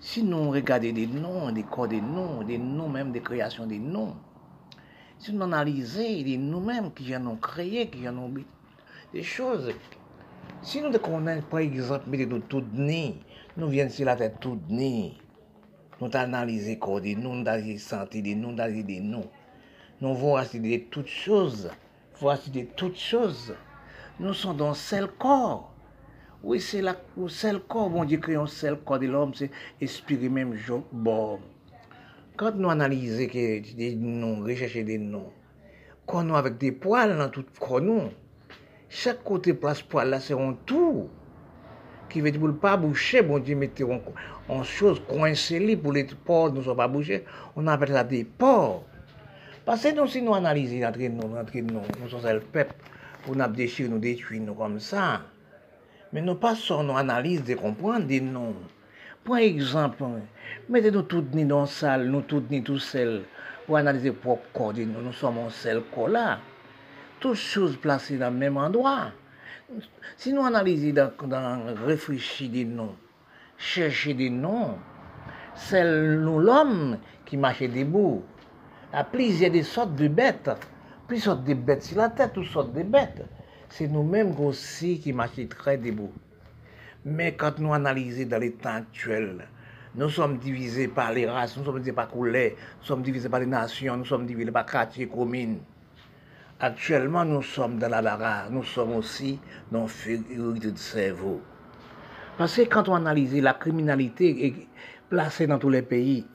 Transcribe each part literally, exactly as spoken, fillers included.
Si nous regardons des noms, des corps des noms, des noms même, des créations des noms, si nous analysons des nous-mêmes qui en ont créé, qui en ont des choses, si nous connaissons, par exemple, mettez-nous tout nez, nous venons sur la tête tout nez, nous analysons les corps des noms, nous analysons la santé des noms, nous analysons des noms, nous voyons assister toutes choses, nous voyons assister toutes choses, nous sommes dans un seul corps. Oui, c'est le seul corps, bon Dieu crée un seul corps de l'homme, c'est inspiré même jour. Bon, quand nous analysons des noms, rechercher des noms, quand nous avec des poils dans tout corps, nous, chaque côté place poil là, c'est un tout. Qui veut dire pour ne pas boucher, bon Dieu, mettez en chose coincée pour les porcs ne soient pas bouchés, on appelle ça des porcs. Parce que nous, si nous analysons entre nous, entre nous, nous sommes le peuple, pour nous déchirer, nous détruire, nous comme ça. Mais nous passons nos analyses de comprendre des noms. Par exemple, mettez-nous tous ni dans la salle, nous tous ni tout seuls, pour analyser le propre corps de nous. Nous sommes un seul corps là. Toutes choses placées dans le même endroit. Si nous analysons, dans, dans réfléchir des noms, chercher des noms, c'est nous l'homme qui marche debout. Il y a plusieurs des sortes de bêtes. Plusieurs sortes de bêtes sur la tête, toutes sortes de bêtes. C'est nous-mêmes aussi qui marchons très debout. Mais quand nous analysons dans les temps actuels, nous sommes divisés par les races, nous sommes divisés par couleurs, nous sommes divisés par les nations, nous sommes divisés par quartiers, communes. Actuellement, nous sommes dans la bagarre, nous sommes aussi dans la férocité de cerveau. Parce que quand on analyse la criminalité est placée dans tous les pays,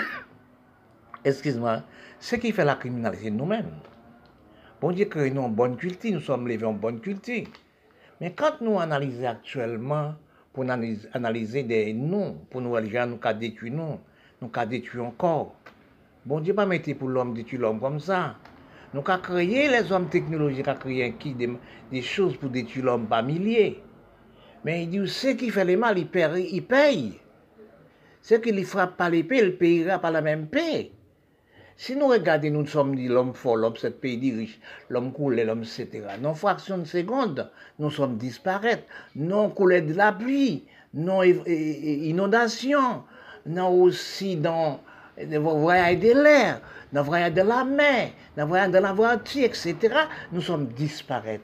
excuse-moi, ce qui fait la criminalité, nous-mêmes. Bon Dieu que nous avons une bonne culture, nous sommes levés en bonne culture. Mais quand nous analysons actuellement, pour analyser des noms, pour nous, les gens, nous avons détruit nous, nous avons détruit encore. Bon Dieu pas mettre pour l'homme détruire l'homme comme ça. Nous avons créé les hommes technologiques, qui ont créé qui, des, des choses pour détruire l'homme par milliers. Mais il dit, ceux qui font le mal, ils payent. Ils payent. Ceux qui ne frappent pas l'épée, ils payera par la même paix. Si nous regardons, nous sommes dit l'homme fort, l'homme cette pays dit riche, l'homme coulé, l'homme et cetera. Non fraction de seconde, nous sommes disparaître. Non coulé de la pluie, non inondation, non aussi dans le voyage de l'air, dans le voyage de la mer, dans le voyage de la voiture, et cetera. Nous sommes disparaître.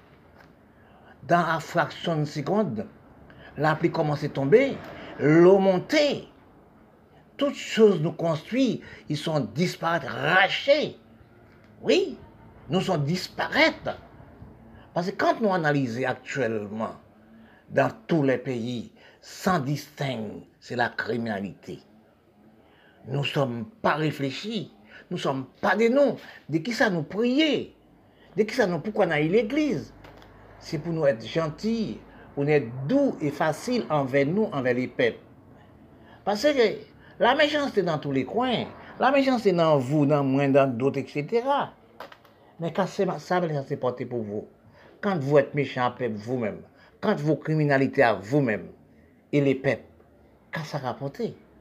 Dans la fraction de seconde, la pluie commence à tomber, l'eau monter. Toutes choses nous construisent, ils sont disparaître, rachés. Oui, nous sommes disparaître. Parce que quand nous analysons actuellement, dans tous les pays, sans distingue, c'est la criminalité. Nous ne sommes pas réfléchis, nous ne sommes pas des noms. De qui ça nous prier? De qui ça nous pourquoi on a eu l'église? C'est pour nous être gentils, pour nous être doux et faciles envers nous, envers les peuples. Parce que la méchanceté dans tous les coins, la méchanceté dans vous, dans moi, dans d'autres, et cetera. Mais quand ça, ça c'est porté pour vous, quand vous êtes méchant avec vous-même, quand vos criminalités à vous-même et les peuples, qu'est-ce que ça rapporte?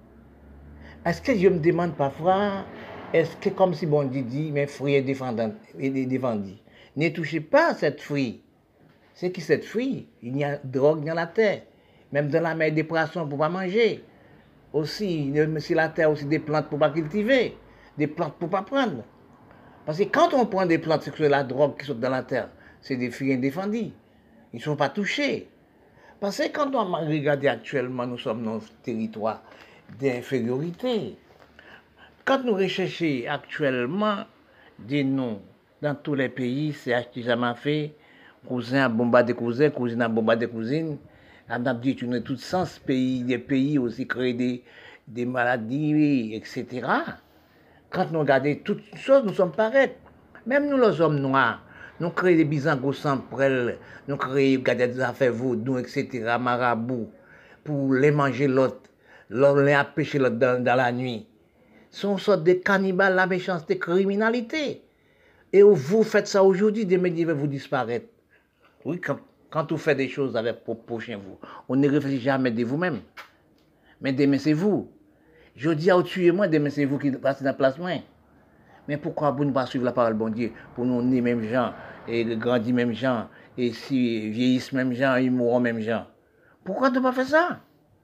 Est-ce que je me demande parfois, est-ce que comme si bon Dieu dit, mes fruits est défendu, ne touchez pas cette fruit. C'est qui cette fruit? Il y a drogue dans la terre, même dans la mer des poissons pour ne pas manger. Aussi, sur la terre, aussi des plantes pour ne pas cultiver, des plantes pour ne pas prendre. Parce que quand on prend des plantes, c'est que la drogue qui saute dans la terre, c'est des fruits indéfendus. Ils ne sont pas touchés. Parce que quand on regarde actuellement, nous sommes dans un territoire d'infériorité. Quand nous recherchons actuellement des noms dans tous les pays, c'est acheté jamais fait, cousin a bombardé cousin, cousine a bombardé cousine. On a dit que tous sens pays, des pays aussi créent des, des maladies, et cetera. Quand nous regardons toutes choses, nous sommes pareils. Même nous, les hommes noirs, nous créons des bisangos sans prêle, nous créons des affaires vaudou, et cetera, marabouts, pour les manger l'autre, les empêcher l'autre dans, dans la nuit. Ce sont sortes de cannibales, la méchanceté, criminalité. Et vous faites ça aujourd'hui, demain, il va vous disparaître. Oui, quand Quand vous faites des choses avec vos prochains, vous, on ne réfléchit jamais de vous-même. Mais demain, c'est vous. Je dis à tuer moi, demain, c'est vous qui passez dans la place moi. Mais pourquoi vous ne pas suivre la parole de bon Dieu pour nous nés même gens, et grandir même gens, et si vieillissent même gens, et mourront même gens? Pourquoi ne pas faire ça?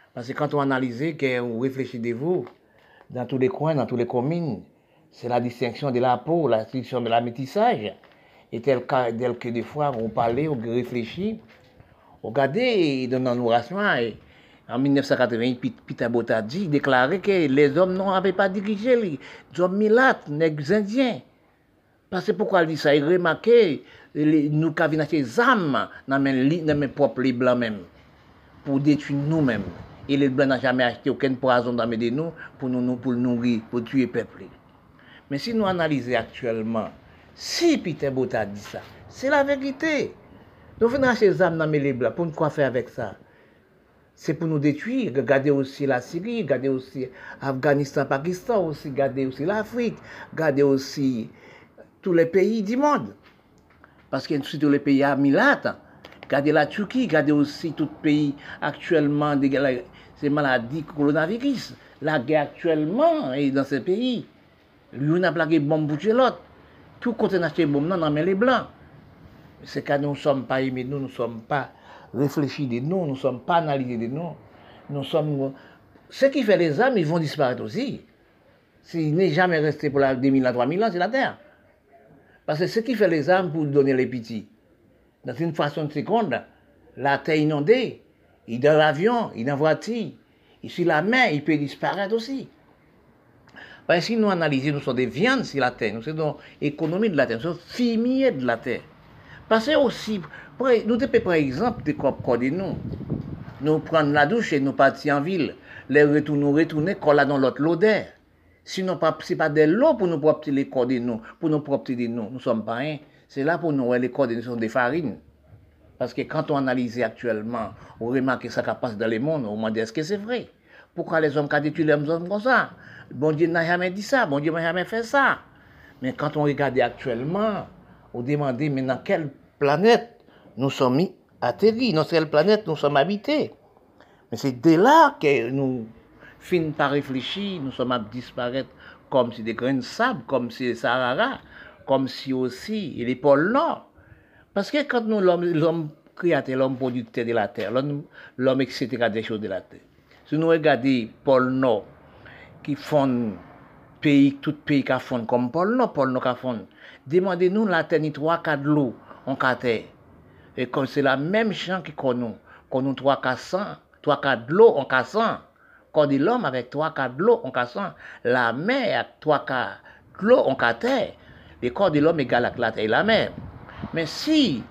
Parce que quand on analyse, que vous réfléchissez de vous, dans tous les coins, dans toutes les communes, c'est la distinction de la peau, la distinction de la métissage. Et tel que, tel que des fois, on parlait, on réfléchit, on regardait dans nos rations, en mille neuf cent quatre-vingt-huit, Peter Botadji déclarait que les hommes n'avaient pas dirigé, les hommes milates, les indiens. Parce que pourquoi il dit ça? Il remarquait, nous qui avons acheté des âmes dans mes propres les blancs même, pour détruire nous-mêmes. Et les blancs n'ont jamais acheté aucun poison dans de nous pour nous pour nourrir, pour tuer le peuple. Mais si nous analysons actuellement, si Peter Bota dit ça, c'est la vérité. Nous venons acheter des âmes dans les blancs, pour nous quoi faire avec ça? C'est pour nous détruire. Regardez aussi la Syrie, regardez aussi Afghanistan, Pakistan, aussi, regardez aussi l'Afrique, regardez aussi tous les pays du monde. Parce que tous les pays à Milat, regardez la Turquie, regardez aussi tous les pays actuellement, ces maladies, coronavirus. La guerre actuellement est dans ces pays. Lui, on a plaqué bombe pour l'autre. Tout côté n'a acheté bombe, non, mais les blancs. C'est que nous ne sommes pas aimés, nous ne sommes pas réfléchis de nous, nous ne sommes pas analysés de nous. Nous sommes. Ce qui fait les âmes, ils vont disparaître aussi. S'il n'est jamais resté pour la deux mille à trois mille ans, c'est la terre. Parce que ce qui fait les âmes pour donner les petits, dans une fraction de seconde, la terre inondée, il est dans l'avion, il est dans la voiture, il est sur la mer, il peut disparaître aussi. Parce que si nous analysons, nous sommes des viandes sur la terre, nous sommes dans l'économie de la terre, nous sommes fumiers de la terre. Parce que aussi, nous devons par exemple des corps de nous, nous prendre la douche et nous partir en ville, les retourner, nous retourner, coller dans l'autre l'odeur. Sinon, ce n'est pas de l'eau pour nous propter les corps de nous, pour nous propter de nous. Nous ne sommes pas un. C'est là pour nous, les corps de nous sont des farines. Parce que quand on analyse actuellement, on remarque que ça passe dans le monde, on demande est-ce que c'est vrai? Pourquoi les hommes qui ont détruit les hommes comme ça? Bon Dieu n'a jamais dit ça, bon Dieu n'a jamais fait ça. Mais quand on regarde actuellement, on demande mais dans quelle planète nous sommes atterris, dans quelle planète nous sommes habités. Mais c'est dès là que nous finissons par réfléchir, nous sommes à disparaître comme si des grains de sable, comme si les Sahara, comme si aussi les pôles Nord. Parce que quand nous, l'homme, l'homme créateur, l'homme producteur de la terre, l'homme, l'homme, et cetera, des choses de la terre, si nous regardons pôle Nord, qui font pays, tout pays qui font comme pôle Nord, pôle Nord qui font, demandez-nous la terre, ni trois, quatre l'eau, en terre. Et comme c'est la même champ qui connaît, qu'on nous trois, quatre cents, trois, quatre l'eau en cassant. Quand dit l'homme avec trois, quatre l'eau en cassant, la mer avec trois, quatre l'eau en terre. Le corps de l'homme égal avec la terre et la mer. Mais si,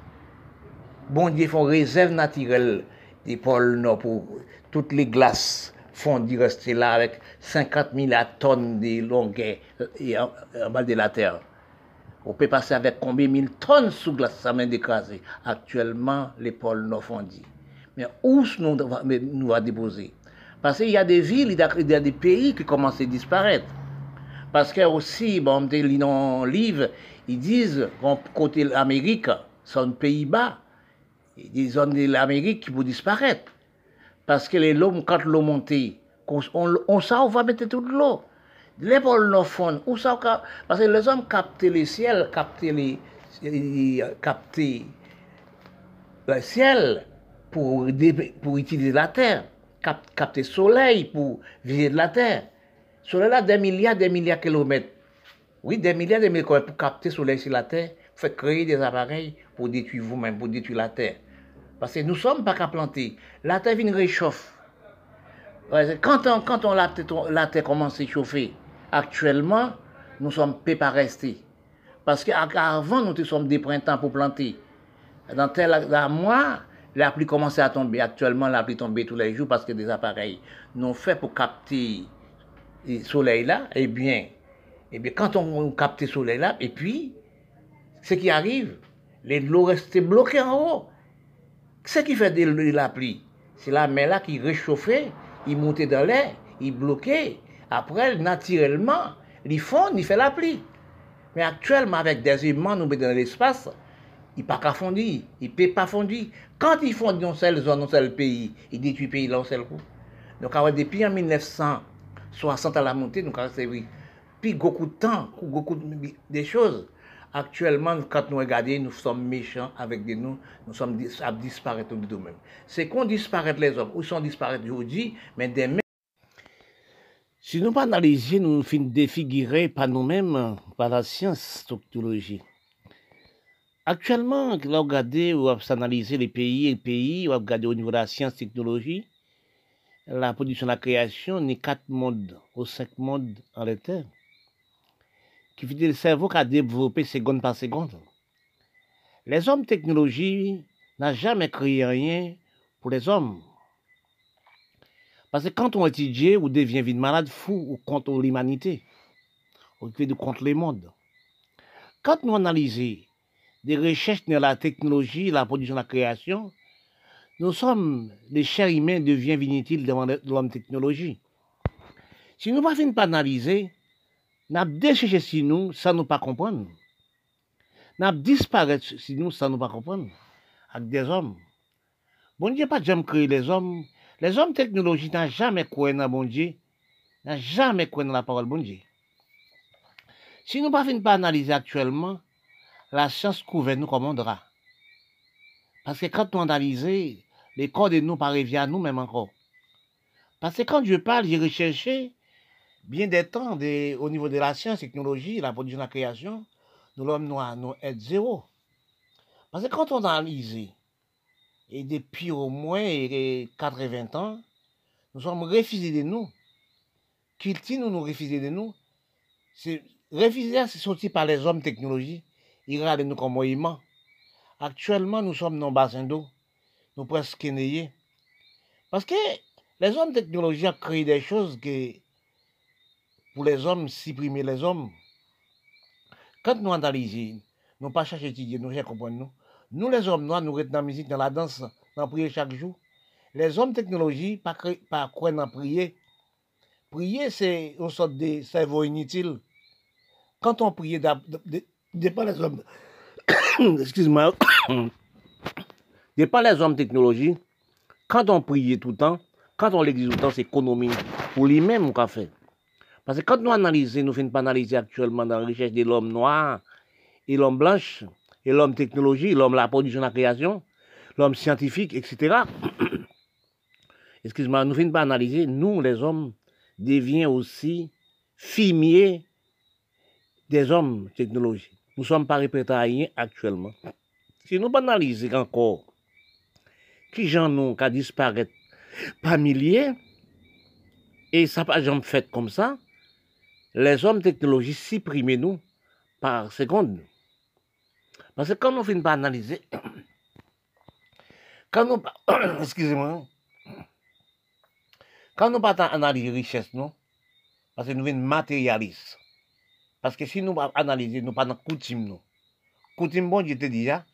bon Dieu, font réserve naturelle des pôles Nord pour toutes les glaces fondues rester là avec cinquante mille tonnes de longueur en bas de la terre. On peut passer avec combien de mille tonnes sous glace, ça m'a écrasé. Actuellement, les pôles Nord fondus. Mais où nous nous va déposer? Parce qu'il y a des villes, il y a des pays qui commencent à disparaître. Parce que aussi, bon, dans le livre, ils disent, côté l'Amérique, c'est un pays bas. Des zones de l'Amérique qui vont disparaître. Parce que les l'eau, quand l'eau monte, on, on, on sait où va mettre toute l'eau. Les pôles Nord font, où ça, parce que les hommes captent le ciel, captent les, captent le ciel pour, pour utiliser la terre, capter le soleil pour viser de la terre. Le soleil a des milliards, des milliards de kilomètres. Oui, des milliards, des milliards de kilomètres pour capter le soleil sur la terre, il faut créer des appareils pour détruire vous-même, pour détruire la terre. Parce que nous ne sommes pas qu'à planter. La terre vient réchauffer. Quand, on, quand on, la, la terre commence à chauffer, actuellement, nous ne sommes pas restés. Parce qu'avant, nous sommes des printemps pour planter. Dans tel mois, la pluie commence à tomber. Actuellement, la pluie tombe tous les jours parce que des appareils nous faits pour capter le soleil là. Eh bien, eh bien quand on capte le soleil là, et puis, ce qui arrive, les l'eau reste bloquée en haut. Ce qui fait de la pluie, c'est la mer là qui réchauffait, il montait dans l'air, il bloquait. Après, naturellement, il fond, il fait la pluie. Mais actuellement, avec des aimants, nous mettons dans l'espace, il ne peut pas fondre, il ne peut pas fondre. Quand ils fondent dans une seule zone, dans un seul pays, ils détruisent le pays dans un seul coup. Donc, depuis en mille neuf cent soixante à la montée, nous avons servi. Puis, beaucoup de temps, beaucoup de choses. Actuellement, quand nous regardons, nous sommes méchants avec des nous, nous sommes dis à disparaître de nous-mêmes. C'est qu'on disparaît les hommes, ou sont disparaître aujourd'hui, mais demain. Si nous pas analyser, nous finissons défigurer par nous-mêmes, par la science, sociologie. Actuellement, là, regardez, ou analyser les pays, les pays, ou regarder au niveau de la science, technologie, la production, la création, n'est quatre modes, ou cinq modes en la terre, qui fait le cerveau qui a développé seconde par seconde. Les hommes technologie n'ont jamais créé rien pour les hommes. Parce que quand on étudie, on devient vite malade, fou, ou contre l'humanité, ou contre le monde. Quand nous analysons des recherches dans la technologie, la production, la création, nous sommes, les chers humains deviennent inutiles devant l'homme technologie. Si nous ne faisons pas analyser, nous avons déchiré si nous, sans nous pas comprendre. Nous avons disparu si nous, sans nous pas comprendre. Avec des hommes. Bon Dieu, pas jamais créé les hommes. Les hommes technologiques n'ont jamais cru dans bon Dieu. N'ont jamais cru dans la parole bon Dieu. Si nous ne faisons pas analyser actuellement, la science couvre nous comme on drap. Parce que quand nous analysons, les corps de nous ne reviennent à nous-mêmes encore. Parce que quand je parle, j'ai recherché bien des temps de, au niveau de la science, technologie, la production, la création, nous l'homme noir, nous être zéro. Parce que quand on analyse, et depuis au moins quatre-vingts ans, nous sommes refusés de nous. Qui nous nous refusés de nous? C'est refusés, c'est sorti par les hommes technologie. Ils regardent nous comme moïmans. Actuellement, nous sommes dans le bassin d'eau. Nous presque nés. Parce que les hommes technologie ont créé des choses que, pour les hommes, supprimer les hommes. Quand nous analysons, nous ne pas chercher à étudier, nous cherchons à comprendre nous. Nous, les hommes noirs, nous restons dans la musique, dans la danse, dans la prière chaque jour. Les hommes technologie, pas pas quoi dans la prière. Prier, c'est une sorte de cerveau inutile. Quand on prie, dépend les hommes. Excuse-moi. Dépend les hommes technologie. Quand on prie tout le temps, quand on l'exige tout le temps, c'est économie. Pour lui-même, qu'on fait. Parce que quand nous analysons, nous faisons pas analyser actuellement dans la recherche de l'homme noir et l'homme blanche, et l'homme technologie, l'homme la production, la création, l'homme scientifique, et cetera. Excuse-moi, nous ne faisons pas analyser, nous, les hommes, deviennent aussi fumiers des hommes technologie. Nous ne sommes pas répétés actuellement. Si nous analysons encore qui j'en ont qu'à disparaître par milliers, et ça n'a pas jamais fait comme ça, les hommes technologie suppriment nous par seconde. Parce que quand nous ne finissons pas analyser, quand nous, excusez-moi, quand nous ne pas analyser richesse, nous, parce que nous sommes matérialistes. Parce que si nous analysons, nous pas dans coutume, nous. Coutume, bon, je te dis, hein?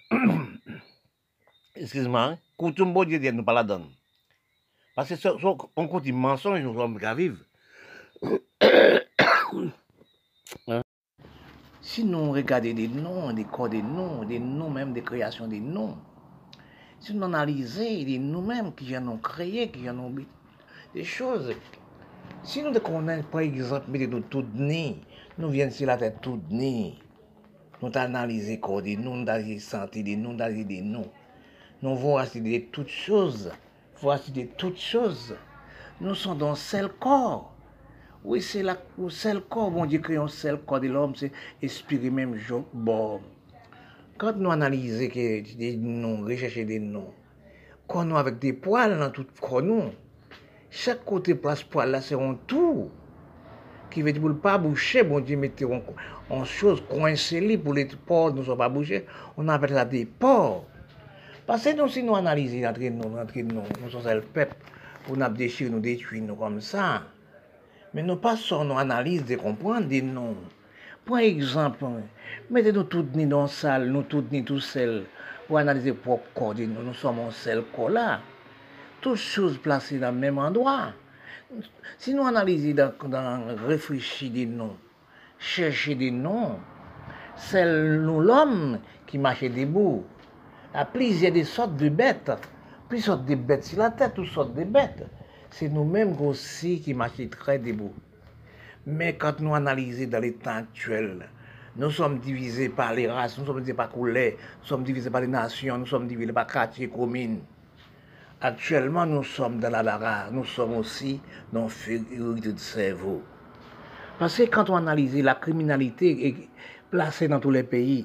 Excuse-moi, coutume, bon, je te dis, nous pas la donne. Parce que si on coutume mensonge, nous sommes qu'à vivre. Si nous regardons des noms, des corps des noms, des noms même, des créations des noms, si nous analysons des nous-mêmes qui en ont créé, qui en ont des choses, si nous connaissons, par exemple, mettez-nous tout nez, nous venons sur la tête tout nez, nous analysons les corps des noms, nous analysons la santé des noms, nous analysons des noms, nous voulons assister de toutes choses, nous voulons assister de toutes choses, nous sommes dans un seul corps. Oui, c'est le seul corps, bon Dieu, créé un seul corps de l'homme, c'est inspiré même bon. Quand nous analysons des noms, rechercher des noms, quand nous avec des poils dans tout corps, nous, chaque côté place poil là, c'est un tour qui veut dire pour ne pas boucher, bon Dieu, mettez en chose coincée pour les porcs ne sont pas bouchés, on appelle ça des porcs. Parce que nous, si nous analysons entre nous, entre nous, nous sommes le peuple, pour nous déchirer, nous détruire, nous comme ça. Mais nous passons nos analyses de comprendre des noms. Par exemple, mettez-nous tous ni dans la salle, nous tous ni tout seuls, pour analyser le propre corps de nous. Nous sommes un seul corps là. Toutes choses placées dans le même endroit. Si nous analysons, dans, dans, réfléchir des noms, chercher des noms, c'est nous l'homme qui marche debout. Il y a plusieurs des sortes de bêtes. Plusieurs sortes de bêtes sur la tête, toutes sortes de bêtes. C'est nous-mêmes aussi qui marchons très debout. Mais quand nous analysons dans les temps actuels, Nous sommes divisés par les races, nous sommes divisés par couleurs, nous sommes divisés par les nations, nous sommes divisés par quartiers, communes. Actuellement, nous sommes dans la bagarre, nous sommes aussi dans l'infériorité de cerveau. Parce que quand on analyse la criminalité est placée dans tous les pays,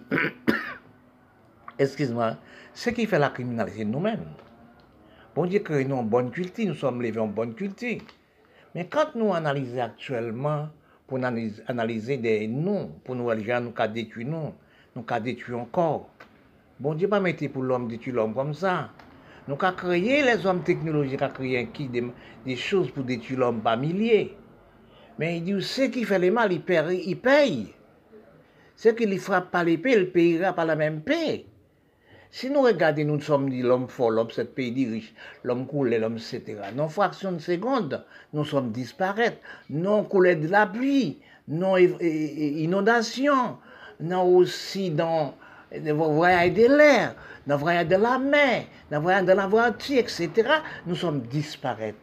excuse-moi, ce qui fait la criminalité, c'est nous-mêmes. Bon Dieu que nous avons une bonne culture, nous sommes levés en bonne culture. Mais quand nous analysons actuellement, pour analyser des noms, pour nous, les gens, nous avons détruit nous, nous avons détruit encore. Bon Dieu pas mettre pour l'homme détruire l'homme comme ça. Nous avons créé les hommes technologiques, avons créé qui, des, des choses pour détruire l'homme par milliers. Mais il dit, ce qui fait le mal, il paye. Il paye. Ce qui lui frappe par l'épée, il payera par la même paix. Si nous regardons, nous sommes dit l'homme fort, l'homme cette pays dit riche, l'homme coulé, l'homme et cetera. Non fraction de seconde, nous sommes disparaître. Non coulé de la pluie, non inondation, non aussi dans le voyage de l'air, dans le voyage de la mer, dans le voyage de la voiture, et cetera. Nous sommes disparaître.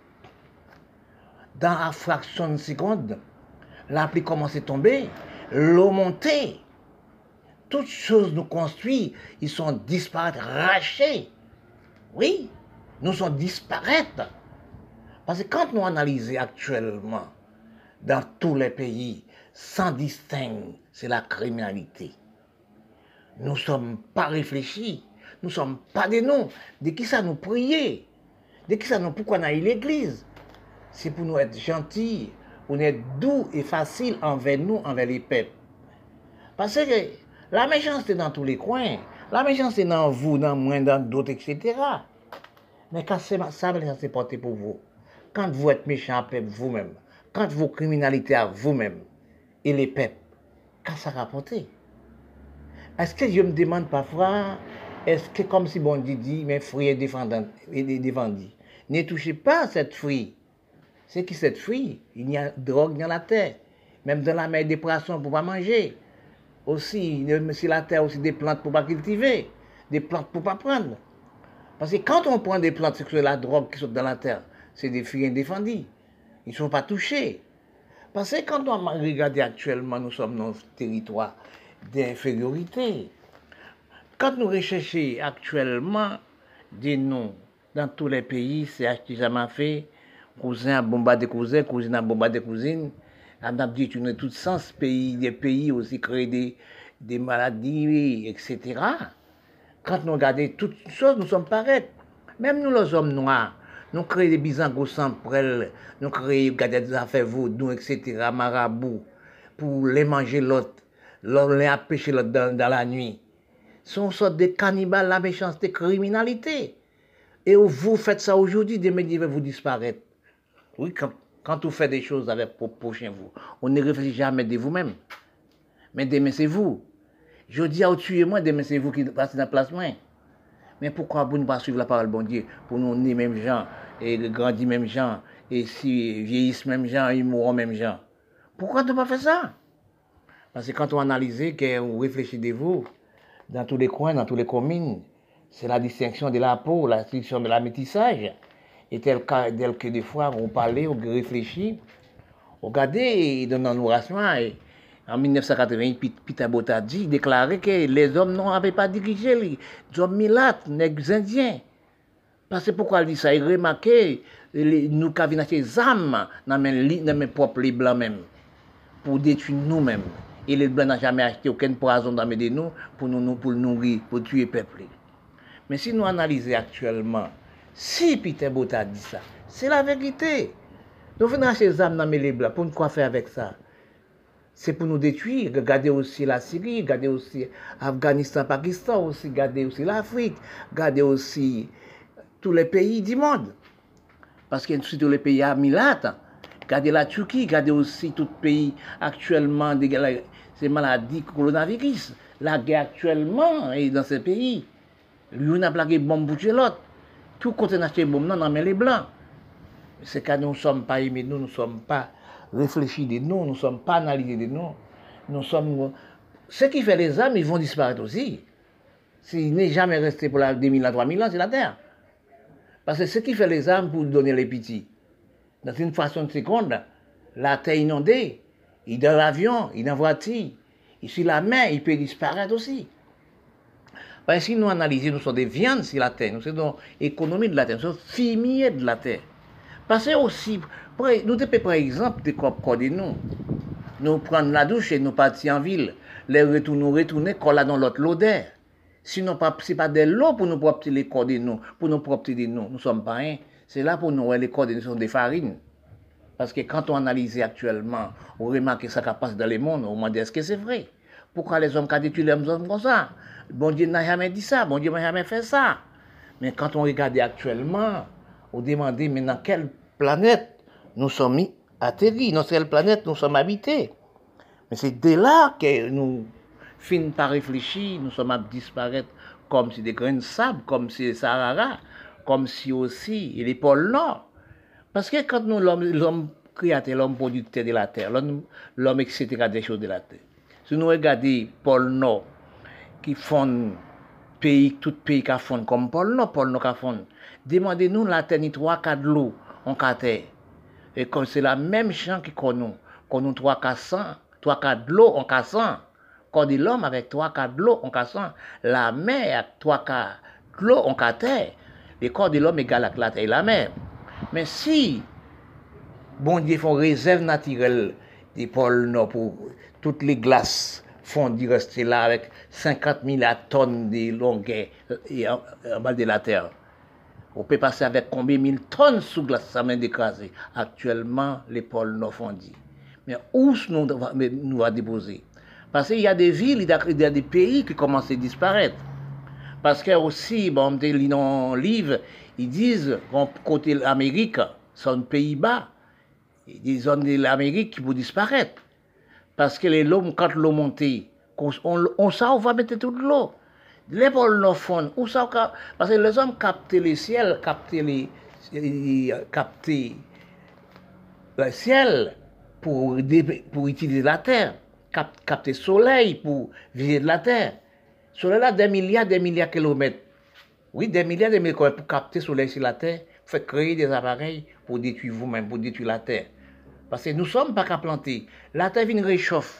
Dans la fraction de seconde, la pluie commence à tomber, l'eau monter. Toutes choses nous construisent, ils sont disparaître, rachés. Oui, nous sommes disparaître. Parce que quand nous analysons actuellement, dans tous les pays, sans distingue, c'est la criminalité. Nous ne sommes pas réfléchis, nous ne sommes pas des noms. De qui ça nous prier? De qui ça nous, pourquoi on a eu l'église? C'est pour nous être gentils, pour nous être doux et faciles envers nous, envers les peuples. Parce que la méchanceté est dans tous les coins. La méchanceté est dans vous, dans moi, dans d'autres, et cetera. Mais quand c'est ça, la méchanceté est portée pour vous. Quand vous êtes méchant à peuple vous-même, quand vos criminalités à vous-même et les peuples, qu'est-ce que ça rapporte? Est-ce que je me demande parfois, est-ce que comme si bon Dieu dit, mes fruits est défendant, ne touchez pas cette fruit. C'est qui cette fruit? Il y a drogue dans la terre. Même dans la mer, des poissons pour ne pas manger. Aussi, sur la terre, aussi des plantes pour ne pas cultiver. Des plantes pour ne pas prendre. Parce que quand on prend des plantes, c'est que la drogue qui sont dans la terre, c'est des fruits indéfendus. Ils ne sont pas touchés. Parce que quand on regarde actuellement, nous sommes dans un territoire d'infériorité. Quand nous recherchons actuellement des noms dans tous les pays, c'est acheté jamais fait, cousin à bombarder cousin, cousine à bombarder cousine, on a dit dans tout sens, pays, des pays aussi créent des, des maladies, et cetera. Quand nous regardons toutes choses, nous sommes pareils. Même nous, les hommes noirs, nous créons des bisangos sans prêle, nous créons des affaires vaudou, et cetera, marabouts, pour les manger l'autre, les empêcher l'autre dans, dans la nuit. Ce sont sortes de cannibales, la méchanceté, criminalité. Et vous faites ça aujourd'hui, demain, il va vous disparaître. Oui, quand, quand vous faites des choses avec vos prochains, vous, on ne réfléchit jamais de vous-même. Mais demain, c'est vous. Je dis à tuer moi, demain, c'est vous qui passez dans la place. Moi. Mais pourquoi vous ne pas suivre la parole de bon Dieu pour nous nés même gens, et grandir même gens, et si vieillissent même gens, et mourront même gens? Pourquoi ne pas faire ça? Parce que quand on analyse, que on réfléchit de vous, dans tous les coins, dans toutes les communes, c'est la distinction de la peau, la distinction de la métissage. Et tel que, tel que des fois, on parlait, on réfléchit, on regardait dans nos rassemblements. En mille neuf cent quatre-vingt-huit, Peter Botha dit, déclarait que les hommes n'avaient pas dirigé, les hommes milates, les indiens. Parce que pourquoi il dit ça? Il remarquait, nous qui avons acheté des âmes dans mes propres les blancs même, pour détruire nous-mêmes. Et les blancs n'ont jamais acheté aucun poison dans de nous pour nous pour nourrir, pour tuer le peuple. Mais si nous analysons actuellement, si Peter Botha dit ça, c'est la vérité. Nous venons acheter des âmes dans les blancs, pour nous quoi faire avec ça? C'est pour nous détruire. Regardez aussi la Syrie, regardez aussi Afghanistan, Pakistan, aussi, regardez aussi l'Afrique, regardez aussi tous les pays du monde. Parce que tous les pays à Milat, regardez la Turquie, regardez aussi tous les pays actuellement, ces maladies coronavirus. La guerre actuellement est dans ces pays. Lui, on a plaqué bombe pour tuer l'autre. Tout côté d'acheter bombe, non, on met les blancs. C'est que nous ne sommes pas aimés, nous ne sommes pas réfléchis de nous, nous ne sommes pas analysés de nous. Nous sommes. Ce qui fait les âmes, ils vont disparaître aussi. S'il n'est jamais resté pour la deux mille à trois mille ans, c'est la terre. Parce que ce qui fait les âmes pour donner les petits, dans une fraction de seconde, la terre inondée, il est dans l'avion, il est dans la voiture, Ici, la mer, il peut disparaître aussi. Parce que si nous analysons, nous sommes des viandes sur la terre, nous sommes l'économie de la terre, nous sommes fumier de la terre. Parce que aussi, nous devons par exemple de corps de nous. Nous prenons la douche et nous partons en ville. Les retours, nous retournons quand là dans l'autre l'odeur. Sinon, ce n'est pas de l'eau pour nous propter les corps de nous, pour nous propter de nous. Nous ne sommes pas rien. C'est là pour nous, les corps de nous sont des farines. Parce que quand on analyse actuellement, on remarque ce qui passe dans le monde, on se dit est-ce que c'est vrai? Pourquoi les hommes qui tuent les hommes comme ça? Bon Dieu n'a jamais dit ça, bon Dieu n'a jamais fait ça. Mais quand on regarde actuellement, on demande mais dans quelle planète nous sommes mis atterris, dans quelle planète nous sommes habités. Mais c'est dès là que nous finissons par réfléchir, nous sommes à disparaître comme si des grains de sable, comme si les Sahara, comme si aussi les pôles Nord. Parce que quand nous, l'homme créateur, l'homme producteur de la terre, l'homme, et cetera, des choses de la terre, si nous regardons le pôle Nord, qui font pays, tout pays qui font comme pôle Nord, pôle Nord qui font, demandez-nous la terre, ni trois, quatre l'eau, en terre. Et comme c'est la même chose qui nous, qu'on nous trois, quatre cents, trois, quatre l'eau en cassant, qu'on dit l'homme avec trois, quatre l'eau en cassant, la mer avec trois, quatre l'eau en terre, le corps de l'homme égale avec la terre et la mer. Mais si, bon Dieu, font réserve naturelle des pôles Nord pour toutes les glaces fondues rester là avec cinquante mille tonnes de longueur en bas de la terre. On peut passer avec combien de mille tonnes sous glace, ça m'a écrasé. Actuellement, les pôles Nord fondus. Mais où nous nous va déposer? Parce qu'il y a des villes, il y a des pays qui commencent à disparaître. Parce que aussi, bon, dans le livre, ils disent, côté l'Amérique, c'est Pays-Bas, des zones de l'Amérique qui vont disparaître. Parce que les l'homme, quand l'eau monte, on, on, on sait où va mettre toute l'eau. Les pôles Nord font, où ça, parce que les hommes captent le ciel, captent les, captent le ciel pour, pour utiliser la terre, captent, captent le soleil pour viser de la terre. Le soleil là, des milliards, des milliards de kilomètres. Oui, des milliards, des milliards de kilomètres pour capter le soleil sur la terre, pour créer des appareils pour détruire vous-même, pour détruire la terre. Parce que nous ne sommes pas qu'à planter. La terre vient réchauffer.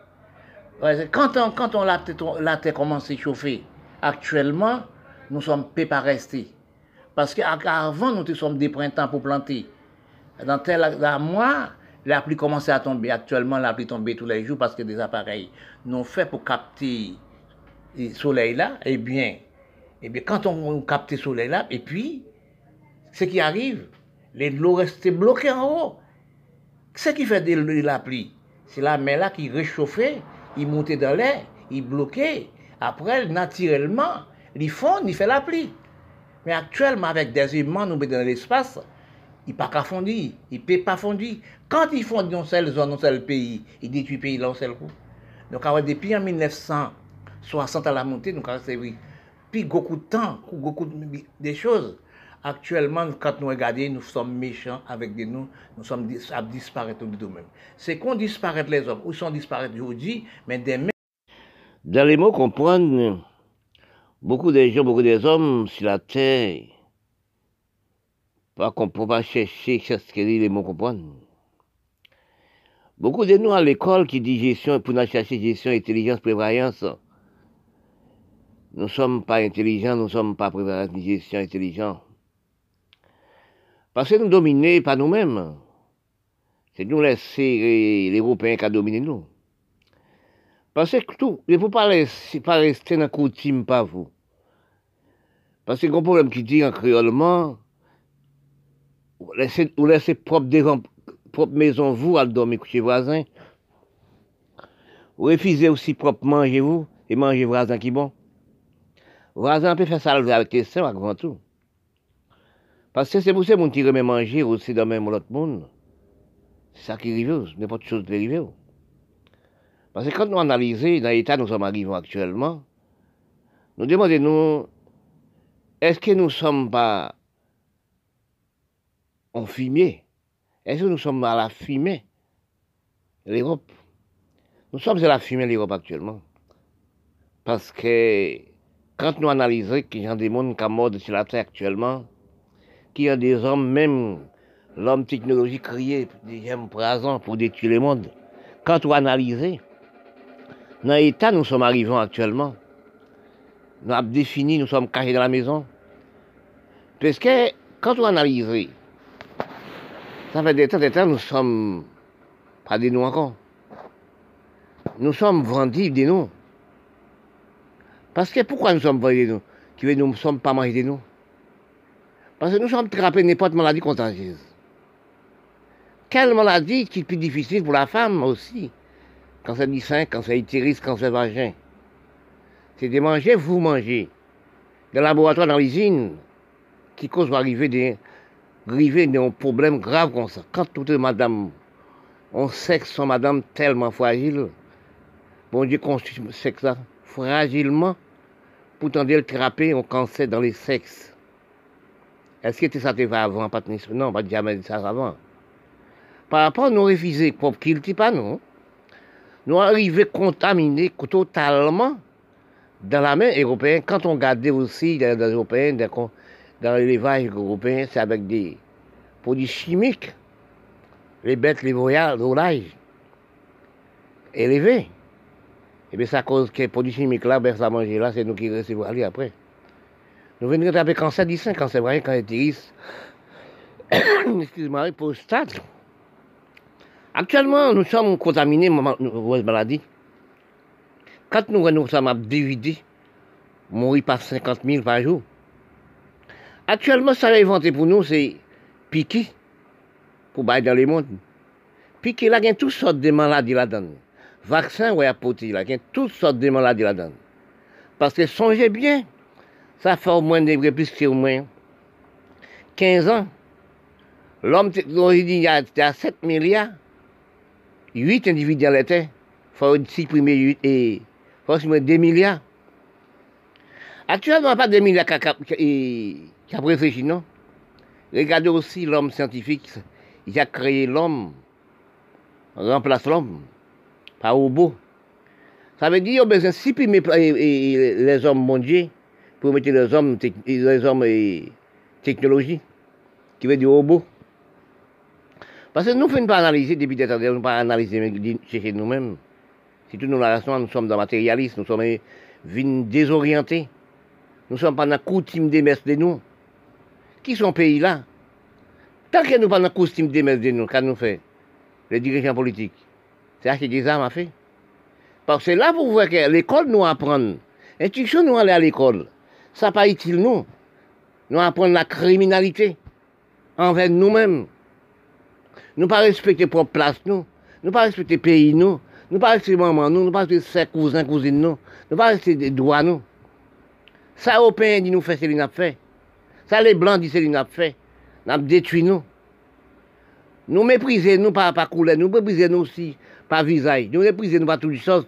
Quand, on, quand on, la, la terre commence à chauffer, actuellement, nous ne sommes pas restés. Parce qu'avant, nous sommes des printemps pour planter. Dans tel mois, la pluie commence à tomber. Actuellement, la pluie tombe tous les jours parce que des appareils nous fait pour capter le soleil là. Eh bien, eh bien quand on capte le soleil là, et puis, ce qui arrive, l'eau reste bloquée en haut. Ce qui fait de la pluie, c'est la mer là qui réchauffait, il montait dans l'air, il bloquait. Après, naturellement, il fond, il fait la pluie. Mais actuellement, avec des aimants, nous mettons dans l'espace, il ne peut pas fondre, il ne peut pas fondre. Quand ils fondent dans une seule zone, dans un seul pays, ils détruisent le pays dans un seul coup. Donc, depuis en mille neuf cent soixante à la montée, nous avons pris beaucoup de temps, beaucoup de choses. Actuellement, quand nous regardons, nous sommes méchants avec des nous, nous sommes à disparaître de nous-mêmes. C'est qu'on disparaît les hommes, ou sont disparaître aujourd'hui, mais demain. Dans les mots comprendre, beaucoup de gens, beaucoup des hommes sur la terre, pas qu'on ne peut pas chercher, chercher les mots comprendre. Beaucoup de nous à l'école qui dit gestion, pour nous chercher gestion, intelligence, prévoyance. Nous ne sommes pas intelligents, nous ne sommes pas prévoyance, ni gestion, intelligents. Parce que nous dominons pas nous-mêmes. C'est nous laisser les Européens qui dominent nous. Parce que tout, il ne faut pas, laisser, pas rester dans la coutume, pas vous. Parce que le problème qui dit en créolement, vous laissez, vous laissez propre, devant, propre maison, vous, à dormir chez voisin. Vous refusez aussi propre manger, vous, et manger voisin qui bon. Voisin peut faire ça avec tes soeurs, avant tout. Parce que c'est pour ça que qui remet manger aussi dans même l'autre monde. C'est ça qui arrive, n'importe chose qui arrive. Parce que quand nous analysons dans l'état où nous sommes arrivés actuellement, nous demandons, est-ce que nous ne sommes pas en fumier? Est-ce que nous sommes à la fumée? L'Europe. Nous sommes à la fumée, l'Europe actuellement. Parce que quand nous analysons qu'il y a des mondes qui mordent sur la terre actuellement, qu'il y a des hommes, même l'homme technologique créé des gemmes présents pour détruire le monde. Quand vous analysez, Dans l'état nous sommes arrivés actuellement, nous avons défini, nous sommes cachés dans la maison. Parce que quand on analyse, ça fait des temps, des temps, nous sommes pas des nous encore. Nous sommes vendus des nous. Parce que pourquoi nous sommes vendus des nous? Qui veut nous ne sommes pas mangés des nous? Parce que nous sommes trappés n'importe maladie contagieuse. Quelle maladie qui est plus difficile pour la femme aussi? Cancer du sein, cancer utérus, cancer vagin. C'est de manger, vous mangez. Dans le laboratoire, dans l'usine, qui cause arriver des, arriver des problèmes graves comme ça. Quand toute madame, on sait que son madame tellement fragile, bon Dieu construit ce sexe-là fragilement, pour tenter de le trapper un cancer dans les sexes. Est-ce que ça te va avant, pas non, pas jamais ça avant. Par rapport à nos refusés, propres qu'il ne pas non. Nous arrivons contaminés totalement dans la main européenne. Quand on regarde aussi dans les Européens, dans l'élevage européen, c'est avec des produits chimiques, les bêtes, les volailles élevées. Et bien, ça cause que les produits chimiques là, ben, ça manger là, c'est nous qui recevons aller après. Nous venons de taper cancer du sein, cancer vrai, cancer utérus, excuse-moi, prostate. Actuellement, nous sommes contaminés de maladie. Quand nous, nous sommes dividés, mourir par cinquante mille par jour. Actuellement, ça a inventé pour nous, c'est piquer pour bailler dans le monde. Piquer là, il y a toutes sortes de maladies là-dedans. Vaccin, ouais, apporter là, il y a toutes sortes de maladies là-dedans. Parce que songez bien, ça fait au moins des plus que au moins quinze ans. L'homme, il y a sept milliards. huit individus à l'été, il faut supprimer huit et il faut supprimer deux milliards. Actuellement, pas deux milliards qui a réfléchi, non? Regardez aussi l'homme scientifique, il a créé l'homme, remplace l'homme par robot. Ça veut dire qu'il y a besoin de supprimer les hommes mondiaux pour mettre les hommes, les hommes et technologie, qui veut dire robots. Parce que nous ne faisons pas analyser depuis des temps, nous ne faisons pas analyser chez nous-mêmes. Si tout nous la raison, nous sommes dans le matérialisme, nous sommes désorientés. Nous ne sommes pas dans la coutume des messes de nous. Qui sont pays là? Tant que nous ne sommes pas dans la coutume des messes de nous, qu'est-ce que nous faisons? Les dirigeants politiques. C'est acheter des armes à faire. Parce que là, vous voyez que l'école nous apprend. L'instruction nous aller à l'école. Ça n'est pas utile, nous. Nous apprendre la criminalité envers nous-mêmes. Nous ne pas respecter propre place, nous. Nous ne pas respecter pays, nous. Nous ne pas respecter maman, nous. Nous ne pas respecter ses cousins, cousines, nous. Nous ne pas respecter des droits, nous. Ça, Européens disent nous fait, c'est l'I fait. Ça, les Blancs disent c'est l'I fait. Nous détruit nous. Nous méprisons nous par, par couleur, nous méprisons nous aussi par visage. Nous méprisons nous par toutes les choses.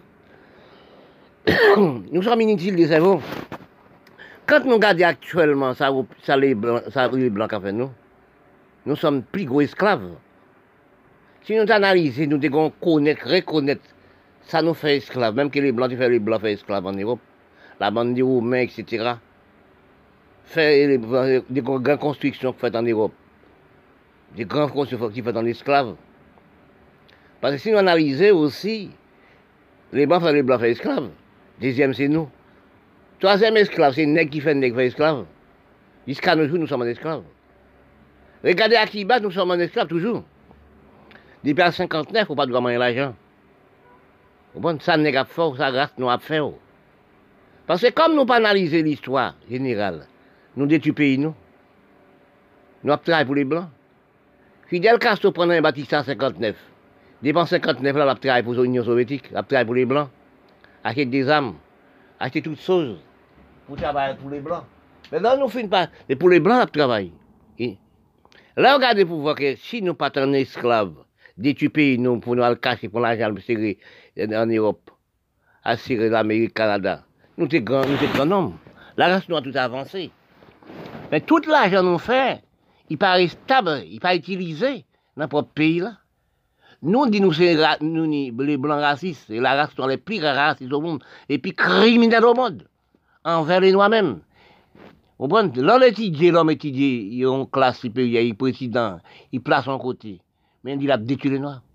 Nous sommes inutiles de cerveau. Quand nous regardons actuellement ça, ça les Blancs, ça, les Blancs qui fait nous, nous sommes plus gros esclaves. Si nous analysons, nous devons connaître, reconnaître, ça nous fait esclaves. Même que les Blancs, les Blancs font esclaves en Europe. La bande des Roumains, et cetera. Fait des grandes constructions faites en Europe. Des grandes constructions qui faites en esclaves. Parce que si nous analysons aussi, les Blancs font les Blancs font esclaves. Deuxième, c'est nous. Troisième esclave, c'est les nègres qui font les nègres esclaves. Jusqu'à nos jours, nous sommes en esclaves. Regardez à Kibat, nous sommes en esclaves toujours. Depuis en cinquante-neuf, il ne faut pas de gagner l'argent. Bon, ça n'est pas fort, ça reste nous à faire. Parce que comme nous pas analyser l'histoire générale, nous détruisons le pays, nous. Nous avons travaillé pour les Blancs. Fidel Castro prenait un bâtiment en cinquante-neuf. Depuis en cinquante-neuf, là, il a travaillé pour l'Union soviétique, il a travaillé pour les Blancs. Acheter des armes, acheter toutes choses pour travailler pour les Blancs. Mais là, nous ne faisons pas. Mais pour les Blancs, on travaille. Là, regardez pour voir que si nous ne sommes pas en esclaves, détruire pays, nous, pour nous le cacher, pour l'argent, pour serrer en Europe, à serrer l'Amérique, le Canada, nous sommes grands, nous sommes grands hommes. La race nous a tout avancé. Mais tout l'argent nous fait, il paraît stable, il pas utilisé dans notre pays là. Nous, on dit nous, c'est nous, les blancs racistes, c'est la race sont les pires racistes au monde, et puis criminels au monde, envers les noirs même. Vous comprenez? L'homme étudié, l'homme étudié, il a une classe supérieure, il est président, il place en côté. Mais il dit, il a détruit les noirs.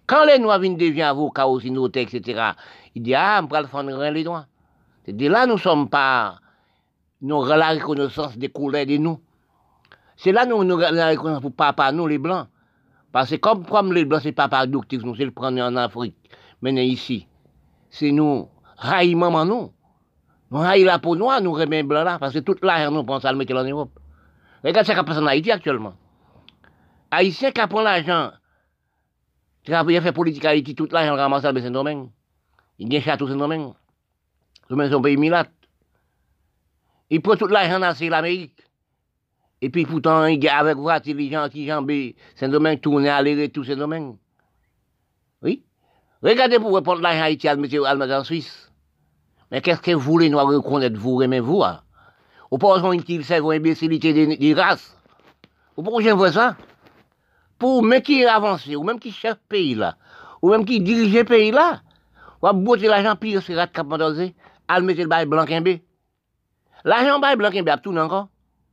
Quand les Noirs viennent devenir avocats aussi, notaires, et cetera, ils disent, ah, on va le faire les Noirs. C'est de là, nous ne sommes pas, nous avons la reconnaissance des couleurs de nous. C'est là, nous, nous avons la reconnaissance pour papa, nous, les Blancs. Parce que comme, comme les Blancs, c'est papa adoptif, nous, c'est le prendre en Afrique, maintenant ici. C'est nous, raï maman, nous. Nous raï la peau noire, nous remet blanc là, parce que toute l'argent, nous pensons à le mettre en Europe. Regarde ce qui passe en Haïti actuellement. Haïtien qui prend l'argent, qui a fait politique à Haïti, toute l'argent ramasse à Saint-Domingue. Il y a un château Saint-Domingue. C'est un pays milate. Il prend toute l'argent dans l'Amérique. Et puis pourtant, il y a avec voiture, les gens qui jambent Saint-Domingue, tourner, aller-retour Saint-Domingue. Oui. Regardez pour répondre l'argent à Haïti, à le mettre en Suisse. Mais qu'est-ce que vous voulez nous reconnaître, vous, aimez vous, hein? Ou pas besoin qu'il serve imbécilité des, des races. Ou pourquoi j'aime voir ça? Pour même qui avance, ou même qui chef pays là, ou même qui dirige le pays là, ou à botter l'argent pire, c'est rat cap mandosé, à le mettre le bail blanc quimbe. L'argent bail blanc quimbe, à tout encore.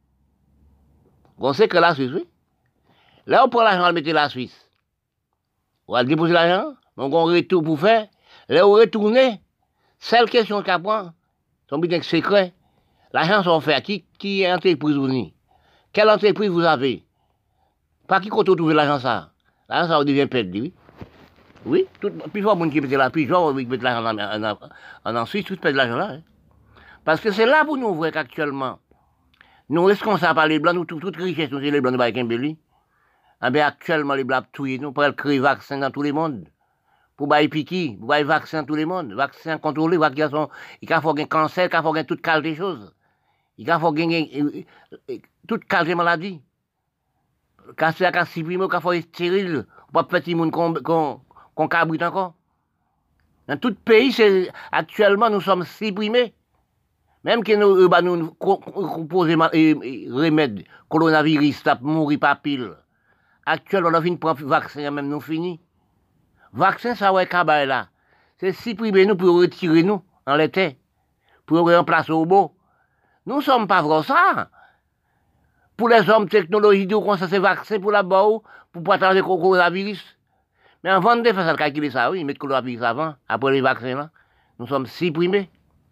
On sait que la Suisse, oui. Là, on prend l'argent, on le met la Suisse. On va déposer l'argent, donc on retourne pour faire. Là, on retourne, seule question qu'à prendre, son but secret. L'argent sont fait à qui, qui est entreprise vous ni? Quelle entreprise vous avez? Par qui compte trouver l'argent ça? L'argent ça devient perdu, oui. Oui, tout, plus fort monde qui met là, plus fort qui met l'argent en, en, en, en Suisse, tout perd l'argent là. Hein. Parce que c'est là pour nous voir qu'actuellement, nous responsables par les Blancs, nous, toute, toute richesse, nous, c'est les Blancs de Baïkembeli. Eh bien, actuellement, les Blancs tuent, nous, pour créer vaccin dans tous les mondes. Pour bailler piqui, pour bailler vaccin dans tous les mondes. Vaccin contrôlé, vaccin, il faut gagner cancer, il faut gagner toute qualité de choses. Il faut gagner toute qualité de maladie. Cancer, il faut supprimer, il faut être stérile, pour pas petit monde qu'on cabrite encore. Dans tout pays, actuellement, nous sommes supprimés. Même que nous, bah, nous posons remède, coronavirus, tape, mourir par pile. Actuellement, on a fini prendre vaccin, même nous fini. Vaccin, ça ouais, cabal là. C'est supprimer nous pour retirer nous en l'été. Pour remplacer au beau. Nous ne sommes pas vrais ça. Pour les hommes, technologie, nous ça c'est vaccin pour la boue, pour partager le coronavirus. Mais avant de faire ça, calculer ça, oui, mettre le coronavirus avant, après les vaccins là, nous sommes supprimés.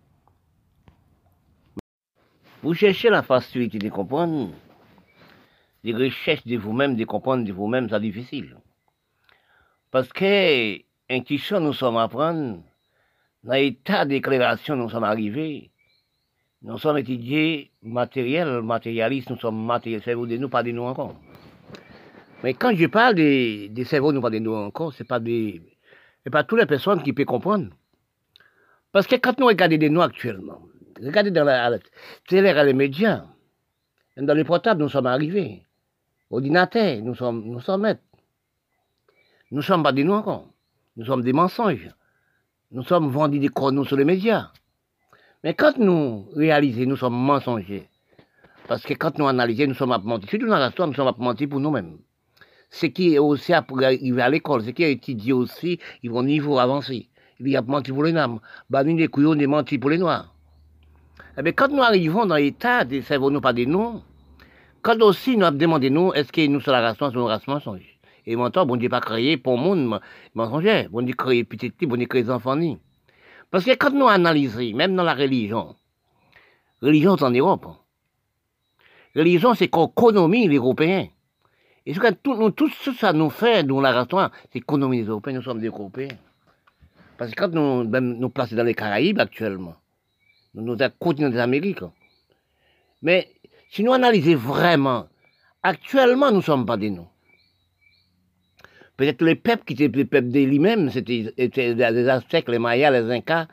Vous cherchez la facilité de comprendre, les recherches de vous-même, de comprendre de vous-même, c'est difficile. Parce que, intuition, nous sommes à prendre, dans l'état d'éclairation, nous sommes arrivés, nous sommes étudiés matériels, matérialistes, nous sommes matériels, cerveau de nous, pas de nous encore. Mais quand je parle des de cerveaux, nous, pas de nous encore, c'est pas des, c'est pas toutes les personnes qui peuvent comprendre. Parce que quand nous regardons de nous actuellement, regardez dans la, la télé, les médias, dans les portables, nous sommes arrivés. Ordinateur, nous sommes, nous sommes maîtres. Nous ne sommes pas des nous encore. Nous sommes des mensonges. Nous sommes vendus des chronos sur les médias. Mais quand nous réalisons, nous sommes mensongers. Parce que quand nous analysons, nous sommes à mentir. Surtout dans l'histoire, nous sommes à mentir pour nous-mêmes. Ce qui est aussi à arriver à l'école, ce qui est étudié aussi, ils vont au niveau avancé. Il y a menti pour les Noirs. Bah, nous, les couillons, on menti pour les Noirs. Eh bien, quand nous arrivons dans l'état de cerveau, nous pas des noms, quand aussi nous avons demandé nous, est-ce que nous sommes la race noire, sommes la race mensonge? Et maintenant, bon Dieu pas créé pour le monde mensonger. Bon Dieu créé petit petit, bon Dieu créé les enfants ni. Parce que quand nous analysons, même dans la religion, religion c'est en Europe. Religion c'est l'économie des Européens. Et ce que tout, nous, tout ça nous fait, nous la race noire, c'est l'économie des Européens, nous sommes des Européens. Parce que quand nous même, nous plaçons dans les Caraïbes actuellement, nous sommes continent des Amériques. Mais si nous analysons vraiment, actuellement nous ne sommes pas des noms. Peut-être les peuples qui étaient les peuples de lui-même, c'était les Aztèques, les Mayas, les Incas,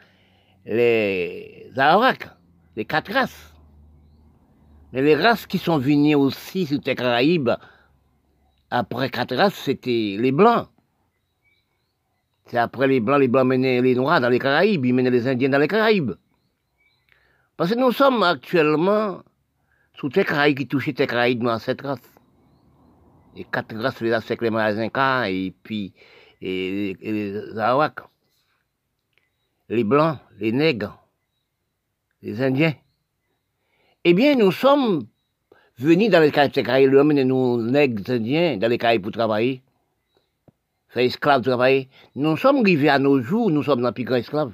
les Arawaks, les quatre races. Mais les races qui sont venues aussi sur les Caraïbes, après quatre races, c'était les Blancs. C'est après les Blancs, les Blancs menaient les Noirs dans les Caraïbes, ils menaient les Indiens dans les Caraïbes. Parce que nous sommes actuellement sous les Caraïbes qui touchent les Caraïbes dans cette race. Et quatre races, les Aztèques, les Mayas, les Incas, et puis et, et les Arawaks. Les Blancs, les Nègres, les Indiens. Eh bien, nous sommes venus dans les Caraïbes, nous amener nos Nègres Indiens dans les Caraïbes pour travailler. faire esclave travailler. Nous sommes arrivés à nos jours, nous sommes dans plus grand esclave.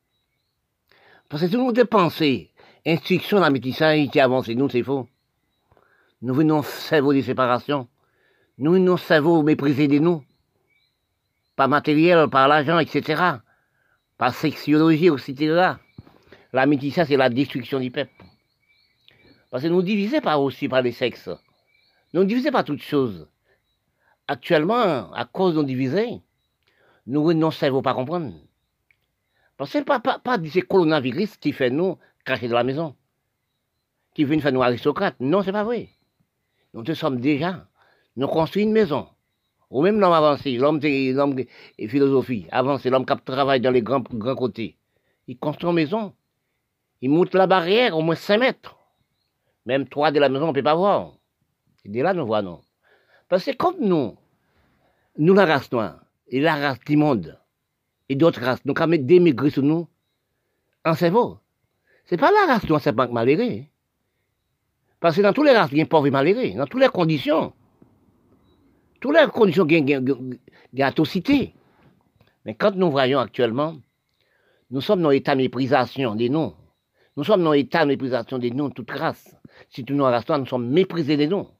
Parce que si nous avons pensé, instruction, la métissage, qui avance, nous, c'est faux. Nous venons cerveau de séparation. Nous venons cerveau mépriser de nous. Par matériel, par l'argent, et cetera. Par sexologie, et cetera. La métissage, c'est la destruction du peuple. Parce que nous divisons pas aussi par les sexes. Nous divisons pas toutes choses. Actuellement, à cause de nous diviser, nous ne savons pas comprendre. Parce que ce n'est pas, pas, pas ce coronavirus qui fait nous cracher de la maison, qui vient faire nous aristocrates. Non, ce n'est pas vrai. Nous te sommes déjà, nous construisons une maison. Ou même l'homme avancé, l'homme de philosophie, avancé, l'homme qui travaille dans les grands, grands côtés. Il construit une maison. Il monte la barrière au moins cinq mètres. Même trois de la maison, on ne peut pas voir. Et de là, nous voyons. Parce que comme nous, nous la race noire, et la race du monde, et d'autres races, nous avons mettre des migrés sur nous, en cerveau. Ce n'est pas la race noire, c'est pas malheureux. Parce que dans toutes les races, il y a pauvres et malheureux. Dans toutes les conditions. Toutes les conditions, il y a une atrocité. Mais quand nous voyons actuellement, nous sommes dans l'état de méprisation des noms. Nous sommes dans l'état de méprisation des noms de toute race. Si nous, race noire, nous sommes méprisés des noms.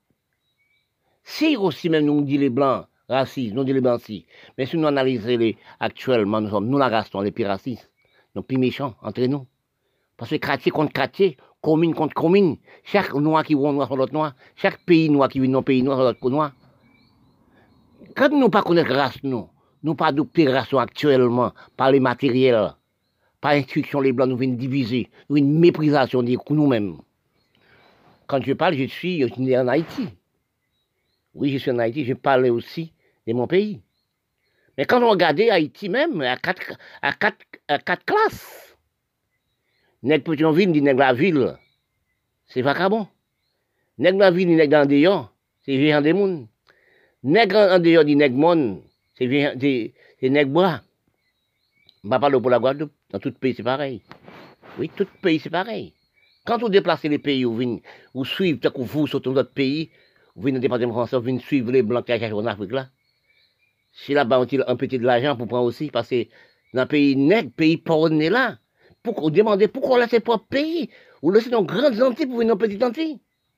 Si aussi même nous dit les blancs racistes, nous dit les blancs si, mais si nous analysons les, actuellement, nous sommes, nous la race noire, les plus racistes, nous plus méchants entre nous. Parce que quartier contre quartier, commune contre commune, chaque noir qui voit noir sur l'autre noir, chaque pays noir qui vit dans pays noir sur l'autre noir. Quand nous ne connaissons pas race, nous, nous pas d'opération actuellement par les matériels, par instruction, les blancs nous viennent diviser, nous une méprisation de nous-mêmes. Quand je parle, je suis né en Haïti. Oui, je suis en Haïti, je parle aussi de mon pays. Mais quand on regarde Haïti même, à quatre, à quatre, à quatre classes, nèg petit en ville, dit nèg la ville, c'est vagabond. Nèg la ville, dit nèg dans dehors, c'est géant des moun. Nèg en dehors, dit nèg monde, c'est nèg bois. Je ne vais pas parler pour la Guadeloupe, dans tout pays c'est pareil. Oui, tout pays c'est pareil. Quand vous déplacez les pays, vous venez, vous suivez, peut-être que vous, sur notre pays, vous venez dans le département français, vous venez suivre les blancs qui achètent en Afrique là. Si là-bas, on tire un petit de l'argent pour prendre aussi, parce que dans le pays nègre, pays pauvre là, pour vous demandez pourquoi on laisse pas pays, ou laissez dans grandes Antilles pour venir dans petites Antilles.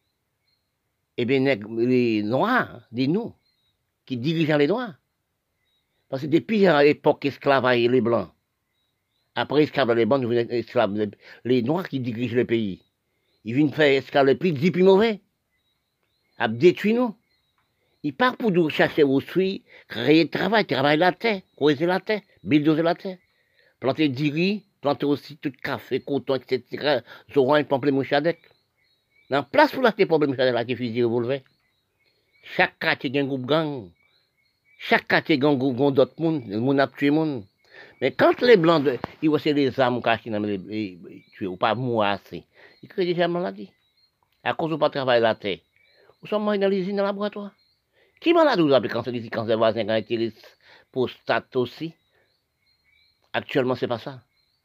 Eh bien, les noirs, des nous, qui dirigent les noirs. Parce que depuis l'époque esclavage les blancs, après esclavage les blancs, nous venons esclaves, les noirs qui dirigent le pays. Ils viennent faire esclaves les plus dix plus mauvais. À détruire nous. Ils partent pour nous chercher au fruits, créer travail, travailler la terre, creuser la terre, bulldozer la terre, planter du riz, planter aussi tout café, coton, et cetera. Orange, pamplemousse, chadec. Dans la place pour l'acheter pamplemousse, chadec, là, qui fusil revolver. Chaque quartier a un groupe gang. Chaque quartier a un groupe d'autres monde, le monde a tué le monde. Mais quand les blancs, de, ils voient les armes cachées dans les, les, les tuer, ou pas mourir assez, ils créent déjà maladie. À cause de pas travailler la terre. Nous sommes morts dans les usines, dans le laboratoire. Qui malade vous avez cancer ici, cancer voisin, cancer prostate aussi? Actuellement, c'est pas ça.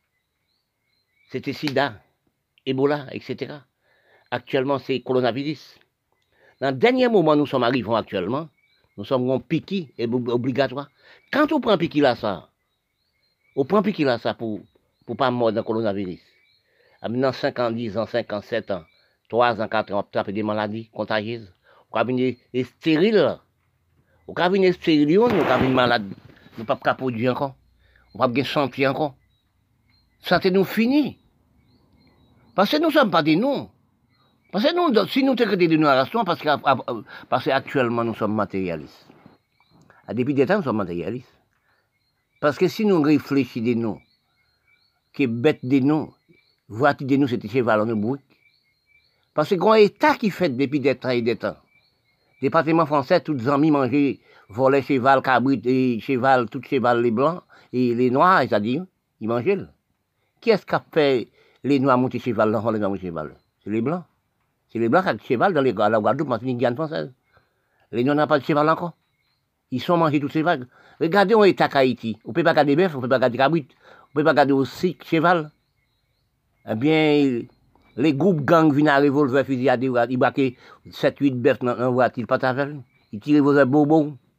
C'était sida, Ebola, et cetera. Actuellement, c'est coronavirus. Dans le dernier moment, nous sommes arrivés actuellement, nous sommes en piqui obligatoire. Quand on prend piqui là, ça, on prend piqui là, ça pour ne pas mordre dans le coronavirus. Dans cinq ans, dix ans, cinq ans, sept ans, trois ans, quatre ans, on tape des maladies contagieuses. On va venir stérile. On va venir stérile, on va venir malade. Nous ne pouvons pas produire encore. On va bien chantier encore. Ça, c'est nous fini. Parce que nous ne sommes pas des noms. Parce que nous, si nous sommes des noirs, parce que parce qu'actuellement, nous sommes matérialistes. Depuis des temps, nous sommes matérialistes. Parce que si nous réfléchissons des noms, qui est bête des noms, voiture des noms, c'était cheval en bruit. Parce que grand État qui fait depuis des temps et des temps. Département français, tous les amis mangeaient, volaient cheval, cabrit, et cheval, tout cheval, les blancs, et les noirs, c'est-à-dire, ils mangeaient. Qui est-ce qui a fait les noirs monter cheval, les noirs monter cheval? C'est les blancs. C'est les blancs qui ont cheval dans les, à la Guadeloupe, c'est une Guyane française. Les noirs n'ont pas de cheval encore. Ils sont mangés toutes ces vagues. Regardez où est Haïti. On ne peut pas garder bœuf, on ne peut pas garder cabrit, on ne peut pas garder aussi cheval. Eh bien, les groupes gangs viennent à revolver, fusil à des ils braquent sept huit bœufs dans la voiture, pas ta Ils tirent vos bobos.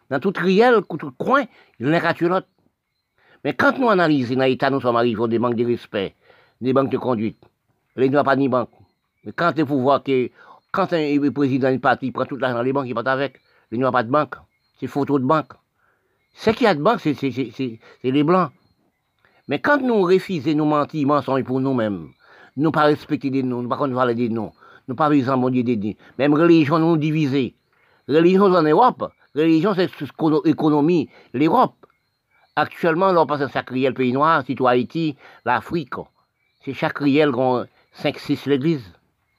Dans tout riel, tout coin, l'un qu'à tuer l'autre. Mais quand nous analysons dans l'État, nous sommes arrivés des manques de respect, des manques de conduite. Les gens pas ni banque. Mais quand les pouvoirs que quand un président du parti prend tout l'argent les banques, il part avec, les gens pas de banque. C'est photo de banque. Ce qu'il y a de banque, c'est les blancs. Mais quand nous refusons nous mentir, mensonges pour nous-mêmes, nous pas respecter des noms, nous pas connaître des noms, nous pas vivre en bon Dieu des noms. Même religion nous diviser. Religion en Europe, religion c'est économie, l'Europe. Actuellement, on passe à chaque riel pays noir, c'est Haïti, l'Afrique. C'est chaque riel qui a cinq six l'église.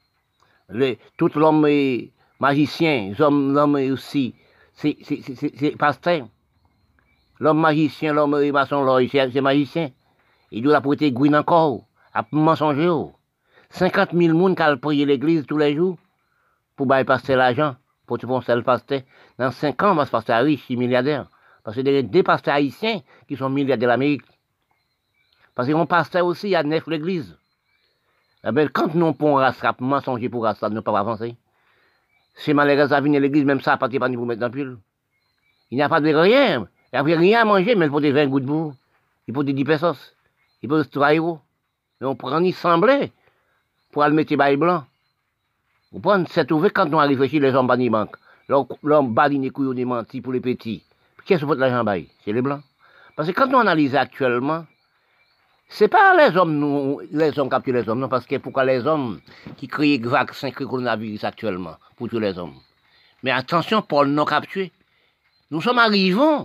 Tout l'homme est magicien, l'homme est aussi, c'est pasteur. L'homme magicien, l'homme est maçon, c'est magicien. Il doit prêter gouine encore, à mensonger. cinquante mille personnes qui ont prié l'église tous les jours pour passer l'argent, pour te penser le pasteur. Dans cinq ans, on va se passer riche, milliardaire. Parce que des, des pasteurs haïtiens qui sont milliardaires de l'Amérique. Parce qu'on pasteur aussi, il y a neuf l'église. Eh bien, quand nous pouvons rap, mensonger pour ça, nous ne pouvons pas avancer. C'est malheureux à venir à l'église, même ça, pas de pour mettre dans le pull. Il n'y a pas de rien. Il n'y a rien à manger, mais il faut des vingt gouttes de boue. Il faut des dix pesos. Il faut des trois euros. Mais on prend ni sembler pour aller mettre les blancs. Vous prenez cette ouverte quand nous arrivons ici, les hommes bannis banque. L'homme bannis les couilles des mentis pour les petits. Qu'est-ce que l'argent bail? C'est les blancs. Parce que quand on analyse actuellement, ce n'est pas les hommes, nous, les hommes qui capturent les hommes, non, parce que pourquoi les hommes qui créent le vaccin, qui coronavirus actuellement, pour tous les hommes. Mais attention, Paul nous capturé. Nous sommes arrivés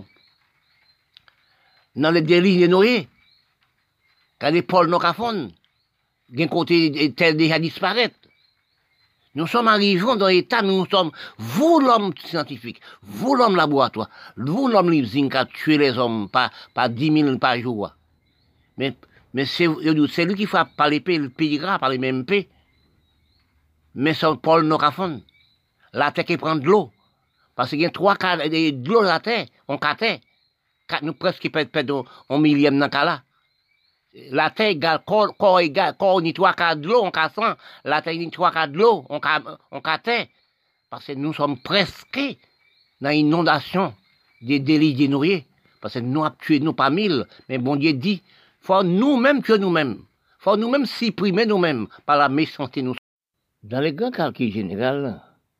dans les délits de Noé. Quand les Paul nous capturé, d'un côté, tel déjà disparaître. Nous sommes arrivés dans l'état, nous sommes, vous l'homme scientifique, vous l'homme laboratoire, vous l'homme l'usine qui a tué les hommes par, par dix mille par jour. Mais, mais c'est lui qui frappe par l'épée, le payera par les mêmes épées. Mais c'est Paul Nocafon. La terre qui prend de l'eau. Parce qu'il y a trois cas de l'eau dans la terre, on catait. Nous presque perdons un millième dans le cas là. La terre égale, corps, corps égal, corps ni trois quarts de l'eau, on casse. La terre ni trois quarts de l'eau, on casse. Parce que nous sommes presque dans une inondation des délits dénoyés. Parce que nous avons tué nous pas mille, mais bon Dieu dit, il faut nous-mêmes tuer nous-mêmes. Il faut nous-mêmes supprimer nous-mêmes par la méchanceté. Nous. Dans les grands calculs généraux,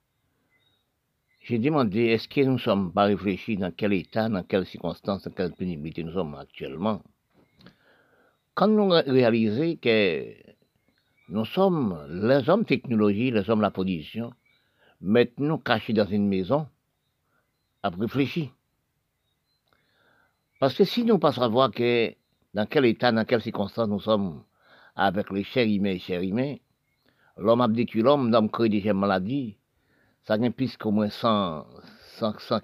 j'ai demandé est-ce que nous ne sommes pas réfléchis dans quel état, dans quelles circonstances, dans quelle pénibilité nous sommes actuellement. Quand nous réalisons que nous sommes les hommes technologie, les hommes la production, maintenant cachés dans une maison, à réfléchir. Parce que si nous ne pas savoir que dans quel état, dans quelles circonstances nous sommes avec les chers humains et chers humains, l'homme a détruit l'homme, l'homme crée des maladies, ça gagne plus qu'au moins cent, cent, cent,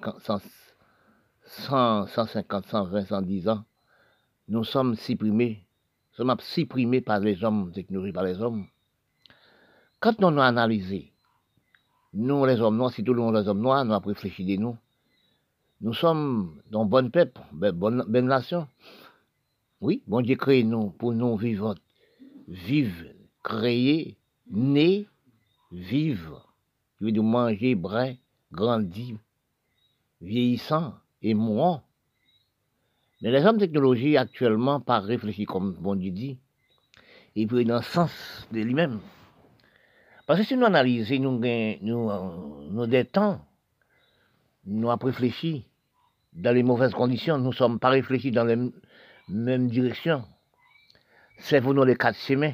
cent, cent cinquante, cent vingt, cent dix ans. Nous sommes supprimés. Nous sommes supprimés par les hommes, technologiques par les hommes. Quand nous avons analysé, nous les hommes noirs, si tout le monde les hommes noirs, nous avons réfléchi de nous. Nous sommes dans bonne peuple, bonne, bonne nation. Oui, bon Dieu crée nous pour nous vivre, vivre, créer, né, vivre. Je veux dire manger, brin, grandir, vieillissant et mourant. Mais les hommes technologie actuellement pas réfléchis comme bon Dieu dit, et puis dans le sens de lui-même. Parce que si nous analysons, nous, nous, nous des temps, nous avons réfléchi dans les mauvaises conditions, nous ne sommes pas réfléchis dans la même direction. C'est pour nous les quatre chemins.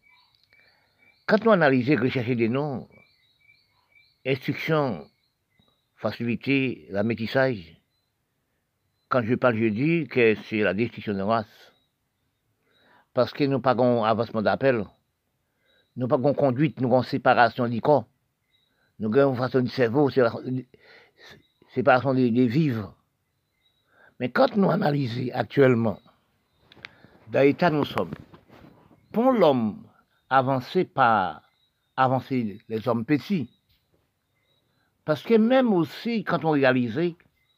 Quand nous analysons, rechercher des noms, instruction, faciliter la métissage. Quand je parle, je dis que c'est la destruction de la race. Parce que nous n'avons pas d'avancement d'appel. Nous n'avons pas de conduite, nous avons séparation du corps. Nous avons une façon du cerveau, c'est la séparation des, des vivres. Mais quand nous analysons actuellement, dans l'état nous sommes, pour l'homme avancer par avancer les hommes petits, parce que même aussi, quand on réalise,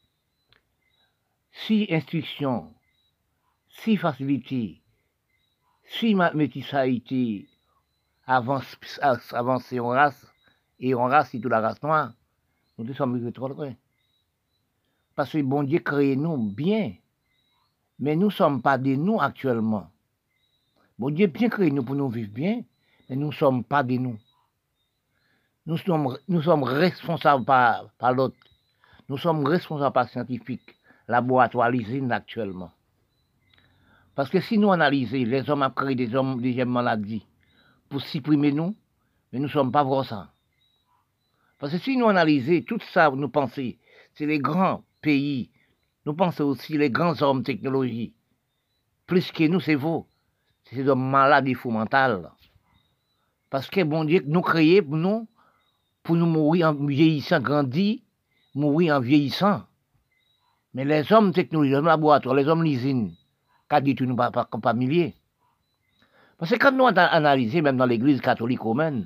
si instruction, si facilité, si métissalité avance, avancer en race, et en race, c'est toute la race noire, nous sommes arrivés trop loin. Parce que bon Dieu crée nous bien. Mais nous ne sommes pas des nous actuellement. Bon Dieu bien créé nous pour nous vivre bien, mais nous ne sommes pas des nous. Nous sommes, nous sommes responsables par, par l'autre. Nous sommes responsables par scientifiques, laboratoires, l'usine actuellement. Parce que si nous analysons, les hommes ont créé des hommes, des maladies pour supprimer nous, mais nous ne sommes pas vrais ça. Parce que si nous analysons tout ça, nous pensons, c'est les grands pays, nous pensons aussi les grands hommes technologie. Plus que nous, c'est vous. C'est des malades et fous mentales. Parce que bon Dieu nous créé pour nous, pour nous mourir en vieillissant, grandir, mourir en vieillissant. Mais les hommes technologiques, les hommes laboratoires, les hommes l'usine, qu'a dit tout nous pas, pas, pas milliers. Parce que quand nous avons analysé, même dans l'église catholique romaine,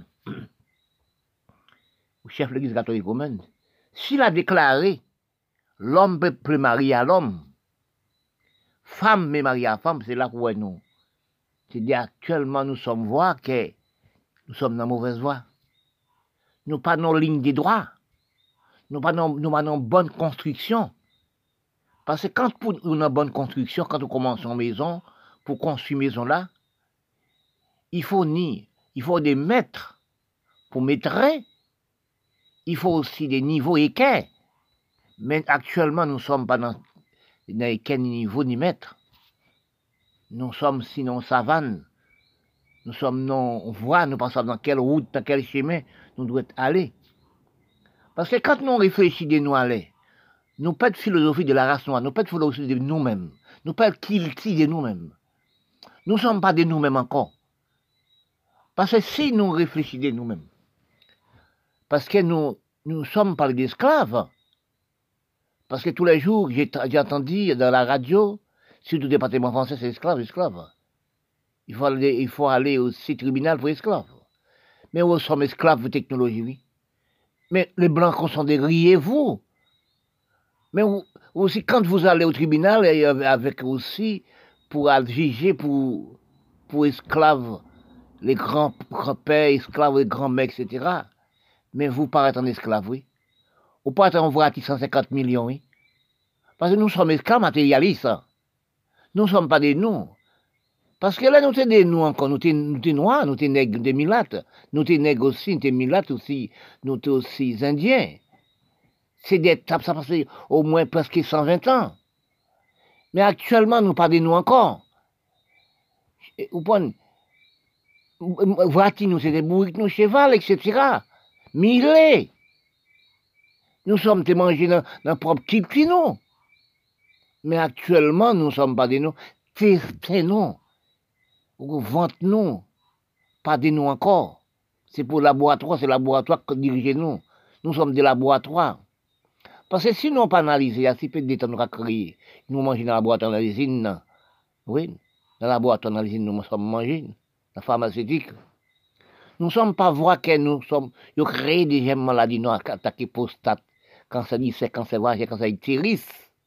le chef de l'église catholique romaine, s'il a déclaré l'homme peut plus marier à l'homme, femme mais marier à femme, c'est là où nous. C'est-à-dire actuellement nous sommes voix que nous sommes dans la mauvaise voie. Nous pas dans ligne des droits. Nous pas dans, nous pas dans bonne construction. Parce que quand pour une bonne construction, quand on commence une maison, pour construire une maison là, il faut ni, il faut des maîtres pour maîtrer. Il faut aussi des niveaux équerres. Mais actuellement, nous ne sommes pas dans, dans quel niveau ni maître. Nous sommes sinon savane. Nous sommes non voie, nous pensons dans quelle route, dans quel chemin nous devons aller. Parce que quand nous réfléchissons de nous aller, nous pas de philosophie de la race noire, nous pas de philosophie de nous-mêmes, nous pas de kilti de nous-mêmes. Nous ne sommes pas de nous-mêmes encore. Parce que si nous réfléchissons de nous-mêmes, parce que nous nous sommes pas des esclaves, parce que tous les jours, j'ai, j'ai entendu dans la radio, surtout le département français, c'est esclave, esclave. Il faut aller, il faut aller au tribunal pour esclaves. Mais nous sommes esclaves de technologie, oui. Mais les blancs sont des riez-vous. Mais vous, aussi, quand vous allez au tribunal, avec aussi, pour juger pour, pour esclaves, les grands pères, esclaves, les grands mecs, et cetera. Mais vous paraît en esclave, oui. Vous paraît en voiture cent cinquante millions, oui. Parce que nous sommes esclaves matérialistes. Nous ne sommes pas des nous. Parce que là, nous sommes des nous encore. Nous sommes noirs, nous sommes nègres, des milates. Nous sommes nègres aussi, nous sommes milates aussi. Nous sommes aussi indiens. C'est des tapes, ça passe au moins presque cent vingt ans. Mais actuellement, nous pas des nous encore. Vous prenez, voici, nous, c'est des bourriques, nous, cheval, et cetera. Mille. Nous sommes des mangés dans notre propre petit nous. Mais actuellement, nous ne sommes pas des nous. C'est nous. Vous vente nous. Pas des nous encore. C'est pour le laboratoire, c'est le laboratoire qui dirige nous. Nous sommes des laboratoires. Parce que si nous n'avons pas analysé, il y a si peu de temps nous avons créé. Nous mangeons dans le laboratoire, dans l'usine. Oui, dans le laboratoire, dans l'usine, nous sommes mangés. Dans la pharmaceutique. Nous ne sommes pas voix que nous sommes. Nous avons créé des maladies, nous avons attaqué prostate, cancer du sein, cancer vagin, cancer utérus.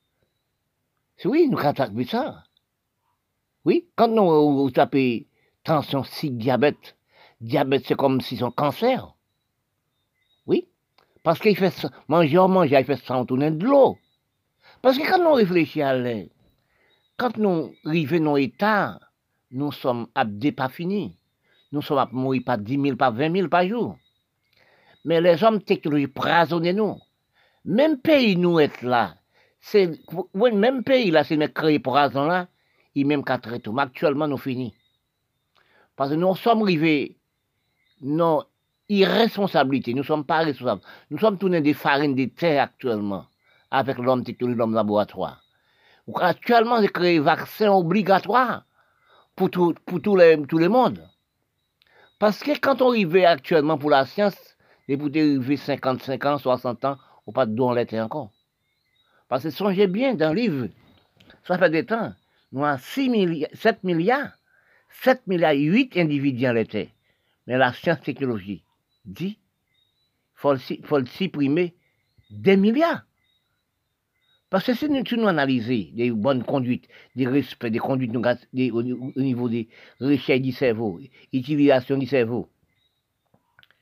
Oui, nous avons attaqué ça. Oui, quand nous, nous tapons tension, si diabète, diabète c'est comme si c'est un cancer. Oui, parce qu'il fait ça, manger, manger, il fait ça en tournant de l'eau. Parce que quand nous réfléchissons à l'air, quand nous arrivons dans l'état, nous sommes abdés pas finis. Nous sommes à mourir par dix mille, par vingt mille par jour. Mais les hommes technologiques prasonnent nous. Même pays nous être là, c'est, oui, même pays là, c'est les créés prason là, ils même qu'à traiter. Mais actuellement, nous finis. Parce que nous sommes arrivés, nos irresponsabilités, nous ne sommes pas responsables. Nous sommes tournés des farines de terre actuellement, avec l'homme technologique, l'homme laboratoire. Actuellement, c'est créé un vaccin obligatoire pour tout, pour tout, les, tout le monde. Parce que quand on arrive actuellement pour la science, et pour arriver cinquante-cinq ans, soixante ans, on pas de don l'été encore. Parce que songez bien dans le livre, ça fait des temps, nous avons six milliards, sept milliards, sept milliards, huit individus en l'été. Mais la science technologie dit qu'il faut le supprimer des milliards. Parce que si nous, nous analysons des bonnes conduites, des respects, des conduites des, au, au niveau des recherches du cerveau, utilisation du cerveau,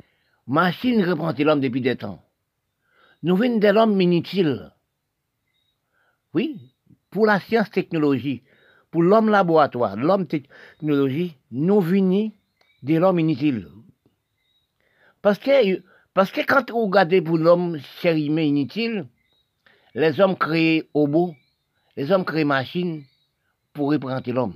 machine reprend l'homme depuis des temps. Nous venons de l'homme inutile. oui, pour la science-technologie, pour l'homme laboratoire, l'homme technologie, nous venons de l'homme inutile. Parce que, parce que quand vous regardez pour l'homme cher humain inutile, les hommes créent robots, les hommes créent machines pour représenter l'homme.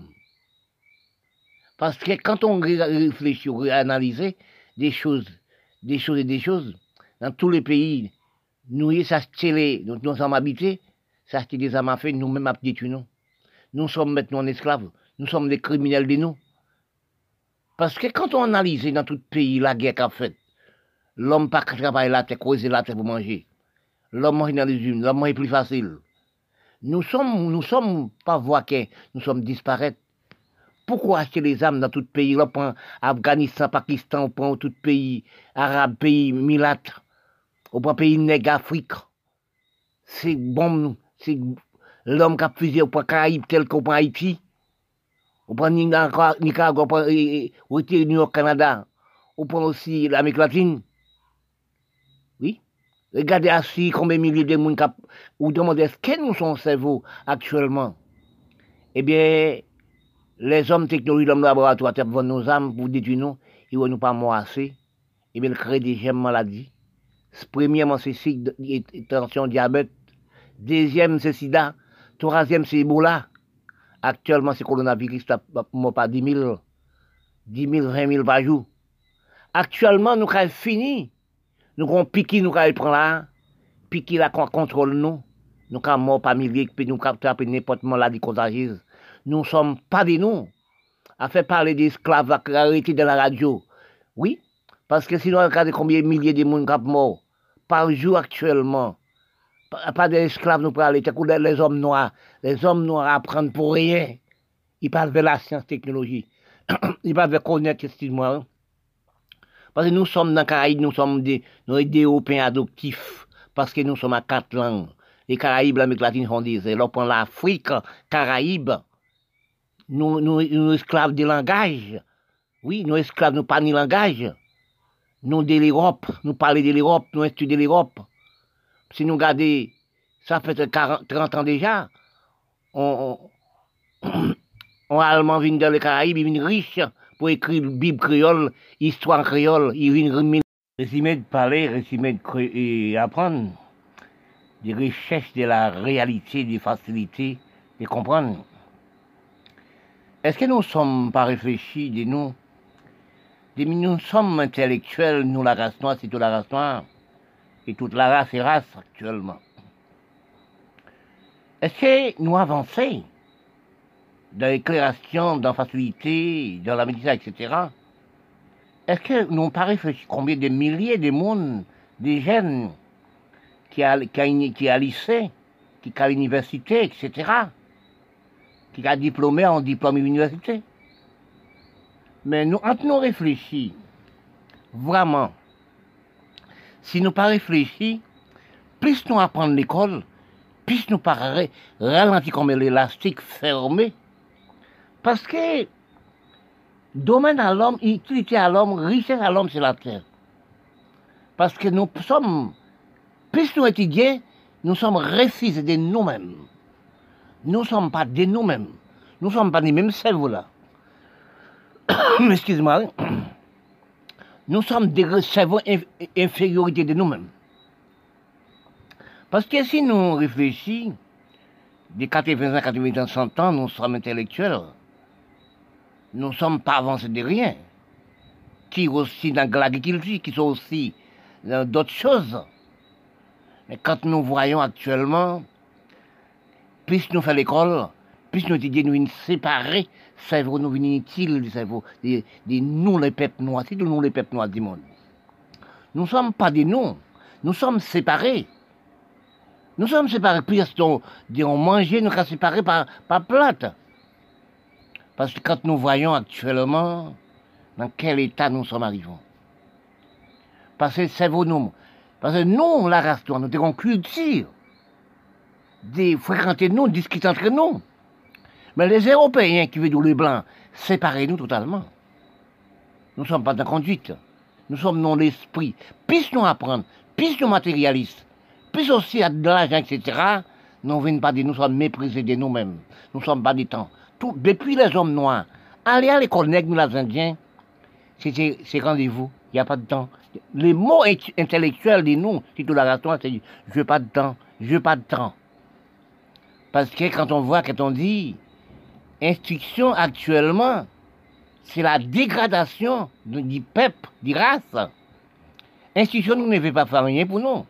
Parce que quand on réfléchit, on analyse des choses, des choses et des choses, dans tous les pays, nous, ça télé, nous, nous sommes habités, ça c'est des armes fait, nous-mêmes à détruire nous. Nous sommes maintenant en esclaves, nous sommes des criminels de nous. Parce que quand on analyse dans tout pays la guerre qu'a faite, l'homme pas travaille la terre, creuser la terre pour manger. L'homme mange dans les unes, l'homme est plus facile. Nous sommes, nous sommes pas voix que nous sommes disparaître. Pourquoi acheter les armes dans tout pays? On prend Afghanistan, Pakistan, on prend tout pays arabe, pays milâtre, on prend pays nègre, Afrique. C'est bon, c'est l'homme qui a fusé, on prend Caraïbes tel qu'on prend Haïti, on prend Nicaragua, on prend New York, Canada, on prend aussi l'Amérique latine. Oui. Regardez assis combien de milliers de monde qui vous demandez est-ce que nous sommes cerveau actuellement? Eh bien, les hommes technologiques, l'homme laboratoire, ils vont nos âmes pour détruire nous, ils ne vont nous pas assez. Eh bien, ils créent des gemmes maladies. Premièrement, c'est tension, diabète. Deuxième, c'est sida. Troisième, c'est Ebola. Actuellement, c'est coronavirus, moi pas dix mille, dix mille, vingt mille par jour. Actuellement, nous avons fini. Nous avons piqué, nous avons pris là, piqué là, contrôle nous. Nous avons mort par milliers, puis nous avons attrapé n'importe maladie contagieuse. Nous ne sommes pas des nous. À faire parler d'esclaves, à arrêter de la radio. Oui, parce que sinon, regardez combien de milliers de monde qui morts par jour actuellement. Pas d'esclaves, nous parlons, les hommes noirs. Les hommes noirs apprennent pour rien. Ils parlent de la science technologie. Ils parlent de connaître, excuse-moi. Parce que nous sommes dans les Caraïbes, nous sommes des, nous des Européens adoptifs. Parce que nous sommes à quatre langues. Les Caraïbes, l'Amérique latine, on disait. Là, on prend l'Afrique, Caraïbes. Nous, nous, nous esclaves des langages. Oui, nous esclaves, nous parlons de langage. Nous de l'Europe, nous parlons de l'Europe, nous étudions l'Europe. Si nous regardons, ça fait quarante, trente ans déjà, on, on, on Allemand vient dans les Caraïbes, il vient riche pour écrire Bible créole, histoire créole, il vient résumé de parler, résumé de apprendre, des recherches de la réalité, des facilités de comprendre. Est-ce que nous ne sommes pas réfléchis de nous? De nous sommes intellectuels, nous la race noire, c'est toute la race noire. Et toute la race est race actuellement. Est-ce que nous avançons dans l'éclairation, dans la facilité, dans la médecine, et cetera? Est-ce que nous n'avons pas réfléchi combien de milliers de monde, des jeunes qui a, qui a, qui a lycée, qui a l'université, et cetera, qui a diplômé en diplôme université? Mais nous, quand nous réfléchissons, vraiment, si nous pas réfléchis, plus nous apprenons l'école, plus nous pas ralentir comme l'élastique fermé. Parce que domaine à l'homme, utilité à l'homme, richesse à l'homme, c'est la terre. Parce que nous sommes, plus nous étudions, nous sommes refusés de nous-mêmes. Nous ne sommes pas de nous-mêmes. Nous ne sommes pas des mêmes cerveaux là. Excuse-moi. Nous sommes des cerveaux infériorité de nous-mêmes. Parce que si nous réfléchissons, des quatre-vingts ans, quatre-vingts ans, cent ans, nous sommes intellectuels. Nous ne sommes pas avancés de rien. Qui aussi dans l'agriculture, qui sont aussi dans d'autres choses. Mais quand nous voyons actuellement, plus nous faisons l'école, plus nous étudions, nous séparer, cerveau nous inutile, cerveau de, de nous les peuples noirs, c'est de nous les peuples noirs du monde. Nous ne sommes pas des nous, nous sommes séparés. Nous sommes séparés, puis on, on mange, nous sommes séparés par, par plate. Parce que quand nous voyons actuellement dans quel état nous sommes arrivés. Parce que cerveau nous, parce que nous, la race noire, nous avons une culture de fréquenter nous, discuter entre nous. Mais les Européens qui veulent les Blancs, séparez-nous totalement. Nous ne sommes pas dans la conduite. Nous sommes dans l'esprit. Plus nous apprendre, plus nous matérialistes, plus aussi à de l'argent, et cetera, Nous ne venons pas dire nous sommes méprisés de nous-mêmes. Nous ne sommes pas des temps. Tout, depuis les hommes noirs, aller à l'école nègre, nous les Indiens, c'est rendez-vous. Il n'y a pas de temps. Les mots intellectuels de nous, c'est tout la raison, c'est je veux pas de temps, je veux pas de temps. Parce que quand on voit, quand on dit instruction actuellement, c'est la dégradation du peuple, du race. Instruction, nous ne veut pas faire rien pour nous.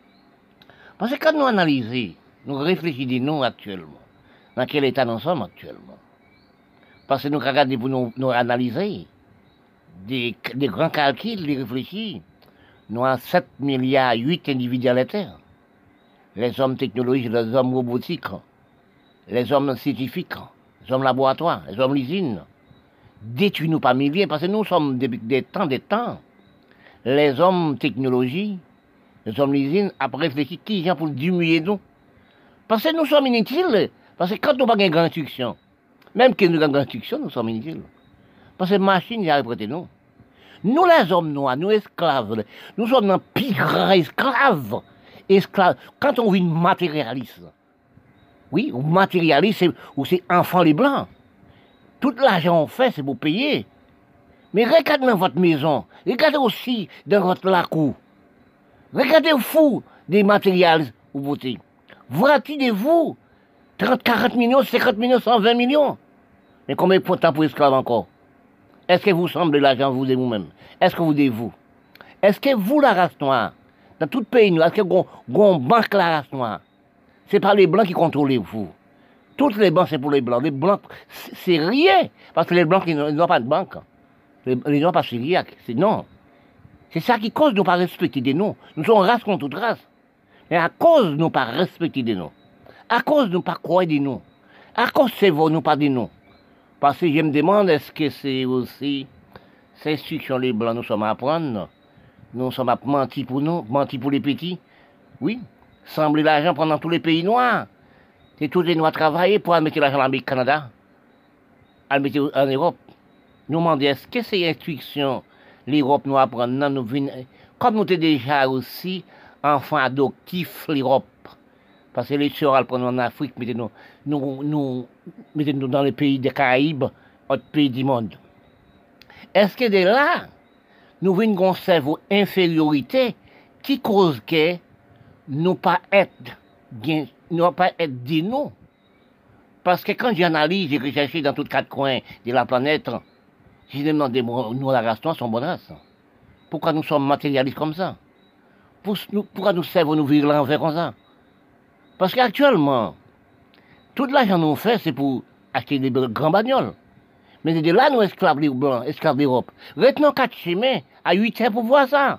Parce que quand nous analysons, nous réfléchissons nous actuellement, dans quel état nous sommes actuellement. Parce que nous regardons pour nous, nous analyser des, des grands calculs, des réfléchis. Nous avons sept milliards huit individus à la Terre. Les hommes technologiques, les hommes robotiques, les hommes scientifiques, les hommes laboratoires, les hommes usines. Détruisent-nous par milliers, parce que nous sommes depuis des temps, des temps. Les hommes technologiques, les hommes usines, après réfléchir qui vient pour diminuer nous. Parce que nous sommes inutiles. Parce que quand nous n'avons pas de grande instruction, même que nous avons de grande instruction, nous sommes inutiles. Parce que les machines y arrivent près nous. Nous, les hommes noirs, nous esclaves, nous sommes un plus grand esclaves. Esclaves. Quand on vit matérialiste, oui, on matérialiste, ou c'est enfants les blancs. Tout l'argent qu'on fait, c'est pour payer. Mais regardez dans votre maison, regardez aussi dans votre lacour. Regardez fou des matériels où vous votez. Voici de vous trente, quarante millions, cinquante millions, cent vingt millions. Mais combien de temps pour esclaves encore? Est-ce que vous semblez l'argent vous et vous-même? Est-ce que vous devez vous? Est-ce que vous, la race noire, dans tout pays noir, est-ce que vous avez une banque la race noire? Ce n'est pas les blancs qui contrôlent vous. Toutes les banques, c'est pour les blancs. Les blancs, c'est rien. Parce que les blancs, ils n'ont pas de banque. Les, les noirs, pas syriaques. C'est non. C'est ça qui cause de ne pas respecter des noms. Nous sommes race contre toute race. Mais à cause de ne pas respecter des noms. À cause de ne pas croire des noms. À cause de ne nous pas des noms. Parce que je me demande, est-ce que c'est aussi ces instructions les blancs nous sommes à apprendre? Nous sommes à mentir pour nous, mentir pour les petits. Oui. Sembler l'argent pendant tous les pays noirs. C'est tous les noirs travailler pour mettre l'argent en Amérique, Canada. À mettre en Europe. Nous demandons, est-ce que ces instructions, l'Europe nous apprend, non, nous venons, comme nous sommes déjà aussi enfants adoptifs, l'Europe. Parce que les sœurs, elles prennent en Afrique, mettez-nous nous, nous, mettez nous dans les pays des Caraïbes, autres pays du monde. Est-ce que de là, nous venons un cerveau infériorité qui cause que nous pas être bien, nous pas être de nous? Parce que quand j'analyse, j'ai recherché dans tous les quatre coins de la planète, je me demande, nous, la race noire, sont bonnes races. Pourquoi nous sommes matérialistes comme ça? Pourquoi nous servons nous vivre l'envers comme ça? Parce qu'actuellement, tout l'argent nous fait, c'est pour acheter des grands bagnoles. Mais de là, nous esclaves les blancs, esclaves d'Europe. Retenons quatre chemins à huit heures pour voir ça.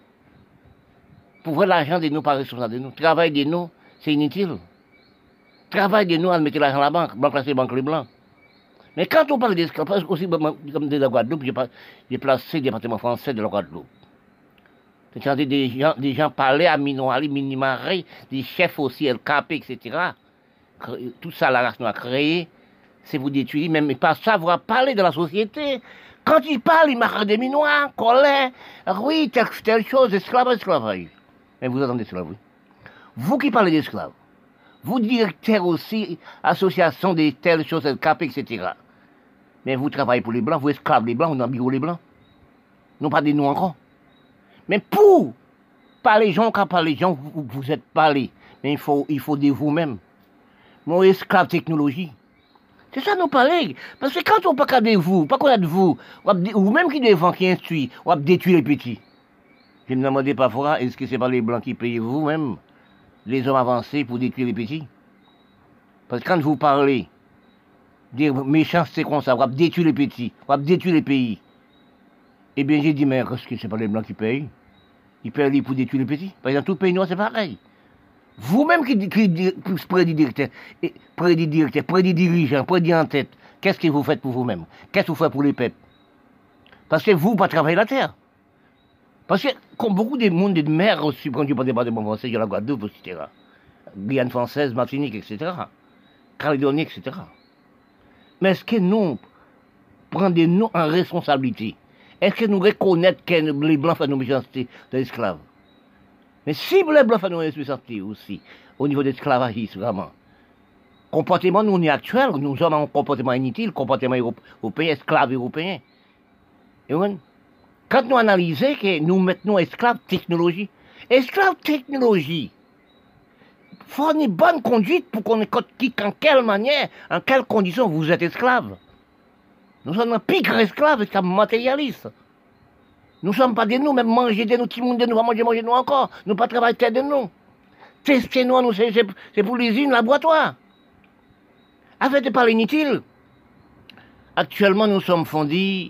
Pour voir l'argent de nous, pas responsable de nous. Travail de nous, c'est inutile. Travail de nous, à mettre l'argent à la banque, banque placer banque les blancs. Mais quand on parle d'esclavage, aussi comme de la Guadeloupe, j'ai placé le département français de la Guadeloupe. C'est-à-dire des gens, des gens parlaient à Minoali, Minimaré, des chefs aussi, El Capé, et cetera. Tout ça, la race noire créée, c'est pour détruire, même pas savoir parler de la société. Quand ils parlent, ils marquent des Minois, colère, oui, telle, telle chose, esclavage, esclavage. Mais vous entendez cela, oui. Vous qui parlez d'esclaves, vous directeur aussi, association de telles choses, El Capé, et cetera. Mais vous travaillez pour les Blancs, vous esclaves les Blancs, vous n'embillez les Blancs. Non pas des nous encore. Mais pour parler gens, quand parler gens, vous, vous êtes parlé. Mais il faut, il faut de vous-même. Mon esclave technologie. C'est ça nous parler. Parce que quand on parle de vous, pas qu'on a de vous, ou même qui devant, qui instruit, on va détruire les petits. Je me demandais parfois, est-ce que c'est pas les Blancs qui payent vous-même, les hommes avancés, pour détruire les petits? Parce que quand vous parlez, dire méchanceté comme ça, on va détruire les petits, on va détruire les pays. Eh bien, j'ai dit, mais est-ce que c'est pas les Blancs qui payent? Ils payent pour détruire les petits. Par exemple, tout pays noir, c'est pareil. Vous-même qui, qui prédit directeur, prédit directeur, prédit dirigeant, prédit en tête, qu'est-ce que vous faites pour vous-même? Qu'est-ce que vous faites pour les peuples? Parce que vous, pas travailler la terre. Parce que, comme beaucoup de monde, de maires aussi, quand je parle des départements français, il y a la Guadeloupe, et cetera. Guyane française, Martinique, et cetera. Calédonie, et cetera. Mais est-ce que nous prenons des noms en responsabilité? Est-ce que nous reconnaissons que les Blancs font nos méchancetés de l'esclave? Mais si les Blancs font nos méchancetés aussi, au niveau de l'esclavagisme, vraiment, comportement nous est actuel, nous sommes en comportement inutile, comportement européen, esclave européen. Et quand nous analysons que nous mettons esclaves technologie, esclaves technologie, faut une bonne conduite pour qu'on ait en quelle manière, en quelles conditions vous êtes esclave. Nous sommes un pire esclave, c'est matérialiste. Nous ne sommes pas de nous, même manger de nous, tout le monde de nous, va manger, manger de nous encore. Nous ne pas travailler de nous. Tester nous, nous c'est pour l'usine, laboratoire. Afin de parler inutile. Actuellement, nous sommes fondis.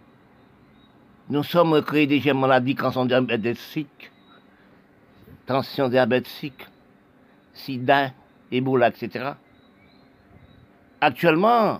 Nous sommes créés des maladies, cancer diabétique, tension diabétique, sida, Ebola, et cetera. Actuellement,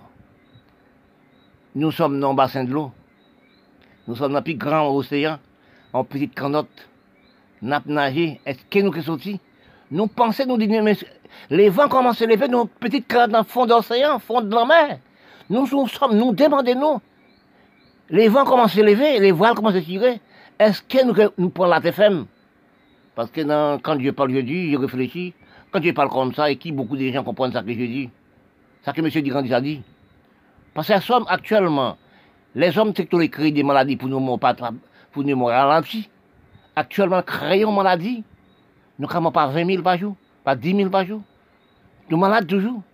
nous sommes dans le bassin de l'eau. Nous sommes dans le plus grand océan, en petite canotte. Nous nager. Est-ce que nous sommes sortis? Nous pensons, nous disons, mais les vents commencent à lever, nos petites canottes dans le fond de l'océan, fond de la mer. Nous, nous sommes, nous demandons-nous. Les vents commencent à lever, les voiles commencent à tirer. Est-ce que nous, nous prenons la T F M? Parce que dans, quand je parle jeudi, je réfléchis. Quand je parle comme ça, et qui beaucoup de gens comprennent ça que je dis. Ça que M. Durandis a dit. Parce que sommes actuellement, les hommes technologiques créent des maladies pour nous, pour nous ralentir. Actuellement, créons une maladie. Nous ne créons pas vingt mille par jour, pas dix mille par jour. Nous malades toujours.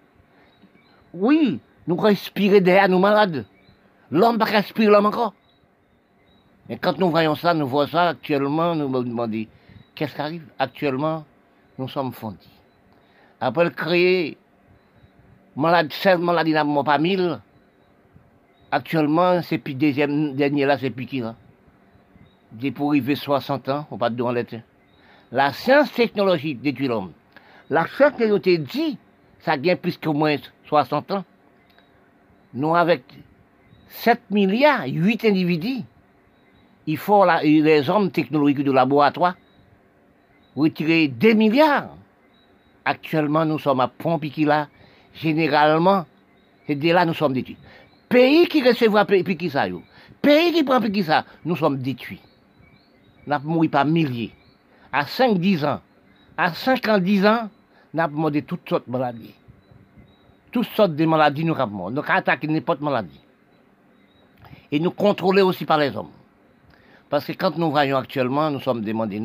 Oui, nous respirons derrière nous malades. L'homme ne respire pas l'homme encore. Et quand nous voyons ça, nous voyons ça actuellement, nous nous demandons, qu'est-ce qui arrive? Actuellement, nous sommes fondis. Après le créer, malade, seize maladies n'avons pas mille. Actuellement, c'est puis deuxième dernier là, c'est puis qui là? Dès pour arriver soixante ans, on va pas de l'été. La science technologique détruit l'homme. La science technologique dit, ça gagne plus qu'au moins soixante ans. Nous, avec sept milliards, huit individus, il faut la, les hommes technologiques du laboratoire retirer deux milliards. Actuellement, nous sommes à Pont-Piquila. Généralement, c'est de là nous sommes détruits. Pays qui recevra Piquisa, pays qui prend Piquisa, nous sommes détruits. Nous avons mouru par milliers. À cinq dix ans, à cinquante-dix ans, nous avons mort de toutes sortes de maladies. Toutes sortes de maladies nous avons mort. Nous avons attaqué n'importe quelle maladie. Et nous contrôlés aussi par les hommes. Parce que quand nous voyons actuellement, nous sommes demandés.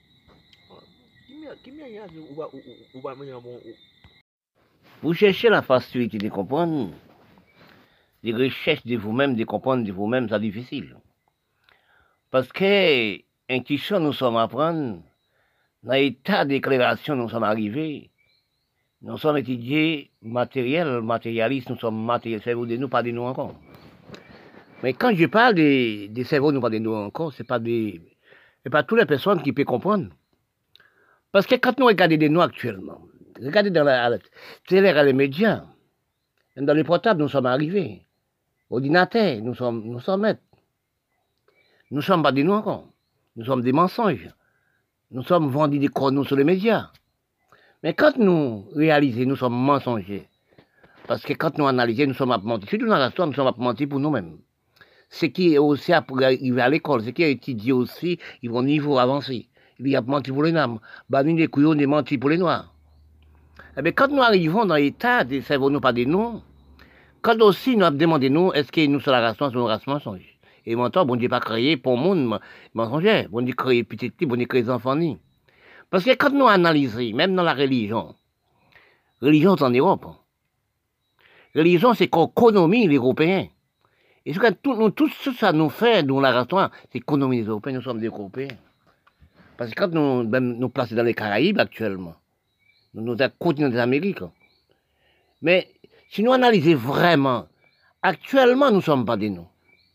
Vous cherchez la facilité de comprendre, les recherches de vous-même, de comprendre de vous-même, c'est difficile. Parce que, intuition, nous sommes à prendre, dans l'état d'éclairation, nous sommes arrivés, nous sommes étudiés matériel, matérialistes, nous sommes matériels, cerveau de nous, pas de nous encore. Mais quand je parle des de cerveaux, nous pas de nous encore, c'est pas des, c'est pas toutes les personnes qui peuvent comprendre. Parce que quand nous regardons de nous actuellement, regardez dans la, la télé, les médias, dans les portables, nous sommes arrivés. Ordinateur, nous sommes, nous sommes maîtres. Nous ne sommes pas des nous encore. Nous sommes des mensonges. Nous sommes vendus des chronos sur les médias. Mais quand nous réalisons, nous sommes mensongers. Parce que quand nous analysons, nous sommes à mentir. Surtout dans l'histoire, nous sommes à mentir pour nous-mêmes. Ce qui est aussi à arriver à l'école, ce qui est étudié aussi, ils vont au niveau avancé. Il y a menti pour les Noirs. Banni les couillons, des mentis pour les Noirs. Eh bien, quand nous arrivons dans l'état de cerveau, nous pas des noms, quand aussi nous avons demandé nous, est-ce que nous sommes la race, nous sommes la race mensonge. Et maintenant, bon Dieu pas créé pour le monde mensonger. Bon Dieu créé petit petit, bon Dieu créé les enfants nés. Parce que quand nous analysons, même dans la religion, religion c'est en Europe. Religion c'est l'économie des Européens. Et ce que tout, nous, tout ça nous fait, nous la race noire, c'est l'économie des Européens, nous sommes des Européens. Parce que quand nous même, nous plaçons dans les Caraïbes actuellement, nous nous continent des Amériques. Mais si nous analysons vraiment, actuellement nous ne sommes pas des noms.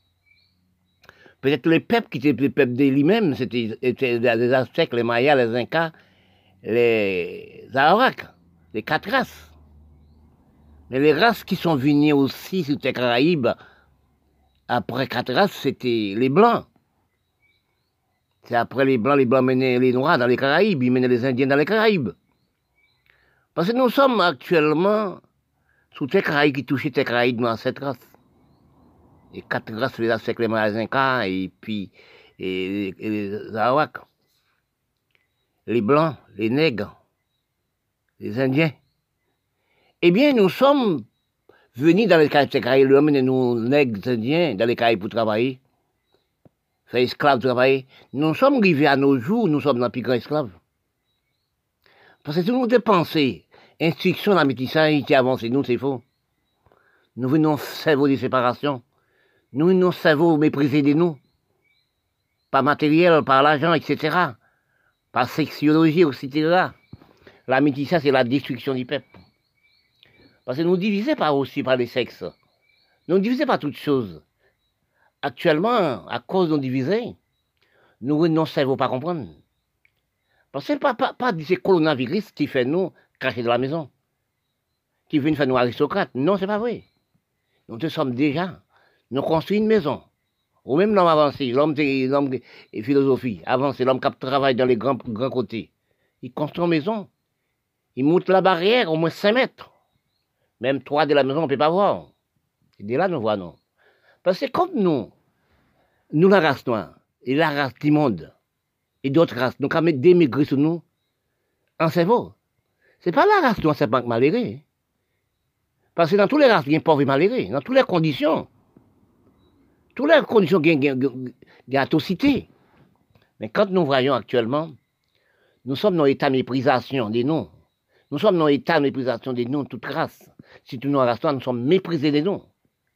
Peut-être les peuples qui étaient les peuples de lui-même, c'était les Aztèques, les Mayas, les Incas, les Arawaks, les quatre races. Mais les races qui sont venues aussi sur les Caraïbes, après quatre races, c'était les Blancs. C'est après les Blancs, les Blancs menaient les Noirs dans les Caraïbes, ils menaient les Indiens dans les Caraïbes. Parce que nous sommes actuellement sous les Caraïbes qui touchent les Caraïbes dans cette race. Et quatre races, les Aztèques, les Mayas, les Incas, et puis et, et les Arawaks. Les Blancs, les Nègres, les Indiens. Eh bien, nous sommes venus dans les Caraïbes, nous, nègres indiens, dans les Caraïbes pour travailler, faire esclaves travailler. Nous sommes arrivés à nos jours, nous sommes dans plus grand esclaves. Parce que si nous dépensons, instruction, la métissage, qui avance, nous, c'est faux. Nous venons cerveau de séparation. Nous venons cerveau mépriser de nous. Par matériel, par l'argent, et cetera. Par sexologie, et cetera. La métissage, c'est la destruction du peuple. Parce que nous divisons pas aussi par les sexes. Nous divisons pas toutes choses. Actuellement, à cause de nous diviser, nous venons cerveau pas comprendre. Parce que ce n'est pas, pas, pas ce coronavirus qui fait nous cracher de la maison, qui vient faire nous aristocrates. Non, c'est pas vrai. Nous sommes déjà, nous construisons une maison. Ou même l'homme avancé, l'homme de philosophie, avancé, l'homme qui travaille dans les grands, grands côtés. Il construit une maison. Il monte la barrière au moins cinq mètres. Même trois de la maison, on ne peut pas voir. Et de là, nous voyons. Parce que comme nous, nous la race noire, et la race du monde, et d'autres races, nous, quand même démigrer sur nous, en cerveau. Ce n'est pas la race noire, c'est pas malheureux. Parce que dans toutes les races, il y a un pauvre et malheureux. Dans toutes les conditions. Toutes les conditions, il y a une atrocité. Mais quand nous voyons actuellement, nous sommes dans l'état de méprisation des noms. Nous sommes dans l'état de méprisation des noms, toute race. Si nous, race noire, nous sommes méprisés des noms.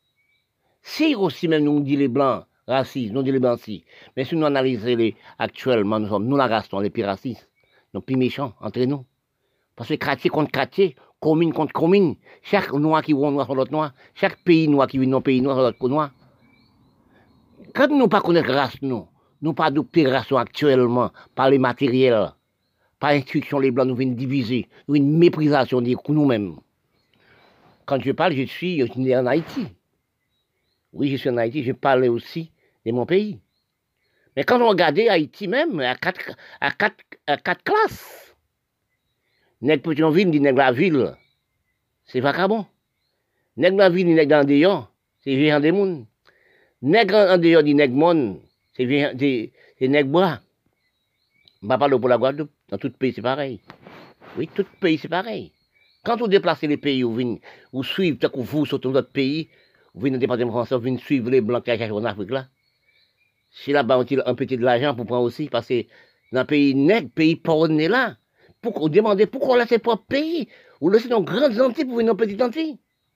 Si aussi même nous dit les blancs racistes, nous dit les blancs si, mais si nous analysons les, actuellement, nous sommes, nous la race noire, les plus racistes, nous plus méchants entre nous. Parce que quartier contre quartier, commune contre commune, chaque noir qui voit noir sur l'autre noir, chaque pays noir qui vit dans pays noir sur l'autre noir. Quand nous ne connaissons pas race, nous, nous pas d'opération actuellement par les matériels, par instruction, les blancs nous viennent diviser, nous une méprisation de nous-mêmes. Quand je parle, je suis né en Haïti. Oui, je suis en Haïti, je parle aussi de mon pays. Mais quand on regarde Haïti même, à quatre, à quatre, à quatre classes, nèg petit ville dit nèg la ville, c'est vagabond. Nèg la ville dit nèg dans dehors, c'est géant des moun. Nèg en dehors dit nèg monde, c'est c'est nèg bois. On va parler pour la Guadeloupe, dans tout pays c'est pareil. Oui, tout pays c'est pareil. Quand vous déplacez les pays, vous venez, vous suivez, peut-être que vous sortez dans d'autres pays, vous venez dans le département français, vous venez suivre les blancs qui achètent en Afrique là. Si là-bas on tire un petit de l'argent pour prendre aussi, parce que dans le pays nègre, pays pauvre là, pour vous demandez pourquoi on laisse pas pays, ou laissez dans grandes Antilles pour venir dans petites Antilles.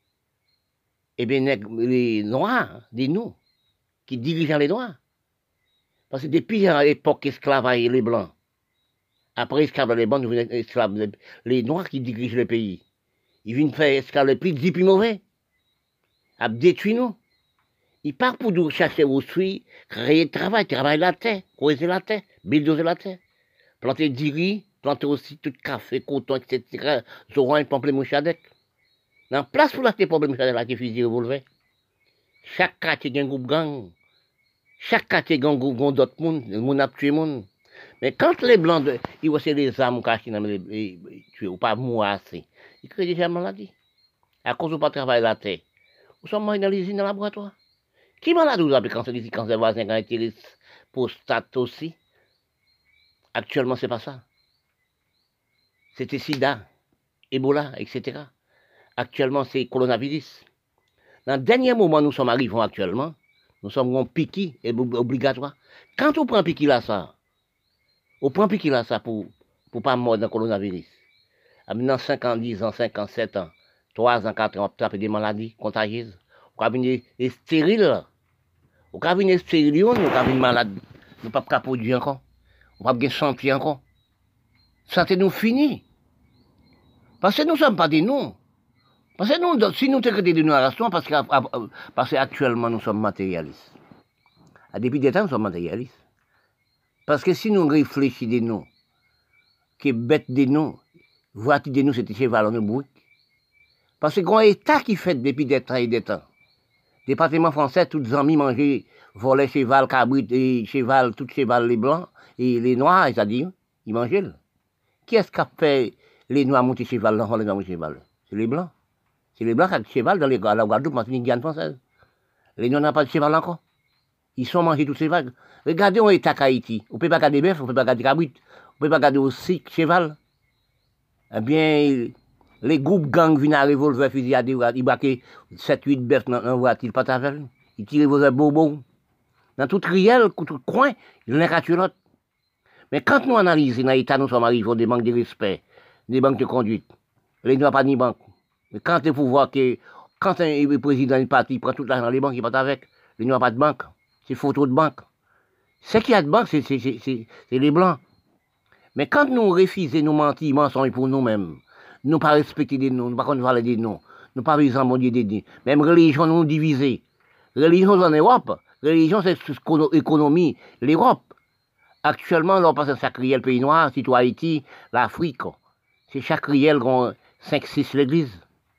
Eh bien, les noirs, des nous, qui dirigent les noirs. Parce que depuis l'époque esclavage les blancs, après esclavage les blancs, nous venons esclaves, les noirs qui dirigent le pays. Ils viennent faire esclaves les plus dix plus mauvais. Ils détruisent nous. Ils partent pour nous chercher au fruits, créer travail, travailler la terre, creuser la terre, bulldozer la terre, planter du riz, planter aussi tout café, coton, et cetera. Zoran, pamplemousse, chadec. Dans la place pour l'acheter pamplemouche, chadec, là, qui fusil revolver. Chaque quartier a un groupe gang. Chaque quartier a un groupe d'autres monde, le monde a tué le monde. Mais quand les blancs, de, ils voient les armes cachées dans les tuer, ou pas mourir assez, ils créent déjà maladie. À cause de pas travailler la terre. Nous sommes morts dans les usines, dans le laboratoire. Qui malade vous avez cancer ici, cancer voisin, cancer prostate aussi? Actuellement, c'est pas ça. C'était sida, Ebola, et cetera. Actuellement, c'est coronavirus. Dans le dernier moment, nous sommes arrivés actuellement, nous sommes en piqui obligatoire. Quand on prend piqui là, ça, on prend piqui là, ça pour ne pas mordre dans le coronavirus. Dans cinq ans, dix ans, cinq ans, sept ans, trois ans, quatre ans, on tape des maladies contagieuses. On va venir stérile. On va venir stérile, on va venir malade. Nous ne pouvons pas produire encore. On va bien chanter encore. Santé nous fini. Parce que nous ne sommes pas des noms. Parce que nous, si nous traitons de nous à raison, parce que parce qu'actuellement nous sommes matérialistes. Depuis des temps, nous sommes matérialistes. Parce que si nous réfléchissons des noms, qui est bête des noms, voiture des noms, c'était cheval en bruit. Parce que grand État qui fait depuis des temps et des temps. Département français, tous les amis mangeaient, volaient cheval, cabrit, et cheval, tout cheval, les blancs, et les noirs, c'est-à-dire, ils mangeaient. Qui est-ce qui a fait les noirs monter cheval, les noirs monter cheval? C'est les blancs. C'est les blancs qui ont cheval dans les, la Guadeloupe, dans une Guyane française. Les noirs n'ont pas de cheval encore. Ils sont mangés toutes ces vagues. Regardez, on est à Haïti. On ne peut pas garder bœuf, on ne peut pas garder cabrit, on ne peut pas garder aussi cheval. Eh bien, Les groupes gangs viennent à revolver, fusil à des ils braquent sept huit bêtes dans la voiture, pas avec. Ils tirent vos bobos. Dans toute riel, tout coin, ils n'ont qu'à tuer l'autre. Mais quand nous analysons dans l'État, nous sommes arrivés des banques de respect, des banques de conduite. Les n'ont pas ni banque. Mais quand il faut voir que, quand un président du parti prend tout l'argent, les banques, ils partent avec, les n'ont pas de banque. C'est photo de banque. Ce qu'il y a de banque, c'est les blancs. Mais quand nous refusons nous mentir, mensonges pour nous-mêmes, nous ne pas respecter des noms, nous ne pas parler des noms, nous ne pas vivre en Dieu des noms. Même religion nous diviser. Religion en Europe, religion c'est économie, l'Europe. Actuellement, on passe à chaque riel pays noir, c'est Haïti, l'Afrique. C'est chaque riel qui a cinq six l'église.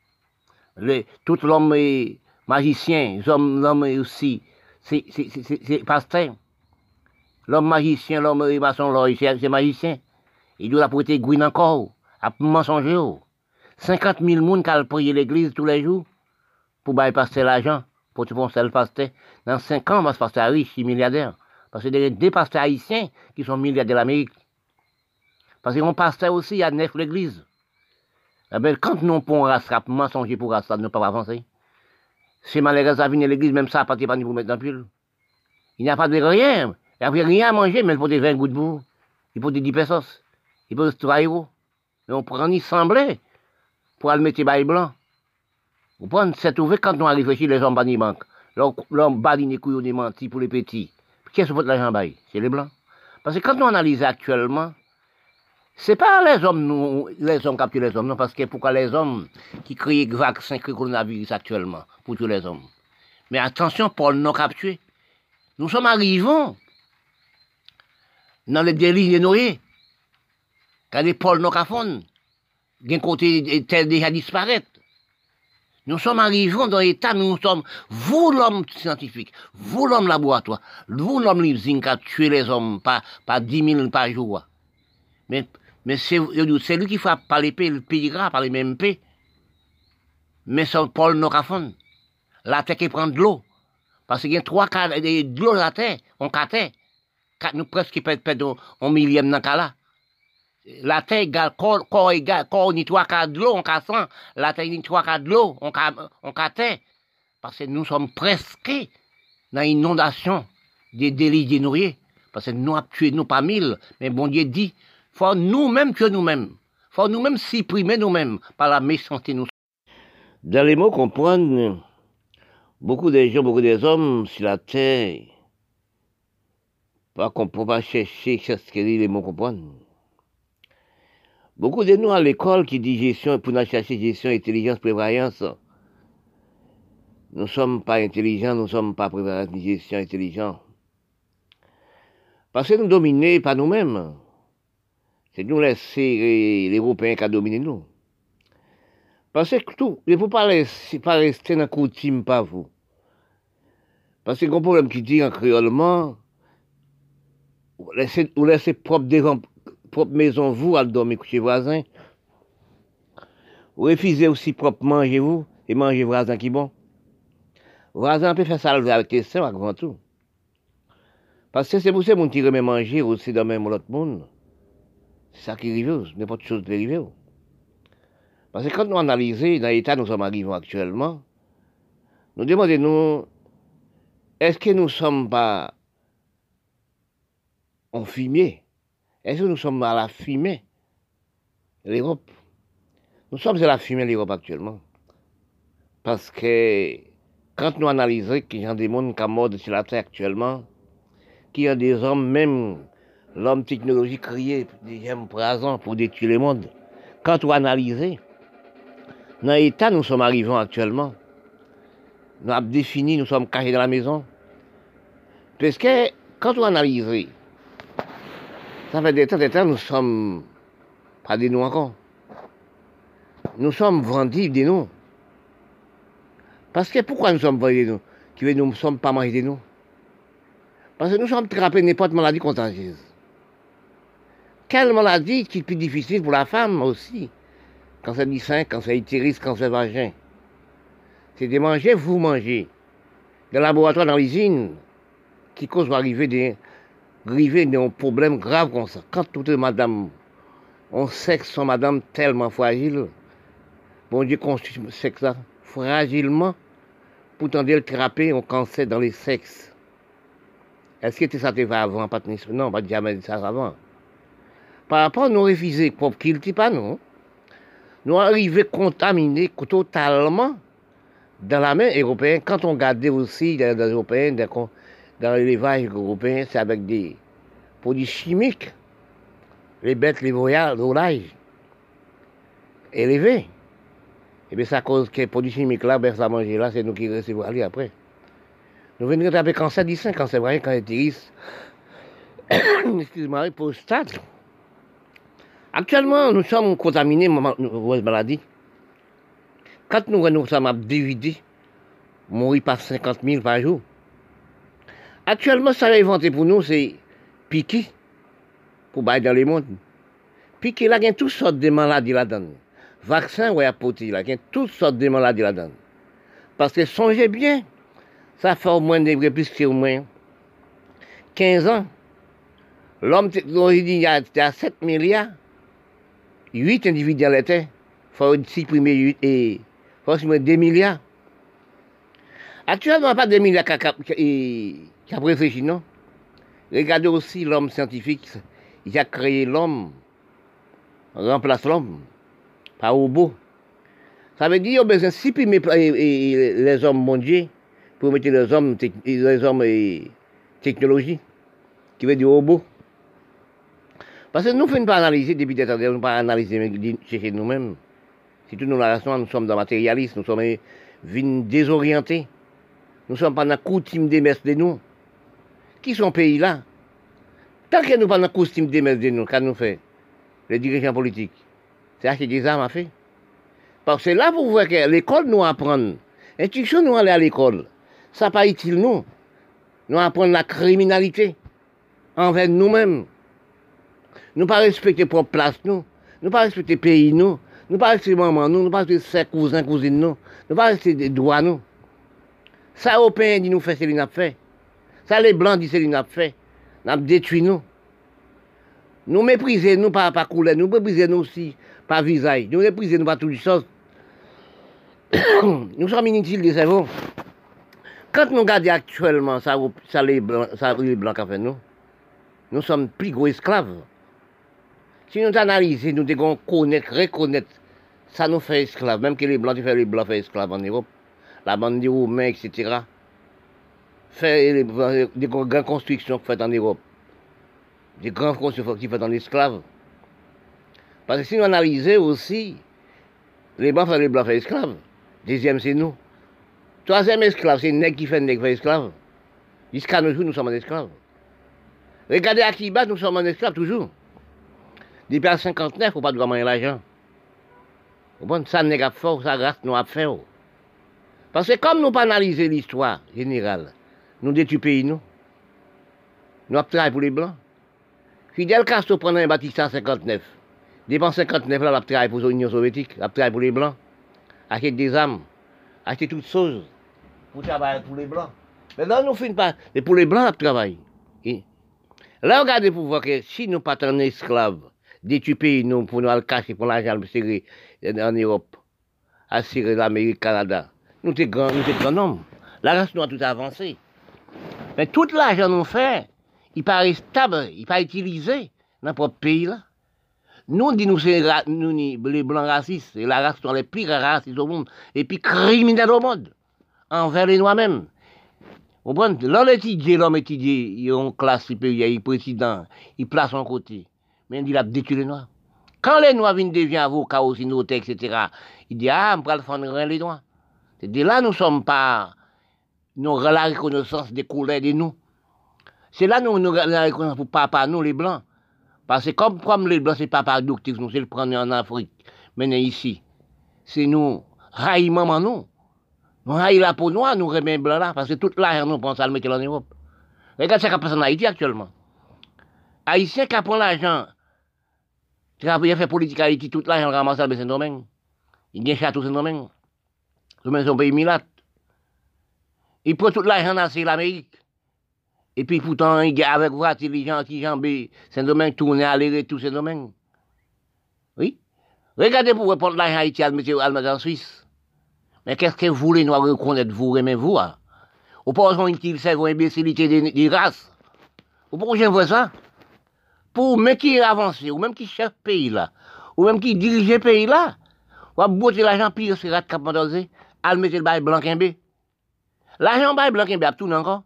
Tout l'homme est magicien, l'homme est aussi, c'est pasteur. L'homme magicien, l'homme est maçon, c'est magicien. Il doit prêter gouine encore, à mensonger. cinquante mille personnes qui ont prié l'église tous les jours pour passer l'argent, pour te penser le pasteur. Dans cinq ans, on va se passer riche, milliardaire. Parce que des, des pasteurs haïtiens qui sont milliardaires de l'Amérique. Parce qu'on pasteur aussi, il y a neuf l'église. Eh bien, quand nous pouvons rattraper, mensonger pour rattraper, nous ne pouvons pas avancer. C'est malheureux à venir à l'église, même ça, pas de pour mettre dans le pull. Il n'y a pas de rien. Il n'y a rien à manger, mais il faut des vingt gouttes de boue. Il faut des dix pesos. Il faut des trois euros. Mais on prend ni semblé pour aller mettre les bails blancs. Vous prenez cette ouverte quand on arrive ici, les hommes bannis banque. L'homme banni les couilles des mentis pour les petits. Qu'est-ce que l'argent bail? C'est les blancs. Parce que quand on analyse actuellement, ce n'est pas les hommes, nous, les hommes qui capturent les hommes, non, parce que pourquoi les hommes qui créent le vaccin, créent le coronavirus actuellement, pour tous les hommes. Mais attention, Paul non capturé. Nous sommes arrivés dans les délits de Noé. Quand les Paul non capturés, d'un côté, tel déjà disparaître. Nous sommes arrivés dans l'état, nous sommes, vous l'homme scientifique, vous l'homme laboratoire, vous l'homme l'usine qui a tué les hommes par, par dix mille par jour. Mais, mais c'est lui qui frappe par l'épée, le payera par les mêmes paix. Mais c'est Paul Nocafon. La terre qui prend de l'eau. Parce qu'il y a trois cas de l'eau dans la terre, on catait. Nous presque perdons un millième dans le cas là. La terre égale, corps, corps égal, corps ni trois quarts de l'eau, on casse la terre ni trois quarts de l'eau, on on terre. Parce que nous sommes presque dans une inondation des délits dénoyés. Parce que nous avons tué nous pas mille, mais bon Dieu dit, il faut nous-mêmes tuer nous-mêmes. Il faut nous-mêmes supprimer nous-mêmes par la méchanceté. Nous. Dans les mots comprendre, beaucoup de gens, beaucoup des hommes sur la terre, pas qu'on peut pas chercher, chercher les mots comprendre. Beaucoup de nous à l'école qui dit gestion, pour nous chercher gestion, intelligence, prévoyance. Nous ne sommes pas intelligents, nous ne sommes pas prévoyance, ni gestion, intelligents. Parce que nous dominons pas nous-mêmes. C'est nous laisser les Européens qui dominent nous. Parce que tout, il ne faut pas, laisser, pas rester dans la coutume, pas vous. Parce que le problème qui dit en créolement, vous laissez, vous laissez propre des propre maison, vous, à dormir chez voisin. Vous refusez aussi propre manger, vous, et manger voisin qui bon. Voisin peut faire ça avec tes soeurs, avant tout. Parce que c'est pour ça que mon qui remet manger aussi dans même l'autre monde. C'est ça qui arrive, n'importe chose qui arrive. Parce que quand nous analysons dans l'état où nous sommes arrivés actuellement, nous demandons, est-ce que nous ne sommes pas en fumier? Est-ce que nous sommes à la fumée, l'Europe? Nous sommes à la fumée, l'Europe, actuellement. Parce que quand nous analysons qu'il y a des mondes qui mordent sur la terre actuellement, qu'il y a des hommes, même l'homme technologique créé des gemmes présents pour détruire le monde. Quand nous analysons, dans l'état nous sommes arrivés actuellement, nous avons défini, nous sommes cachés dans la maison. Parce que quand nous analysons, ça fait des temps, des temps, nous sommes pas des noms encore. Nous sommes vendus des noms. Parce que pourquoi nous sommes vendus des noms? Qui veut nous ne sommes pas mangés des noms? Parce que nous sommes trappés n'importe maladie contagieuse. Quelle maladie qui est plus difficile pour la femme aussi? Cancer du sein, cancer utérus, cancer vagin. C'est de manger, vous mangez. Dans le laboratoire, dans l'usine, qui cause arriver des arriver dans un problème grave comme ça. Quand toute madame, on sait que son madame tellement fragile, Bon Dieu construit le sexe là, fragilement, pour tenter de trapper un cancer dans les sexes. Est-ce que ça te va avant? Pas de... Non, pas jamais dit ça avant. Par rapport à nos refusés, propre qu'il ne pas non. Nous arrivons contaminés totalement dans la main européenne. Quand on regarde aussi dans les Européens, dans l'élevage européen, c'est avec des produits chimiques. Les bêtes, les volailles élevées. Et bien, ça cause que les produits chimiques là, ben, ça manger là, c'est nous qui recevons aller après. Nous venons avec cancer du sein, cancer vrai, cancer iris. Excuse-moi, prostate. Actuellement, nous sommes contaminés par une maladie. Quand nous, nous sommes dividés, mourir par cinquante mille par jour. Actuellement, ça a inventé pour nous, c'est piquer pour bailler dans le monde. Piquer là, il y a toutes sortes de maladies là-dedans. Vaccin, ouais, apporter là, il y a toutes sortes de maladies là-dedans. Parce que songez bien, ça fait au moins des plus que au moins quinze ans. L'homme technologie il y a sept milliards. huit individus à l'été, il faut supprimer huit et faut supprimer deux milliards. Actuellement, pas deux milliards qui a réfléchi, non? Regardez aussi l'homme scientifique, il a créé l'homme, remplace l'homme par robot. Ça veut dire qu'il a besoin de supprimer les hommes mondiaux pour mettre les hommes, les hommes et technologie, qui veut dire robot. Parce que nous ne faisons pas analyser depuis des temps, nous ne pas analyser chez nous-mêmes. Si nous, la raison, nous sommes dans le matérialisme, nous sommes désorientés. Nous sommes pas dans la coutume des messes de nous. Qui sont pays là? Tant que nous pas dans la coutume des messes de nous, qu'est-ce nous fait? Les dirigeants politiques. C'est acheter des armes à faire. Parce que là, vous voyez que l'école nous apprend. L'instruction nous aller à l'école. Ça n'est pas utile, nous. Nous apprendre la criminalité envers nous-mêmes. Nous ne pas respecter propre place, nous. Nous ne pas respecter le pays, nous. Nous ne pas respecter maman, nous. Nous ne pas respecter ses cousins, cousines, nous. Nous ne pas respecter les droits, nous. Ça, les Européens disent nous fait, c'est ce qu'ils fait. Ça, les Blancs disent c'est ce qu'ils fait. Nous avons détruit, nous. Nous méprisons, nous, par, par couleur. Nous méprisons, nous aussi, par visage. Nous méprisons, nous, par toutes les choses. Nous sommes inutiles de cerveau. Quand nous regardons actuellement, ça, ça, les Blancs, ça, les Blancs qui fait nous, nous sommes plus gros esclaves. Si nous analysons, nous devons connaître, reconnaître, ça nous fait esclaves. Même que les Blancs, les Blancs font esclaves en Europe. La bande des Roumains, et cetera. Fait des grandes constructions faites en Europe. Des grandes constructions qui faites en esclaves. Parce que si nous analysons aussi, les Blancs font les Blancs font esclaves. Deuxième, c'est nous. Troisième esclave, c'est les nègres qui font les nègres font esclaves. Jusqu'à nos jours, nous sommes en esclaves. Regardez à Cuba, nous sommes en esclaves toujours. Depuis à cinquante-neuf, il ne faut pas de manger l'argent. Ça n'est pas fort, ça reste nous à faire. Parce que comme nous pas analyser l'histoire générale, nous détruisons pays, nous. Nous travaillons pour les Blancs. Fidel Castro prenait un bâtiment en cinquante-neuf. Depuis cinquante-neuf, là, on a travaillé pour l'Union soviétique, on a travaillé pour les Blancs. Acheter des armes, acheter toutes choses pour travailler pour les Blancs. Mais là, nous ne faisons pas. Et pour les Blancs, on travaille. Et là, regardez pour voir que si nous ne sommes pas esclaves, détruire pays, nous, pour nous le cacher, pour l'argent le serrer en Europe, à serrer l'Amérique, le Canada, nous sommes grands, nous sommes grands hommes. La race nous a tout avancé. Mais tout l'argent nous fait, il paraît stable, il pas utilisé dans notre pays là. Nous disons nous c'est nous les blancs racistes, et la race sont les pires racistes au monde, et puis criminels au monde, envers les noirs même. Vous comprenez? L'homme étudié, l'homme étudié, il a une classe supérieure, il est président, il place son côté. Mais il dit, il a détruit les noirs. Quand les noirs viennent devenir avocats, aussi notaires, et cetera, il dit, ah, on va le faire les noirs. C'est-à-dire là, nous ne sommes pas, nous avons la reconnaissance des couleurs de nous. C'est là nous nous la reconnaissance pour papa, nous les blancs. Parce que comme, comme les blancs, c'est papa adoptif, nous, c'est le prendre en Afrique, maintenant ici. C'est nous, raï maman, nous. Nous raï la peau noire, nous remet blanc là, parce que toute l'argent, nous pensons à le mettre en Europe. Regarde ce qui passe en Haïti actuellement. Haïtien qui prend l'argent, qui a fait politique à Haïti, tout l'argent ramasse à Saint-Domingue. Il y a un château Saint-Domingue. C'est son pays Milat. Il prend tout l'argent dans l'Amérique. Et puis pourtant, il y a avec voiture, les gens qui jambent Saint-Domingue, tournent aller tout Saint-Domingue. Oui. Regardez pour répondre l'argent Haïti à le mettre en Suisse. Mais qu'est-ce que vous voulez nous reconnaître, vous, aimez vous, hein? Ou pas besoin qu'il serve une imbécilité de, de race. Ou pourquoi j'aime ça? Pour même qui avance, ou même qui chef pays là, ou même qui dirige le pays là, ou à botter l'argent pire, c'est rat cap mandosé, à le mettre le bail blanc quimbe. L'argent bail blanc quimbe a tout encore.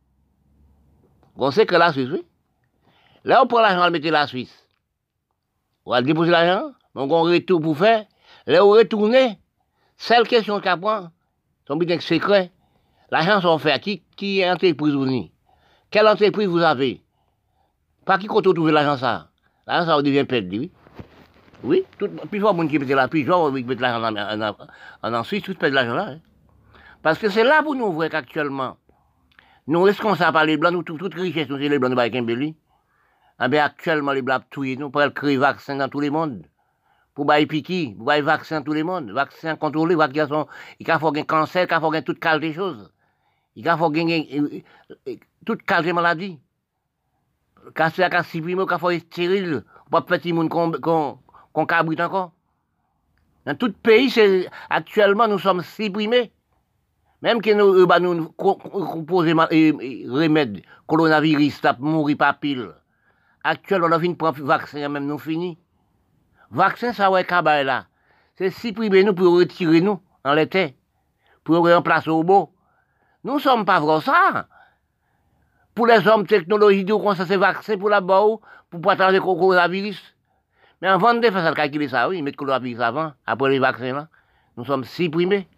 On sait que la Suisse, oui. Là, on prend l'argent, on le met la Suisse. On va déposer l'argent, donc on retourne pour faire. Là, on retourne, seule question qu'à prendre, son but secret. L'argent sont fait. Qui, qui est entreprise vous ni? Quelle entreprise vous avez? Par qui compte trouver l'argent ça? L'argent ça devient perdu, oui. Oui, tout, plus fort monde qui met la plus fort, qui met l'argent en, en, en, en Suisse, tout perd de l'argent là. Hein. Parce que c'est là pour nous voir qu'actuellement, nous responsables par les blancs, nous, toute, toute richesse, nous, c'est les blancs de Baïkembeli. Eh bien, actuellement, les blancs tuent nous, pour créer vaccin dans tous les mondes. Pour bailler piquer, pour bailler vaccin dans tous les mondes. Vaccin contrôlé, vaccin, il faut gagner cancer, il faut gagner toute qualité de choses. Il faut gagner toute qualité de maladie. Quand c'est à supprimer, il faut être stérile, pour pas petit monde qu'on cabrite encore. Dans tout pays, actuellement, nous sommes supprimés. Même que nous, bah, nous posons remède, coronavirus, ça mourir par pile. Actuellement, on a fini pour vaccin, même nous fini. Vaccin, ça ouais, cabal là. C'est supprimer nous pour retirer nous en l'été. Pour remplacer au beau. Nous ne sommes pas vrais ça. Pour les hommes technologie, nous commençons à se vacciner pour la boue, pour partager le coronavirus. Mais avant de faire ça, calculer ça, oui, mettre le coronavirus avant, après les vaccins là, nous sommes supprimés.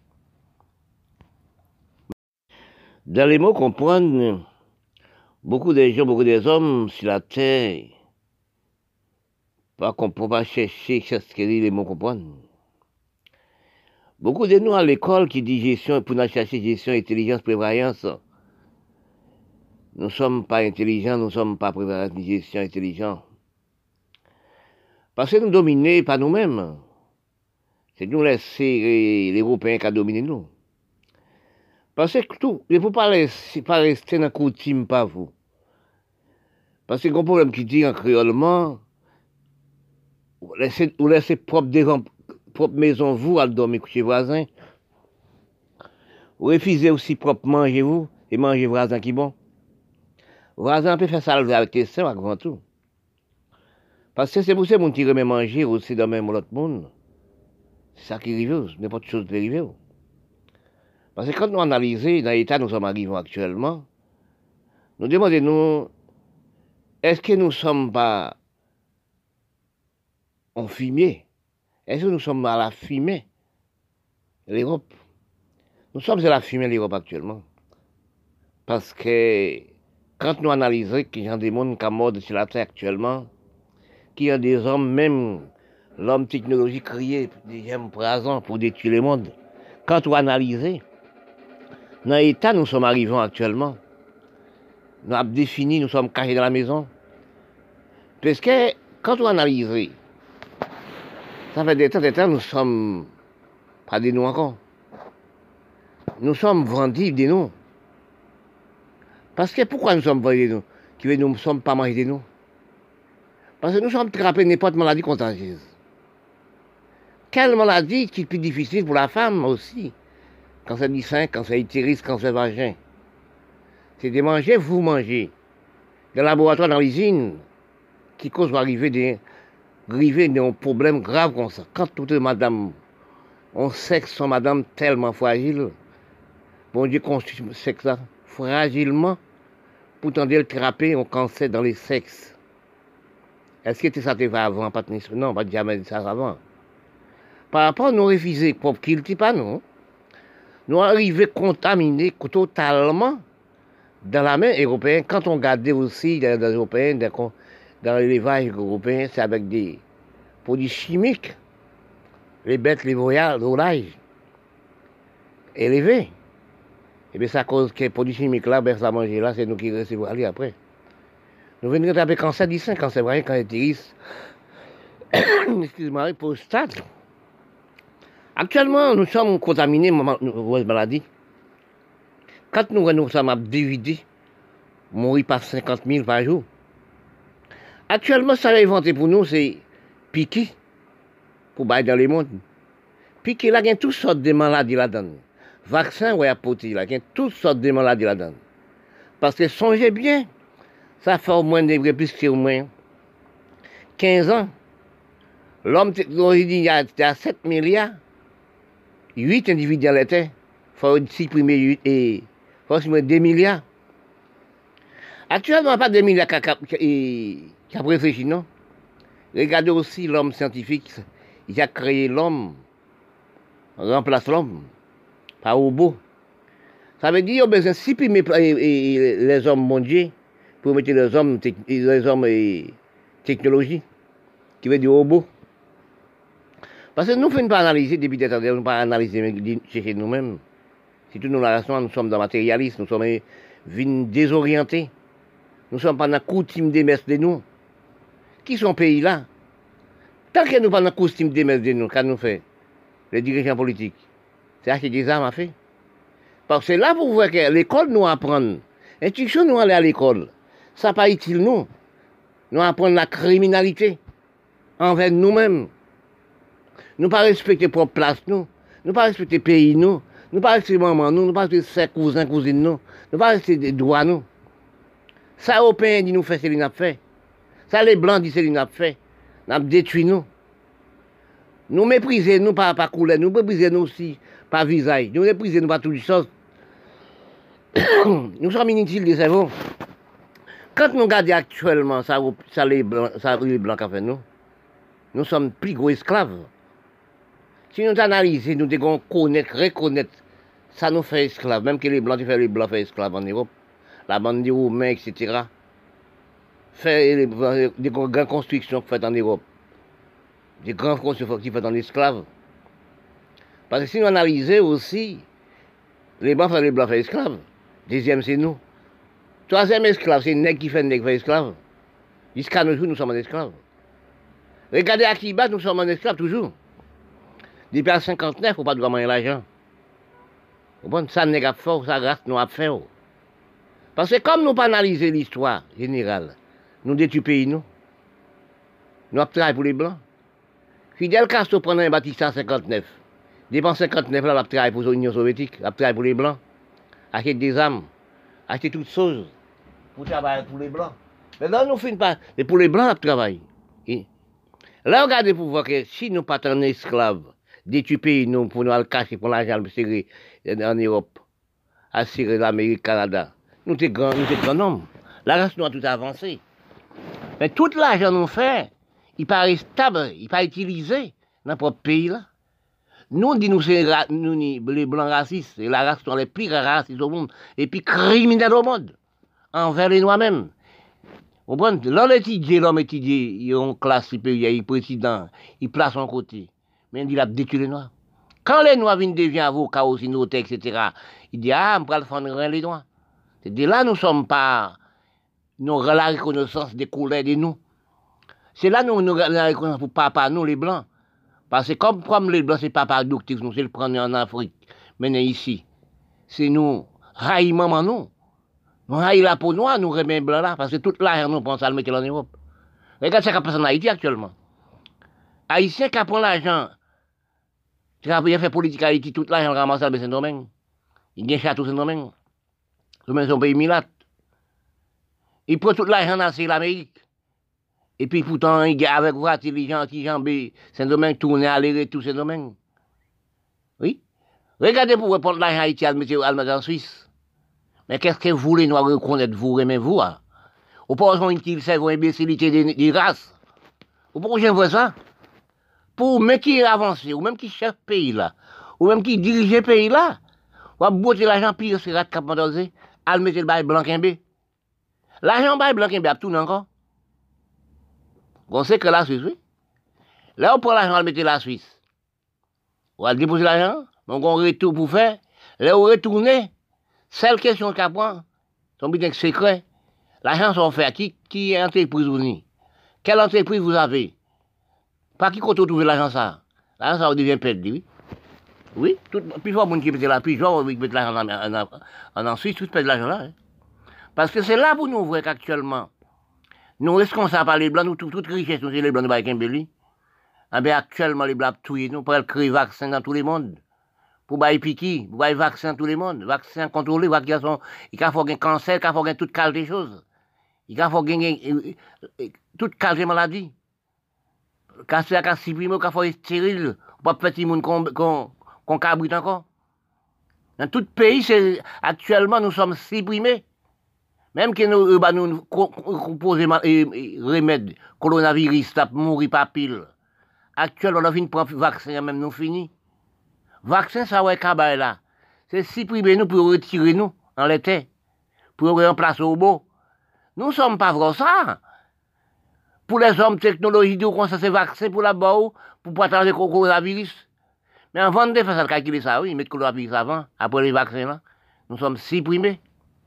Dans les mots comprendre, beaucoup de gens, beaucoup des hommes sur la terre, pas qu'on peut pas chercher, chercher les mots comprendre. Beaucoup de nous à l'école qui dit gestion, pour nous chercher gestion, intelligence, prévoyance. Nous ne sommes pas intelligents, nous ne sommes pas prévoyance, ni gestion, intelligent. Parce que nous dominons pas nous-mêmes. C'est nous laisser les Européens qui dominent nous. Parce que tout, il ne faut pas, laisser, pas rester dans la coutume, pas vous. Parce que le problème qui dit en créolement, vous laissez, vous laissez propre, devant, propre maison, vous, à dormir chez voisin. Vous refusez aussi propre manger, vous, et manger voisin qui bon. Voisin peut faire ça avec tes soeurs, avant tout. Parce que c'est pour ça que mon petit remet manger aussi dans même l'autre monde. C'est ça qui arrive, n'importe chose qui arrive. Parce que quand nous analysons dans l'état où nous sommes arrivés actuellement, nous demandons-nous, est-ce que nous ne sommes pas en fumier? Est-ce que nous sommes à la fumée? L'Europe. Nous sommes à la fumée l'Europe actuellement. Parce que quand nous analysons qu'il y a des mondes qui mordent sur la terre actuellement, qu'il y a des hommes, même l'homme technologique créé des gemmes présents pour détruire le monde, quand nous analysons, dans l'état nous sommes arrivés actuellement, nous avons défini, nous sommes cachés dans la maison. Parce que quand on analyse, ça fait des temps, des temps, nous sommes pas des nous encore. Nous sommes vendus des nous. Parce que pourquoi nous sommes vendus des nous? Qui veut nous ne sommes pas mangés des nous? Parce que nous sommes trappés n'importe maladie contagieuse. Quelle maladie qui est plus difficile pour la femme aussi? Cancer du sein, cancer utérus, cancer vagin. C'est de manger, vous mangez. Dans le laboratoire, dans l'usine, qui cause arriver des, arriver des problèmes graves comme ça. Quand toute madame, on sait que son madame tellement fragile, bon Dieu construit ce sexe là, fragilement, pour tenter de trapper un cancer dans les sexes. Est-ce que ça te va avant? Pas de... Non, pas jamais dit ça avant. Par rapport à nos refusés, propres qu'il ne pas non. Nous arrivons contaminés totalement dans la main européenne. Quand on regarde aussi dans les Européens, dans l'élevage européen, c'est avec des produits chimiques. Les bêtes, les volailles élevées. Et bien, ça cause que les produits chimiques là, ben, ça manger là, c'est nous qui recevons aller après. Nous venons avec cancer du sein, cancer vrai, cancer utérus. Excuse-moi, prostate. Actuellement, nous sommes contaminés de maladie. Quand nous, nous sommes dividés, mourir par cinquante mille par jour. Actuellement, ça a inventé pour nous, c'est piquer. pour bailler dans le monde. Puis qu'il a toutes sortes de maladies là-dedans. Vaccin, ouais, apporté, là, il y a toutes sortes de maladies là-dedans. Parce que songez bien, ça fait au moins, des plus que au moins quinze ans. L'homme technologie il y a sept milliards, huit individus à l'été. Il faut supprimer huit et faut supprimer deux milliards. Actuellement, pas deux milliards qui a réfléchi, non? Regardez aussi l'homme scientifique, il a créé l'homme, remplace l'homme par robot. Ça veut dire qu'il y a besoin de supprimer les hommes mondiaux pour mettre les hommes, les hommes et technologie, qui veut dire robot. Parce que nous ne faisons pas analyser depuis des temps, nous ne pas analyser chez nous-mêmes. Si tout nous la raison, nous sommes dans le matérialisme, nous sommes désorientés. Nous ne sommes pas dans la coutume des messes de nous. Qui sont pays là? Tant que nous pas dans la coutume des messes de nous, qu'est-ce nous fait? Les dirigeants politiques. C'est acheter des armes à faire. Parce que là, vous voyez que l'école nous apprend. L'instruction nous aller à l'école. Ça n'est pas utile, nous. Nous apprendre la criminalité envers nous-mêmes. Nous ne pas respecter propre place, nous. Nous ne pas respecter pays, nous. Nous ne pas respecter maman, nous. Nous ne pas respecter ses cousins, cousines, nous. Nous ne pas respecter des droits, nous. Ça, les Européens disent nous fait, c'est ce qu'ils ont fait. Ça, les Blancs disent c'est ce qu'ils ont fait. Nous avons détruit, nous. Nous méprisons, nous, par, par couleur. Nous méprisons, nous aussi, par visage. Nous méprisons, nous, par toutes les choses. Nous sommes inutiles de cerveau. Quand nous regardons actuellement ça, ça les Blancs, ça, les Blancs qui fait nous, nous sommes plus gros esclaves. Si nous analysons, nous devons connaître, reconnaître, ça nous fait esclaves. Même que les Blancs, les Blancs font esclaves en Europe. La bande des Roumains, et cetera. Fait des grandes constructions faites en Europe. Des grandes constructions qui faites en esclaves. Parce que si nous analysons aussi, les Blancs font les Blancs font esclaves. Deuxième, c'est nous. Troisième esclave, c'est les nègres qui font les nègres font esclaves. Jusqu'à nos jours, nous sommes en esclaves. Regardez à Kiba, nous sommes en esclaves toujours. Depuis à cinquante-neuf, il ne faut pas devoir manger l'argent. Bon, ça n'est pas fait, ça reste nous à faire. Parce que comme nous pas analyser l'histoire générale, nous détruisons pays, nous. Nous avons travaillé pour les Blancs. Fidel Castro prenait un bâtiment en cinquante-neuf. Depuis cinquante-neuf, là, il a travaillé pour l'Union soviétique, il a travaillé pour les Blancs. Acheter des armes, acheter toutes choses pour travailler pour les Blancs. Mais là, nous ne faisons pas. Et pour les Blancs, on travaille. Et là, regardez pour voir que si nous ne sommes pas esclaves, détruire pays, nous, pour nous le cacher, pour l'argent le serrer en Europe, à serrer l'Amérique, Canada, nous sommes grands, nous sommes grands hommes. La race nous a tout avancé. Mais tout l'argent nous fait, il paraît stable, il pas utilisé dans notre pays là. Nous, dit nous, c'est nous, les blancs racistes, et la race sont les pires racistes au monde, et puis criminels au monde, envers les noirs même. Vous comprenez? L'homme étudié, l'homme étudié, il y a une classe supérieure, il est président, il place en côté. Mais il dit, il a détruit les noirs. Quand les noirs viennent devenir avocats, aussi, notaires, et cetera, il dit, ah, on va le faire les noirs. C'est de là, nous ne sommes pas, nous avons la reconnaissance des couleurs de nous. C'est là, nous avons la reconnaissance pour papa, nous, les blancs. Parce que comme, comme les blancs, c'est pas par doctrine, nous, c'est le prendre en Afrique, maintenant ici. C'est nous, raï maman, nous. Nous raï la peau noire, nous remet blanc là, parce que toute l'argent, nous pensons à le mettre en Europe. Regarde ce qui passe en Haïti actuellement. Haïtien qui prend l'argent, qui a fait politique à Haïti, toute l'argent ramasse à Saint-Domingue. Il y a un château Saint-Domingue. Saint-Domingue, c'est un pays milâtre. Il prend toute l'argent dans l'Amérique. Et puis pourtant, il y a avec voiture, les gens qui jambent Saint-Domingue, tourner à aller tout Saint-Domingue. Oui. Regardez pour reprendre l'argent Haïti à le mettre en Suisse. Mais qu'est-ce que vous voulez nous reconnaître, vous, aimez vous, hein? Ou pas besoin qu'il serve une imbécilité des, des races. Ou pourquoi j'aime ça? Pour même qui avance, ou même qui chef pays là, ou même qui dirige le pays là, ou à botter l'argent pire, c'est rat capandosé, à le mettre le bail blanc quimbe. L'argent bail blanc quimbe, à tout encore. On sait que la Suisse, oui. Là, on prend l'argent, on le met la Suisse. On va déposer l'argent, donc on retourne pour faire. Là, on retourne, seule question qu'à prendre, son but secret. L'argent sont fait. Qui, qui est entreprise vous ni? Quelle entreprise vous avez? Par qui compte trouver l'argent ça? L'argent ça devient perdu, oui. Oui, tout, plus fort monde qui met la plus fort qui met l'argent en, en, en, en Suisse, tout perd de l'argent là. Hein. Parce que c'est là pour nous voir qu'actuellement, nous responsables par les blancs, nous toute toute richesse, nous c'est les blancs de Baïkembeli. Ah ben actuellement, les blabs touillent nous pour créer vaccin dans tous les mondes. Pour bailler piqui, pour bailler vaccin dans tous les mondes. Vaccin contrôlé, vaccin, il faut gagner cancer, il faut gagner toute qualité de choses. Il faut gagner toute qualité de maladie. Quand c'est à supprimer, il faut être stérile, pour pas petit monde qu'on cabrite encore. Dans tout pays, actuellement, nous sommes supprimés. Même que nous, bah, nous composons remède, coronavirus, tape mourir par pile. Actuellement, on a fini de prendre vaccin, même nous fini. Vaccin, ça ouais, cabal là. C'est supprimer nous pour retirer nous en l'été. Pour remplacer au beau. Nous ne sommes pas vrais ça. Pour les hommes technologie, nous commençons à se vacciner pour la boue, pour partager le coronavirus. Mais avant de faire ça, calculer ça, oui, mettre le coronavirus avant, après les vaccins là, nous sommes supprimés.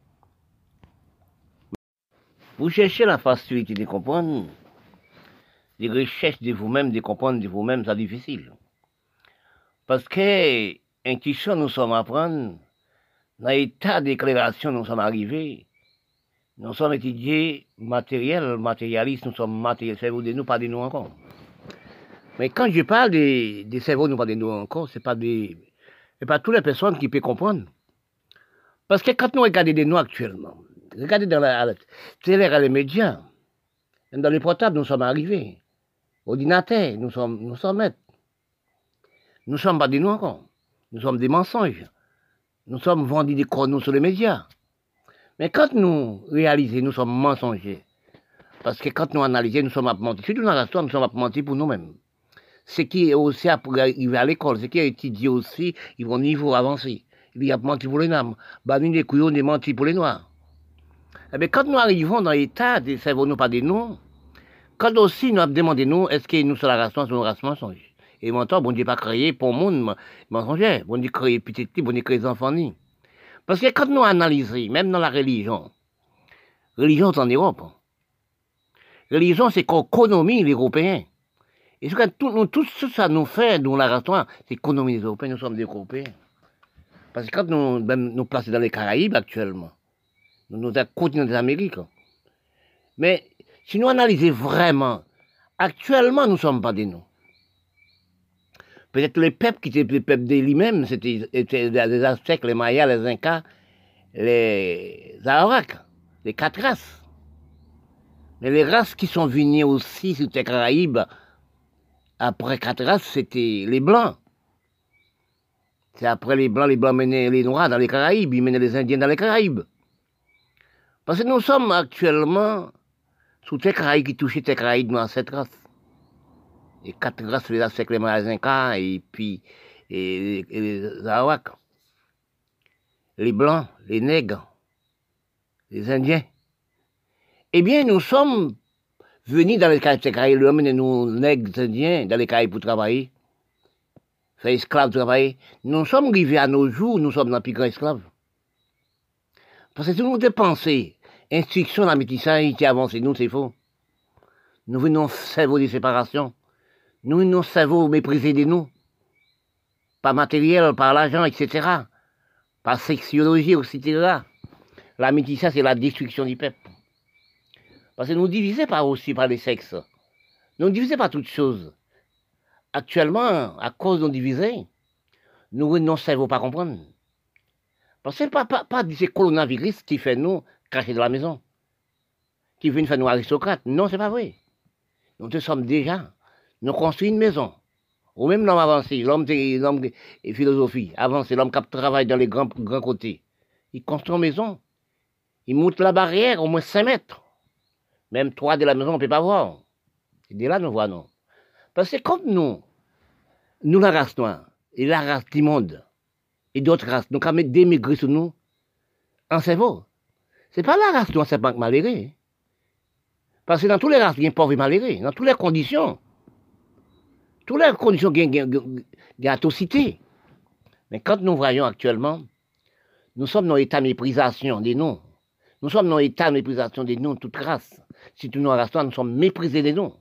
Vous cherchez la facilité de comprendre, les recherches de vous-même, de comprendre de vous-même, c'est difficile. Parce que, intuition, nous sommes à prendre, dans l'état de déclaration, nous sommes arrivés, nous sommes étudiés matériels, matérialistes, nous sommes matériels, cerveau de nous, pas de nous encore. Mais quand je parle de, de cerveau, nous pas de nous encore, c'est pas des, c'est pas toutes les personnes qui peuvent comprendre. Parce que quand nous regardons de nous actuellement, regardez dans la, la télé, les médias, dans les portables, nous sommes arrivés. Ordinateur, nous sommes, nous sommes maîtres. Nous ne sommes pas des nous encore. Nous sommes des mensonges. Nous sommes vendus des chronos sur les médias. Mais quand nous réalisons, nous sommes mensongers. Parce que quand nous analysons, nous sommes à mentir. Surtout dans l'histoire, nous sommes à mentir pour nous-mêmes. Ce qui est aussi à arriver à l'école, ce qui est étudié aussi, ils vont au niveau avancé. Il y a menti pour les Noirs. Bah, nous, les couillons, des mentis pour les Noirs. Eh bien, quand nous arrivons dans l'état de cerveau, nous pas des noms, quand aussi nous avons demandé nous, est-ce que nous sommes la race noire, nous sommes la race mensonge. Et maintenant, bon Dieu pas créé pour le monde mensonger. Bon Dieu créé petit petit, bon Dieu créé les enfants ni. Parce que quand nous analysons, même dans la religion, religion c'est en Europe. Religion c'est l'économie des Européens. Et ce que tout, nous, tout ça nous fait, nous la race noire, c'est l'économie des Européens, nous sommes des Européens. Parce que quand nous même, nous plaçons dans les Caraïbes actuellement, nous nous sommes continent des Amériques. Mais si nous analysons vraiment, actuellement nous ne sommes pas des noms. Peut-être les peuples qui étaient les peuples de lui-même, c'était les Aztèques, les Mayas, les Incas, les Arawaks, les quatre races. Mais les races qui sont venues aussi sur les Caraïbes, après quatre races, c'était les Blancs. C'est après les Blancs, les Blancs menaient les Noirs dans les Caraïbes, ils menaient les Indiens dans les Caraïbes. Parce que nous sommes actuellement sous les Caraïbes qui touchaient les Caraïbes dans cette race. Et quatre races, les Aztèques, les Mayas, les Incas, et puis et, et les Arawaks. Les Blancs, les Nègres, les Indiens. Eh bien, nous sommes venus dans les Caraïbes, l'homme et nous, Nègres, Indiens, dans les Caraïbes pour travailler, faire esclaves travailler. Nous sommes arrivés à nos jours, nous sommes dans le plus grand esclave. Parce que si nous dépensons, instruction, la métissage qui avance, nous, c'est faux. Nous venons cerveau de séparation. Nous venons cerveau mépriser de nous. Par matériel, par l'argent, et cetera. Par sexologie, et cetera. La métissage, c'est la destruction du peuple. Parce que nous divisons pas aussi par les sexes. Nous divisons pas toutes choses. Actuellement, à cause de nous diviser, nous venons cerveau pas comprendre. Parce que ce n'est pas, pas, pas ce coronavirus qui fait nous cracher de la maison. Qui vient faire nous aristocrates. Non, c'est pas vrai. Nous te sommes déjà. Nous construisons une maison. Ou même l'homme avancé, l'homme de philosophie, avancé, l'homme qui travaille dans les grands, grands côtés. Il construit une maison. Il monte la barrière au moins cinq mètres. Même trois de la maison, on ne peut pas voir. Et de là, nous voyons. Parce que comme nous, nous la race noire, et la race du monde, et d'autres races, nous avons des migrés sur nous, en cerveau. Ce n'est pas la race noire, c'est pas malheureux. Parce que dans toutes les races, il y a pauvres et malheureux. Dans toutes les conditions. Toutes les conditions, il y a une atrocité. Mais quand nous voyons actuellement, nous sommes dans l'état de méprisation des noms. Nous sommes dans l'état de méprisation des noms, toute race. Si nous, la race noire, nous sommes méprisés des noms.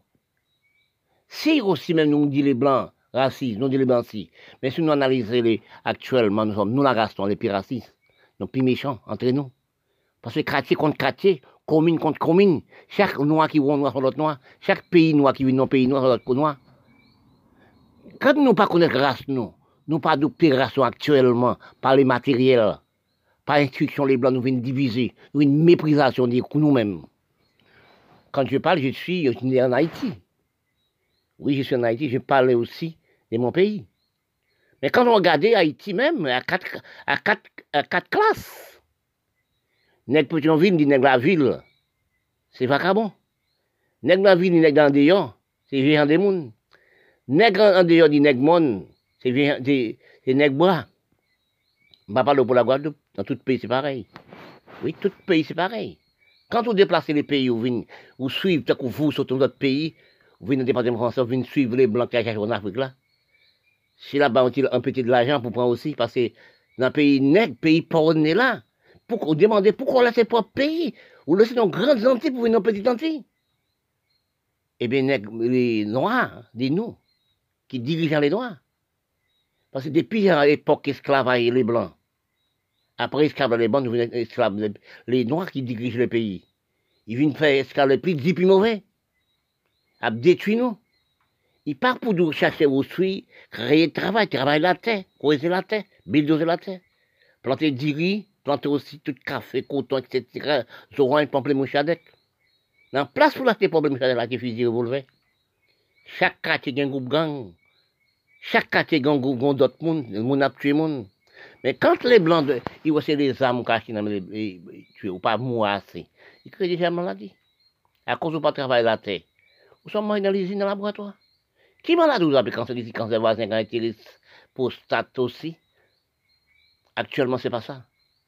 Si aussi même nous dit les blancs racistes, nous dit les blancs si, mais si nous analysons les, actuellement, nous sommes, nous la race noire, les plus racistes, nous plus méchants entre nous. Parce que quartier contre quartier, commune contre commune, chaque noir qui voit noir sur l'autre noir, chaque pays noir qui vit dans le pays noir sur l'autre noir. quand nous ne connaissons pas grâce, nous, nous pas d'opération actuellement par les matériels, par instruction, les blancs nous viennent diviser, nous une méprisation de nous-mêmes. Quand je parle, je suis né en Haïti. Oui, je suis en Haïti, je parle aussi de mon pays. Mais quand on regarde Haïti même, à quatre, à quatre, à quatre classes, nèg Pétionville dit nèg la ville, c'est vagabond. Nèg la ville dit nèg dans dehors, c'est géant des moun. Nèg en dehors dit nèg monde, c'est nèg bois. Je ne vais pas parler pour la Guadeloupe, dans tout pays c'est pareil. Oui, tout pays c'est pareil. Quand vous déplacez les pays, vous venez, vous suivez, tant que vous sortez de notre pays, vous venez dans le département français, vous venez suivre les blancs qui achètent en Afrique là. Si là-bas, on a un petit de l'argent pour prendre aussi, parce que dans le pays nègre, pays pauvre là, pourquoi vous demandez pourquoi on laisse ses propres pays, ou laissez nos grandes Antilles pour venir dans petites Antilles. Eh bien, les Noirs, des nous, qui dirigent les Noirs. Parce que depuis l'époque esclavage les Blancs, après esclaves les Blancs, nous venons esclaves, les Noirs qui dirigent le pays. Ils viennent faire esclaves les plus dix plus mauvais. Ils détruisent nous. Ils partent pour nous chercher au suie, créer du travail, travailler la terre, creuser la terre, bulldozer la terre, planter du riz, planter aussi tout café, coton, et cetera. Zoran, pamplemousse, chadec. Dans place pour l'acheter pamplemousse, chadec, là, qui fusil revolver. Chaque quartier a un groupe gang. Chaque quartier a un groupe d'autres monde, le monde a tué le monde. Mais quand les blancs, de, ils voient les armes cachées dans les tuer, ou pas mourir assez, ils créent déjà la maladie. À cause de pas travailler la terre. Nous sommes morts dans les usines, dans le laboratoire. Qui malade vous avez cancer ici, cancer voisin, quand il est prostate aussi? Actuellement, c'est pas ça.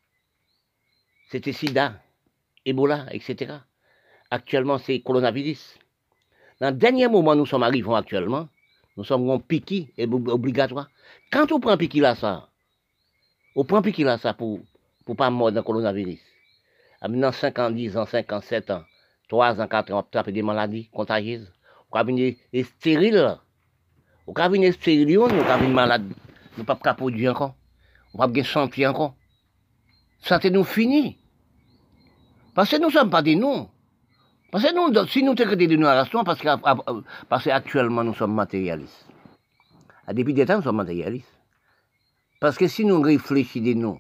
C'était sida, Ebola, et cetera. Actuellement, c'est coronavirus. Dans le dernier moment, nous sommes arrivés actuellement, nous sommes en piqui obligatoire. Quand on prend piqui là, ça, on prend piqui là, ça pour ne pas mourir dans le coronavirus. Dans cinq ans, dix ans, cinq ans, sept ans, trois ans, quatre ans, on attrape des maladies contagieuses. On va venir stérile. On va venir stérile, on va venir malade. Nous ne pouvons pas produire encore. On va venir santé encore. Santé nous finit. Parce que nous ne sommes pas des noms. Parce que nous, si nous traitons de nous à parce que parce qu'actuellement nous sommes matérialistes. Depuis des temps, nous sommes matérialistes. Parce que si nous réfléchissons des noms,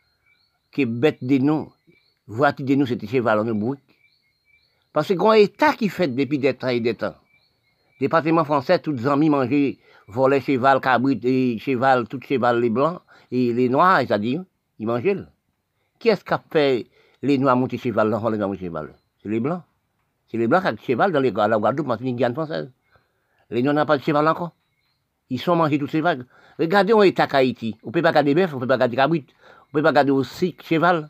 qui bête des noms, voiture des noms, c'était cheval en bruit. Parce que un État qui fait depuis des temps et des temps. Département français, tous les amis mangeaient, volaient cheval, cabrit, et cheval, tout cheval, les blancs, et les noirs, c'est-à-dire, ils mangeaient. Qui est-ce qui a fait les noirs monter cheval, l'enfant les noirs monter cheval? C'est les blancs. C'est les blancs qui ont cheval dans les, la Guadeloupe, Martinique, Guyane française. Les noirs n'ont pas de cheval encore. Ils sont mangés toutes ces vagues. Regardez, on est à Haïti. On ne peut pas garder bœuf, on ne peut pas garder cabrit, on ne peut pas garder aussi cheval.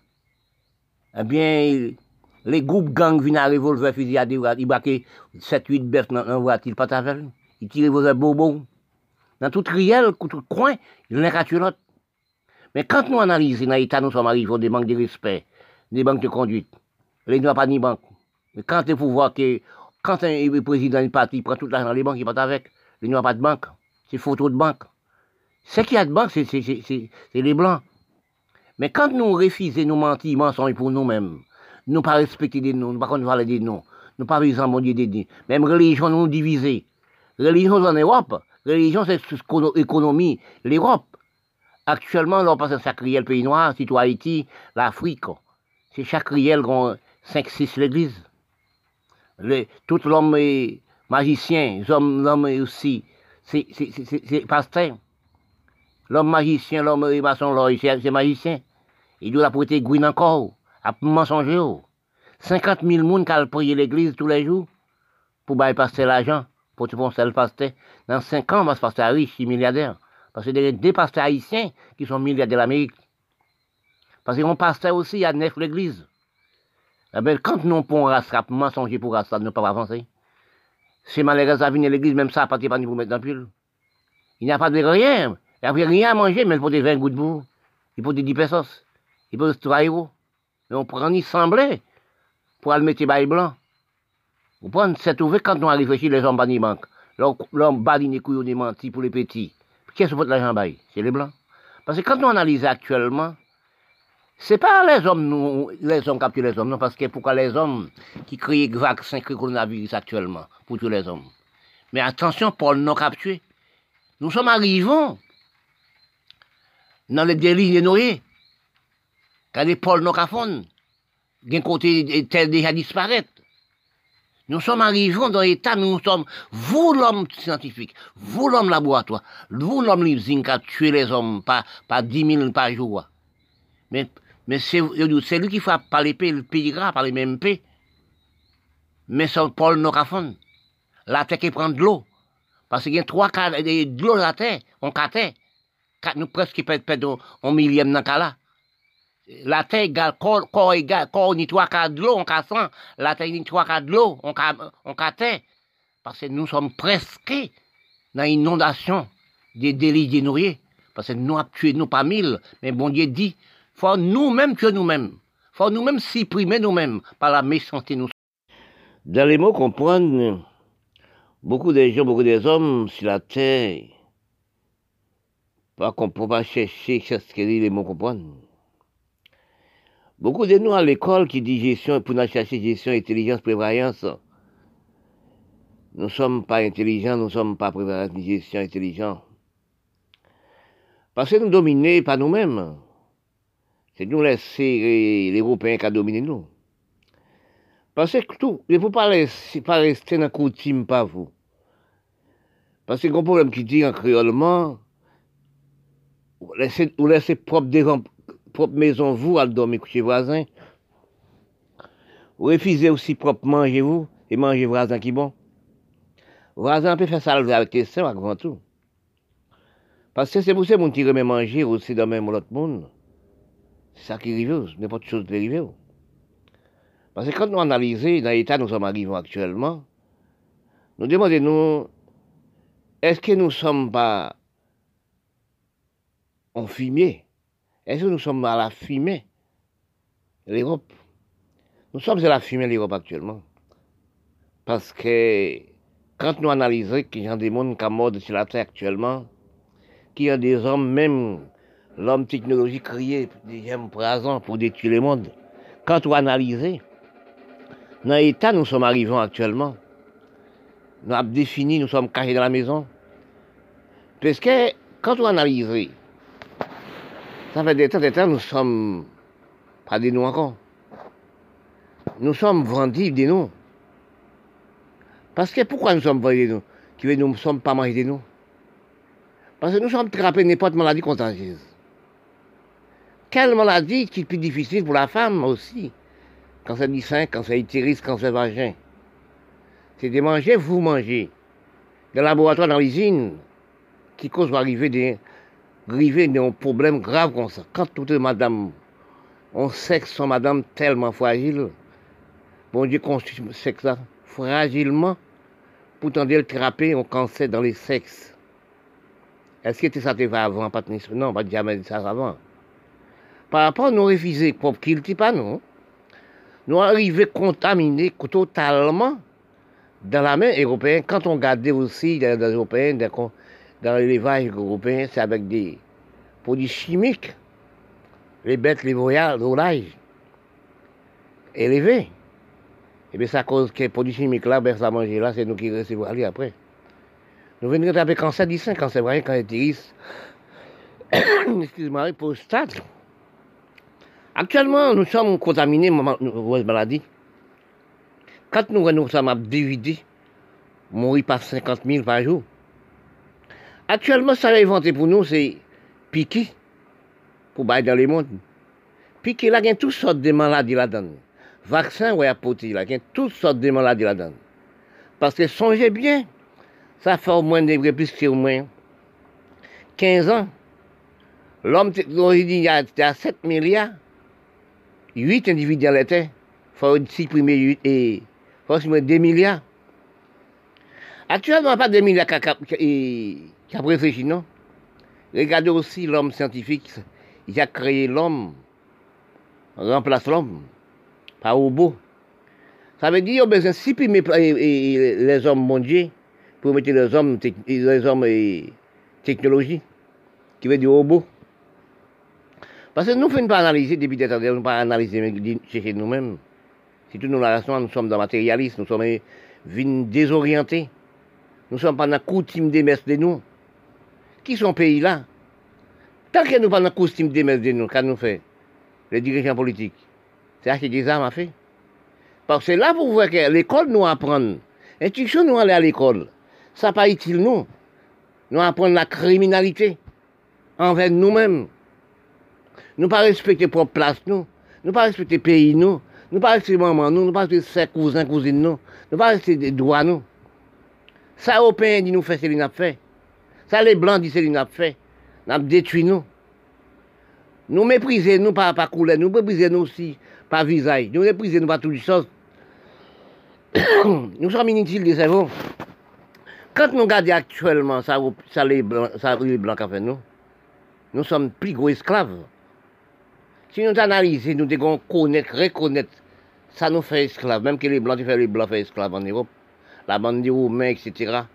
Eh bien, les groupes gangs viennent à revolver, fusil à des ils braquent sept huit bœufs dans la voiture, pas à faire. Ils tirent vos bobos. Dans tout riel, tout coin, ils n'ont qu'à tuer l'autre. Mais quand nous analysons dans l'État, nous sommes arrivés des manques de respect, des banques de conduite. Les noirs pas ni banque. Mais quand il faut voir que, quand un président du parti prend tout l'argent dans les banques, il part avec, les noirs pas de banque. C'est photo de banque. Ce qu'il y a de banque, c'est les blancs. Mais quand nous refusons nous mentir, mensonges pour nous-mêmes, nous ne pas respecter des noms, nous ne pas parler des noms, nous ne pas vivre en bon Dieu des noms. Même religion nous divisée. Religion en Europe, religion c'est économie, l'Europe. Actuellement, on passe à chaque riel pays noir, si toi Haïti, l'Afrique. C'est chaque riel qui a cinq six l'église. Tout l'homme est magicien, l'homme est aussi, c'est pasteur. L'homme magicien, l'homme est maçon, c'est magicien. Il doit prêter gouine encore, à mensonger. cinquante mille personnes qui ont prié l'église tous les jours pour bailler pasteur l'argent, pour te penser le pasteur. Dans cinq ans, on va se passer riche, milliardaire. Parce que il y a des pasteurs haïtiens qui sont milliardaires de l'Amérique. Parce qu'on pasteur aussi, il y a neuf l'église. Eh bien, quand nous pouvons rattraper, mensonger pour rattraper, nous ne pouvons pas avancer. C'est malheureux à venir à l'église, même ça, pas de pour mettre dans le pull. Il n'y a pas de rien. Il n'y a rien à manger, mais il faut des vingt gouttes de boue. Il faut des dix pesos. Il faut des trois euros. Mais on prend y sembler pour aller mettre les blancs. Vous prenez cette ouvert quand nous arrivons chez les hommes bannis banque. L'homme bannis les couilles des mentis pour les petits. Qui est-ce que l'argent bail? C'est les blancs. Parce que quand on analyse actuellement, ce n'est pas les hommes, nous, les hommes qui capturent les hommes, non, parce que pourquoi les hommes qui créent le vaccin, qui créent le coronavirus actuellement, pour tous les hommes. Mais attention, Paul nous capturé. nous sommes arrivés dans les délits de Noé, quand les pôles n'ont qu'à fondre, d'un côté, tel déjà disparaître. Nous sommes arrivés dans l'état, nous sommes, vous l'homme scientifique, vous l'homme laboratoire, vous l'homme living qui a tué les hommes par, par dix mille par jour. Mais, mais c'est lui qui frappe par l'épée, le pays gras, par les mêmes épées. Mais son pôle n'a qu'à fondre. La terre qui prend de l'eau. Parce qu'il y a trois cas de l'eau dans la terre, on catait. Nous presque perdons un millième dans le cas là. La terre égale, corps, corps égale, corps ni trois quarts de l'eau, on casse cent. La terre ni trois quarts de l'eau, on catait. Parce que nous sommes presque dans une inondation des délits dénoyés. Parce que nous avons tué nous pas mille. Mais bon Dieu dit, il faut nous-mêmes tuer nous-mêmes. Il faut nous-mêmes supprimer nous-mêmes par la méchanceté. Nous. Dans les mots comprendre, beaucoup de gens, beaucoup des hommes sur la terre, pas qu'on ne peut pas chercher, chercher les mots comprendre. Beaucoup de nous à l'école qui dit gestion, pour nous chercher gestion, intelligence, prévoyance. Nous ne sommes pas intelligents, nous ne sommes pas prévoyance, ni gestion, intelligents. Parce que nous dominons pas nous-mêmes. C'est nous laisser les Européens qui dominent nous. Parce que tout, il ne faut pas, laisser, pas rester dans le coutume, pas vous. Parce que le problème qui dit en créolement, vous laissez, vous laissez propre devant propre maison, vous, à dormir chez voisin. Vous refusez aussi propre manger, vous, et manger voisin qui bon. Voisin peut faire ça avec les seins, avant tout. Parce que c'est pour ça que mon qui remet manger aussi dans même l'autre monde. C'est ça qui arrive, n'importe chose qui arrive. Parce que quand nous analysons dans l'état où nous sommes arrivés actuellement, nous demandons, est-ce que nous ne sommes pas en fumier? Est-ce que nous sommes à la fumée, l'Europe? Nous sommes à la fumée, l'Europe, actuellement. Parce que quand nous analysons qu'il y a des mondes qui mordent sur la terre actuellement, qu'il y a des hommes, même l'homme technologique créé des gemmes présents pour détruire le monde, quand nous analysons, dans l'état où nous sommes arrivés actuellement, nous avons défini, nous sommes cachés dans la maison. Parce que quand on analyse, ça fait des temps, des temps, nous sommes pas des nous encore. Nous sommes vendus des nous. Parce que pourquoi nous sommes vendus des nous? Qui veut nous ne sommes pas mangés des nous? Parce que nous sommes trappés n'importe maladie contagieuse. Quelle maladie qui est plus difficile pour la femme aussi? Cancer du sein, cancer utérus, cancer vagin. C'est de manger, vous mangez. Dans le laboratoire, dans l'usine, qui cause arriver des arriver d'un problème grave comme ça. Quand toute madame, on sait que son madame tellement fragile, bon Dieu construit ce sexe là, fragilement, pourtant elle trapper un cancer dans les sexes. Est-ce que ça te va avant, pas de non, pas jamais dit ça avant. Par rapport à nos refusés, pour qu'il ne pas non, nous arrivons contaminés totalement dans la main européenne. Quand on regarde aussi dans les Européens, dans l'élevage européen, c'est avec des produits chimiques, les bêtes, les volailles élevées. Et bien, ça cause que les produits chimiques là, ben, ça manger là, c'est nous qui recevons aller après. Nous venons de taper cancer du sein, cancer vrai, cancer utérus, excuse-moi, prostate. Actuellement, nous sommes contaminés de maladies. Quand nous, nous sommes divisés, mourir par cinquante mille par jour. Actuellement, ça a inventé pour nous, c'est piquer pour bailler dans le monde. Piquer là, il y a toutes sortes de maladies là-dedans. Vaccin, ouais, apporter là, il y a toutes sortes de maladies là-dedans. Parce que songez bien, ça fait au moins des plus que au moins quinze ans. L'homme technologique, il y a sept milliards, huit individus dans la Terre. Il faut supprimer huit et il faut supprimer deux milliards. Actuellement, pas deux milliards qui a réfléchi, non? Regardez aussi l'homme scientifique. Il a créé l'homme, remplace l'homme par robot. Ça veut dire qu'il y a besoin de supprimer les hommes mondiaux pour mettre les hommes, les hommes technologie, qui veut dire robots. Parce que nous ne faisons pas analyser depuis des temps, nous ne faisons pas analyser chez nous-mêmes. Si tout nous la raison, nous sommes dans le matérialisme, nous sommes désorientés. Nous ne sommes pas dans la coutume des messes de nous. Qui sont pays là? Tant que nous pas dans le costume des mères de nous, qu'à nous fait, les dirigeants politiques, c'est acheter des armes à faire. Parce que c'est là pour voir que l'école nous apprend, l'instruction nous aller à l'école, ça pas utile nous. Nous apprendre la criminalité envers nous-mêmes. Nous pas respecter propre place nous, nous pas respecter pays nous, nous pas respecter maman nous, nous pas respecter ses cousins, cousines nous, nous pas respecter des droits nous. Ça, Européens dit nous fait, c'est l'I N A P fait. Ça, les Blancs disent c'est l'I N A P fait. Nous détruit nous. Nous méprisons nous par, par couleur, nous méprisons nous aussi par visage, nous méprisons nous par toutes les choses. Nous sommes inutiles de cerveau. Quand nous regardons actuellement ça, ça les Blancs, ça, les Blancs qui fait nous, nous sommes plus gros esclaves. Si nous analysons, nous devons connaître, reconnaître, ça nous fait esclaves. Même que les Blancs, les Blancs font esclaves en Europe. La bande des Roumains, et cetera.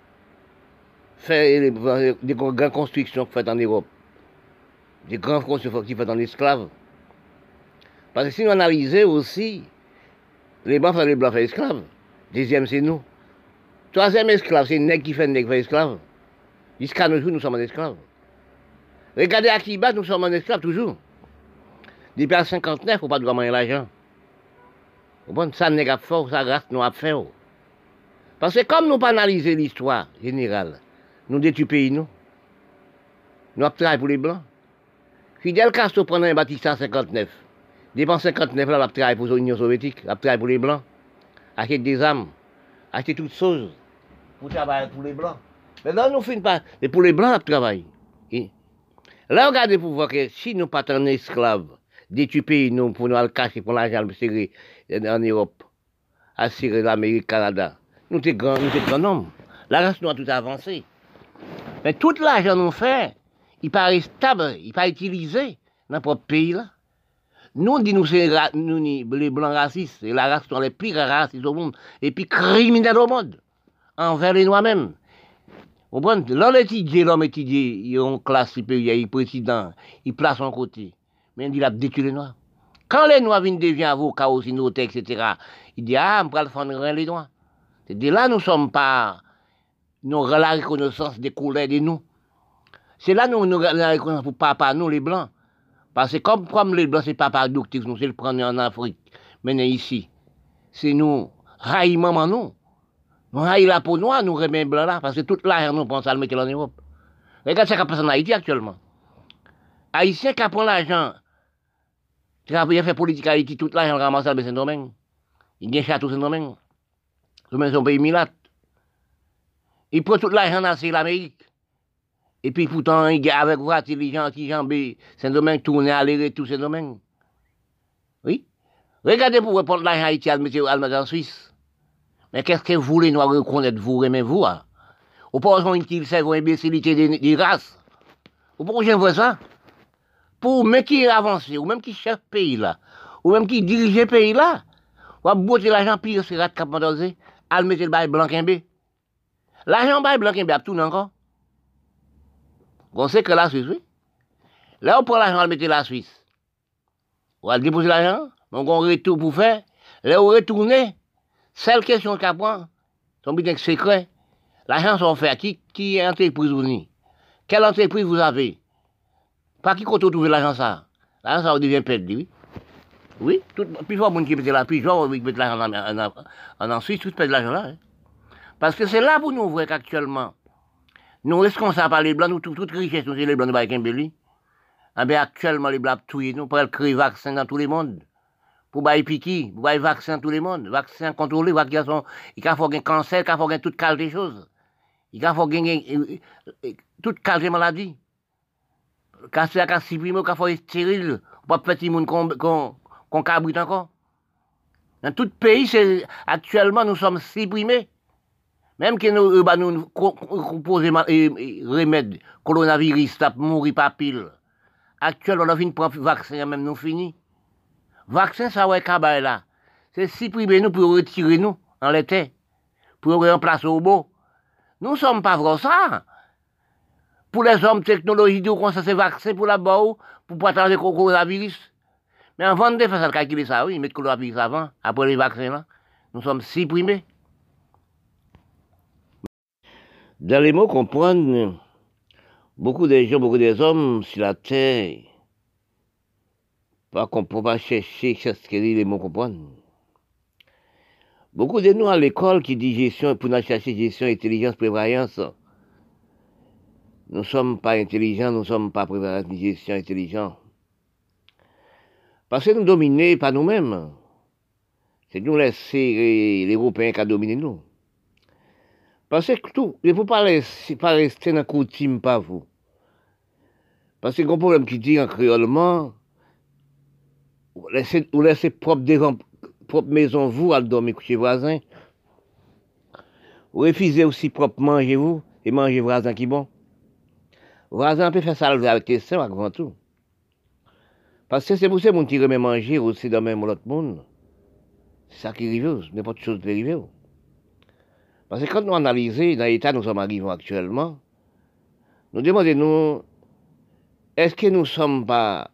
Fait des grandes constructions faites en Europe. Des grandes constructions qui faites en esclaves. Parce que si nous analysons aussi, les Blancs font les Blancs font esclaves. Deuxième, c'est nous. Troisième esclave, c'est nègre qui fait nègre fait esclave. Jusqu'à nos jours, nous sommes en esclaves. Regardez à Kiba, nous sommes en esclaves toujours. Depuis à cinquante-neuf, il ne faut pas gagner l'argent. Bon, ça n'est pas fort, ça reste nous à faire. Parce que comme nous pas analyser l'histoire générale, nous détruisons le pays, nous. Nous avons travaillé pour les Blancs. Fidel Castro prenait un bâtiment en cinquante-neuf. Depuis cinquante-neuf, là, il a travaillé pour l'Union soviétique, il a travaillé pour les Blancs. Acheter des armes, acheter toutes choses pour travailler pour les Blancs. Mais là, nous ne finissons pas. Mais pour les Blancs, on travaille. Et là, regardez pour voir que si nous ne sommes pas en esclaves, détruire pays, nous, pour nous le cacher, pour l'argent, le serrer en Europe, à serrer l'Amérique, Canada, nous sommes grands, nous sommes grands hommes. La race nous a tout avancé. Mais tout l'argent nous fait, il paraît stable, il paraît utilisé dans notre propre pays là. Nous, on dit nous, c'est nous, les blancs racistes, et la race sont les pires racistes au monde, et puis criminels au monde, envers les noirs même. Vous comprenez? L'homme étudié, l'homme étudié, il a une classe supérieure, il est président, il place son côté. Mais il dit, il a détruit les noirs. Quand les noirs viennent devenir avocats aussi, notaires, et cetera, il dit, ah, on va le faire rien les noirs. C'est-à-dire là, nous ne sommes pas, nous avons la reconnaissance des couleurs de nous. C'est là nous nous la reconnaissance pour papa, nous les blancs. Parce que comme, comme les blancs, c'est papa adoptif, nous, c'est le prendre en Afrique, maintenant ici. C'est nous, raï maman, nous. Nous raï la peau noire, nous remet blanc là, parce que toute l'argent, nous pensons à le mettre en Europe. Regarde ce qui passe en Haïti actuellement. Haïtien qui prend l'argent, qui a fait politique à Haïti, tout l'argent ramasse à Saint-Domingue. Il y a un château Saint-Domingue. C'est un pays milate. Il prend tout l'argent dans l'Amérique. Et puis pourtant, il y a avec voiture, les gens qui jambent Saint-Domingue, tournent à aller-retour Saint-Domingue. Oui. Regardez pour répondre l'argent à Haïti, à le mettre en Suisse. Mais qu'est-ce que vous voulez nous reconnaître, vous, aimez vous, hein? Ou pas besoin qu'il serve une imbécilité des, des races. Ou pourquoi j'aime voir ça? Pour même qui avance, ou même qui chef pays là, ou même qui dirige le pays là, ou à botter l'argent pire, c'est rat cap mandosé, à le mettre le bail blanc quimbe. L'argent bail blanc quimbe, à tout encore. On sait que la Suisse, oui. Là, on prend l'argent, on le met la Suisse. On va déposer l'argent, donc on retourne pour faire. Là, on retourne, seule question qu'on prend, son but secret. L'argent sont fait, qui, qui est entreprise vous ni? Quelle entreprise vous avez? Par qui compte trouver l'argent ça? L'argent ça devient perdu, oui. Oui, tout, plus fort monde qui met la plus fort, qui met l'argent en, en, en, en Suisse, tout perd l'argent là. Hein. Parce que c'est là pour nous voir qu'actuellement, nous responsables par les blancs, nous, toute richesse, nous, c'est les blancs de Baïkembeli. Eh bien, actuellement, les blancs tuent, nous, pour créer vaccin dans tout le monde. Pour bailler piqui, pour bailler vaccin dans tout le monde. Vaccin contrôlé, vaccin, il faut avoir un cancer, il faut avoir toute qualité des choses. Il faut avoir toute qualité de maladie. Quand c'est à supprimer, il faut avoir stérile, pour pas petit monde qu'on cabrite encore. Dans tout pays, actuellement, nous sommes supprimés. Même que nous, bah, nous composons remèdes, coronavirus, ça mourir par pile. Actuellement, on a fini de prendre vaccin, même nous fini. Vaccin, ça ouais, cabal là. C'est supprimer nous pour retirer nous en l'été, pour remplacer au beau. Nous ne sommes pas vrais ça. Pour les hommes technologiques, nous ça c'est vaccin pour la bas pour partager le coronavirus. Mais avant de faire ça, calculer ça, oui, mettre le coronavirus avant, après les vaccins là, nous sommes supprimés. Dans les mots comprendre, Beaucoup de gens, beaucoup des hommes sur la terre, pas qu'on peut pas chercher, chercher les mots comprendre. Beaucoup de nous à l'école qui dit gestion, pour nous chercher gestion, intelligence, prévoyance. Nous ne sommes pas intelligents, nous ne sommes pas prévoyance, ni gestion, intelligents. Parce que nous dominons pas nous-mêmes. C'est nous laisser les Européens qui dominent nous. Parce que tout, il ne faut pas, laisser, pas rester dans le coutume, pas vous. Parce que le problème qui dit en créolement, vous laissez, vous laissez propre, devant, propre maison, vous, à dormir chez voisin. Vous refusez aussi propre manger, vous, et manger voisin qui bon. Voisin peut faire ça avec tes soeurs, avant tout. Parce que c'est pour ça que mon tiré manger aussi dans même l'autre monde. C'est ça qui arrive, n'importe chose qui arrive. Parce que quand nous analysons dans l'état où nous sommes arrivés actuellement, nous demandons, est-ce que nous ne sommes pas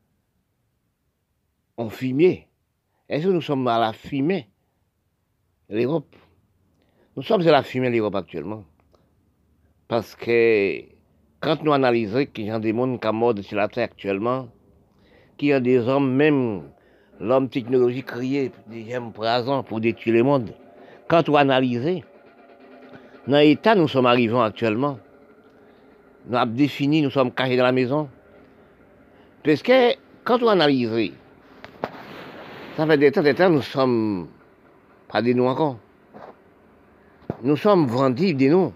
en fumier? Est-ce que nous sommes à la fumée? L'Europe. Nous sommes à la fumée, l'Europe actuellement. Parce que quand nous analysons qu'il y a des mondes qui sont sur la terre actuellement, qu'il y a des hommes, même l'homme technologique créé des hommes présents pour détruire le monde, quand nous analysons, dans l'état où nous sommes arrivés actuellement, nous avons défini, nous sommes cachés dans la maison. Parce que quand on analyse, ça fait des temps, des temps, nous sommes pas des nous encore. Nous sommes vendus des nous.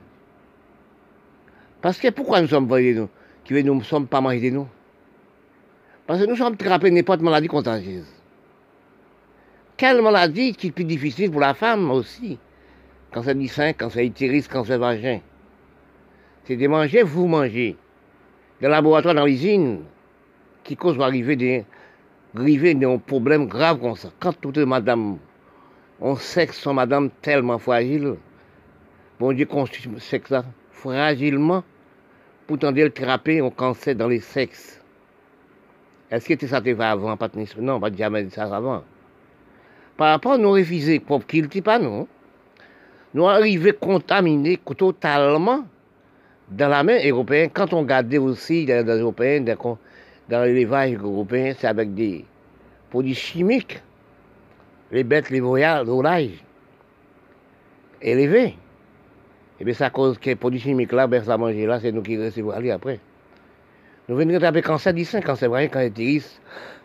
Parce que pourquoi nous sommes vendus des nous? Qui veut nous ne sommes pas mangés des nous? Parce que nous sommes trappés n'importe maladie contagieuse. Quelle maladie qui est plus difficile pour la femme aussi? Cancer du sein, cancer utérus, cancer vagin. C'est de manger, vous mangez. Dans le laboratoire, dans l'usine, qui cause arriver des, arriver des problèmes graves comme ça. Quand toute madame, on sait que son madame tellement fragile, bon Dieu construit ce sexe là, fragilement, pour tendre le trapper au cancer dans les sexes. Est-ce que ça te va avant, pas de non, pas jamais dit ça avant. Par rapport à nos refusés, pour qu'il ne pas non, nous arrivons contaminés totalement dans la main européenne. Quand on regarde aussi dans les Européens, dans l'élevage européen, c'est avec des produits chimiques, les bêtes, les volailles élevées. Et bien, ça cause que les produits chimiques là, ben, ça manger là, c'est nous qui recevons aller après. Nous venons de taper cancer du sein, cancer vrai, cancer utérus,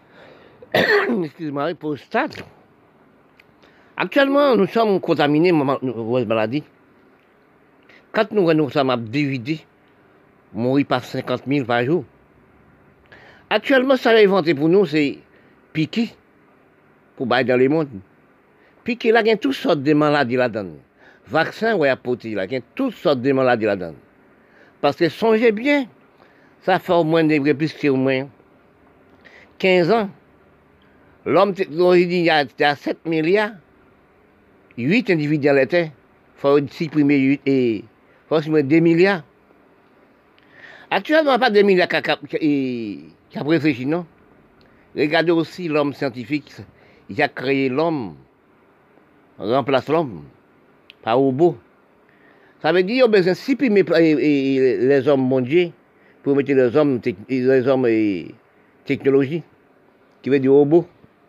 excuse-moi, prostate. Actuellement, nous sommes contaminés de maladies. Quand nous, nous sommes divisés, mourir par cinquante mille par jour. Actuellement, ça a inventé pour nous, c'est piquer pour bailler dans le monde. Piquer là, il y a toutes sortes de maladies là-dedans. Vaccin, ouais, apporter là, il y a toutes sortes de maladies là-dedans. Parce que songez bien, ça fait au moins des plus que au moins quinze ans. L'homme technologique, il y a sept milliards. huit individus dans la Terre, il faut supprimer huit et il faut supprimer deux milliards. Actuellement, pas deux milliards qui a réfléchi, non? Regardez aussi l'homme scientifique, il a créé l'homme, remplace l'homme, par robot. Ça veut dire qu'il y a besoin de supprimer les hommes mondiaux pour mettre les hommes, les hommes technologie, qui veut dire robots.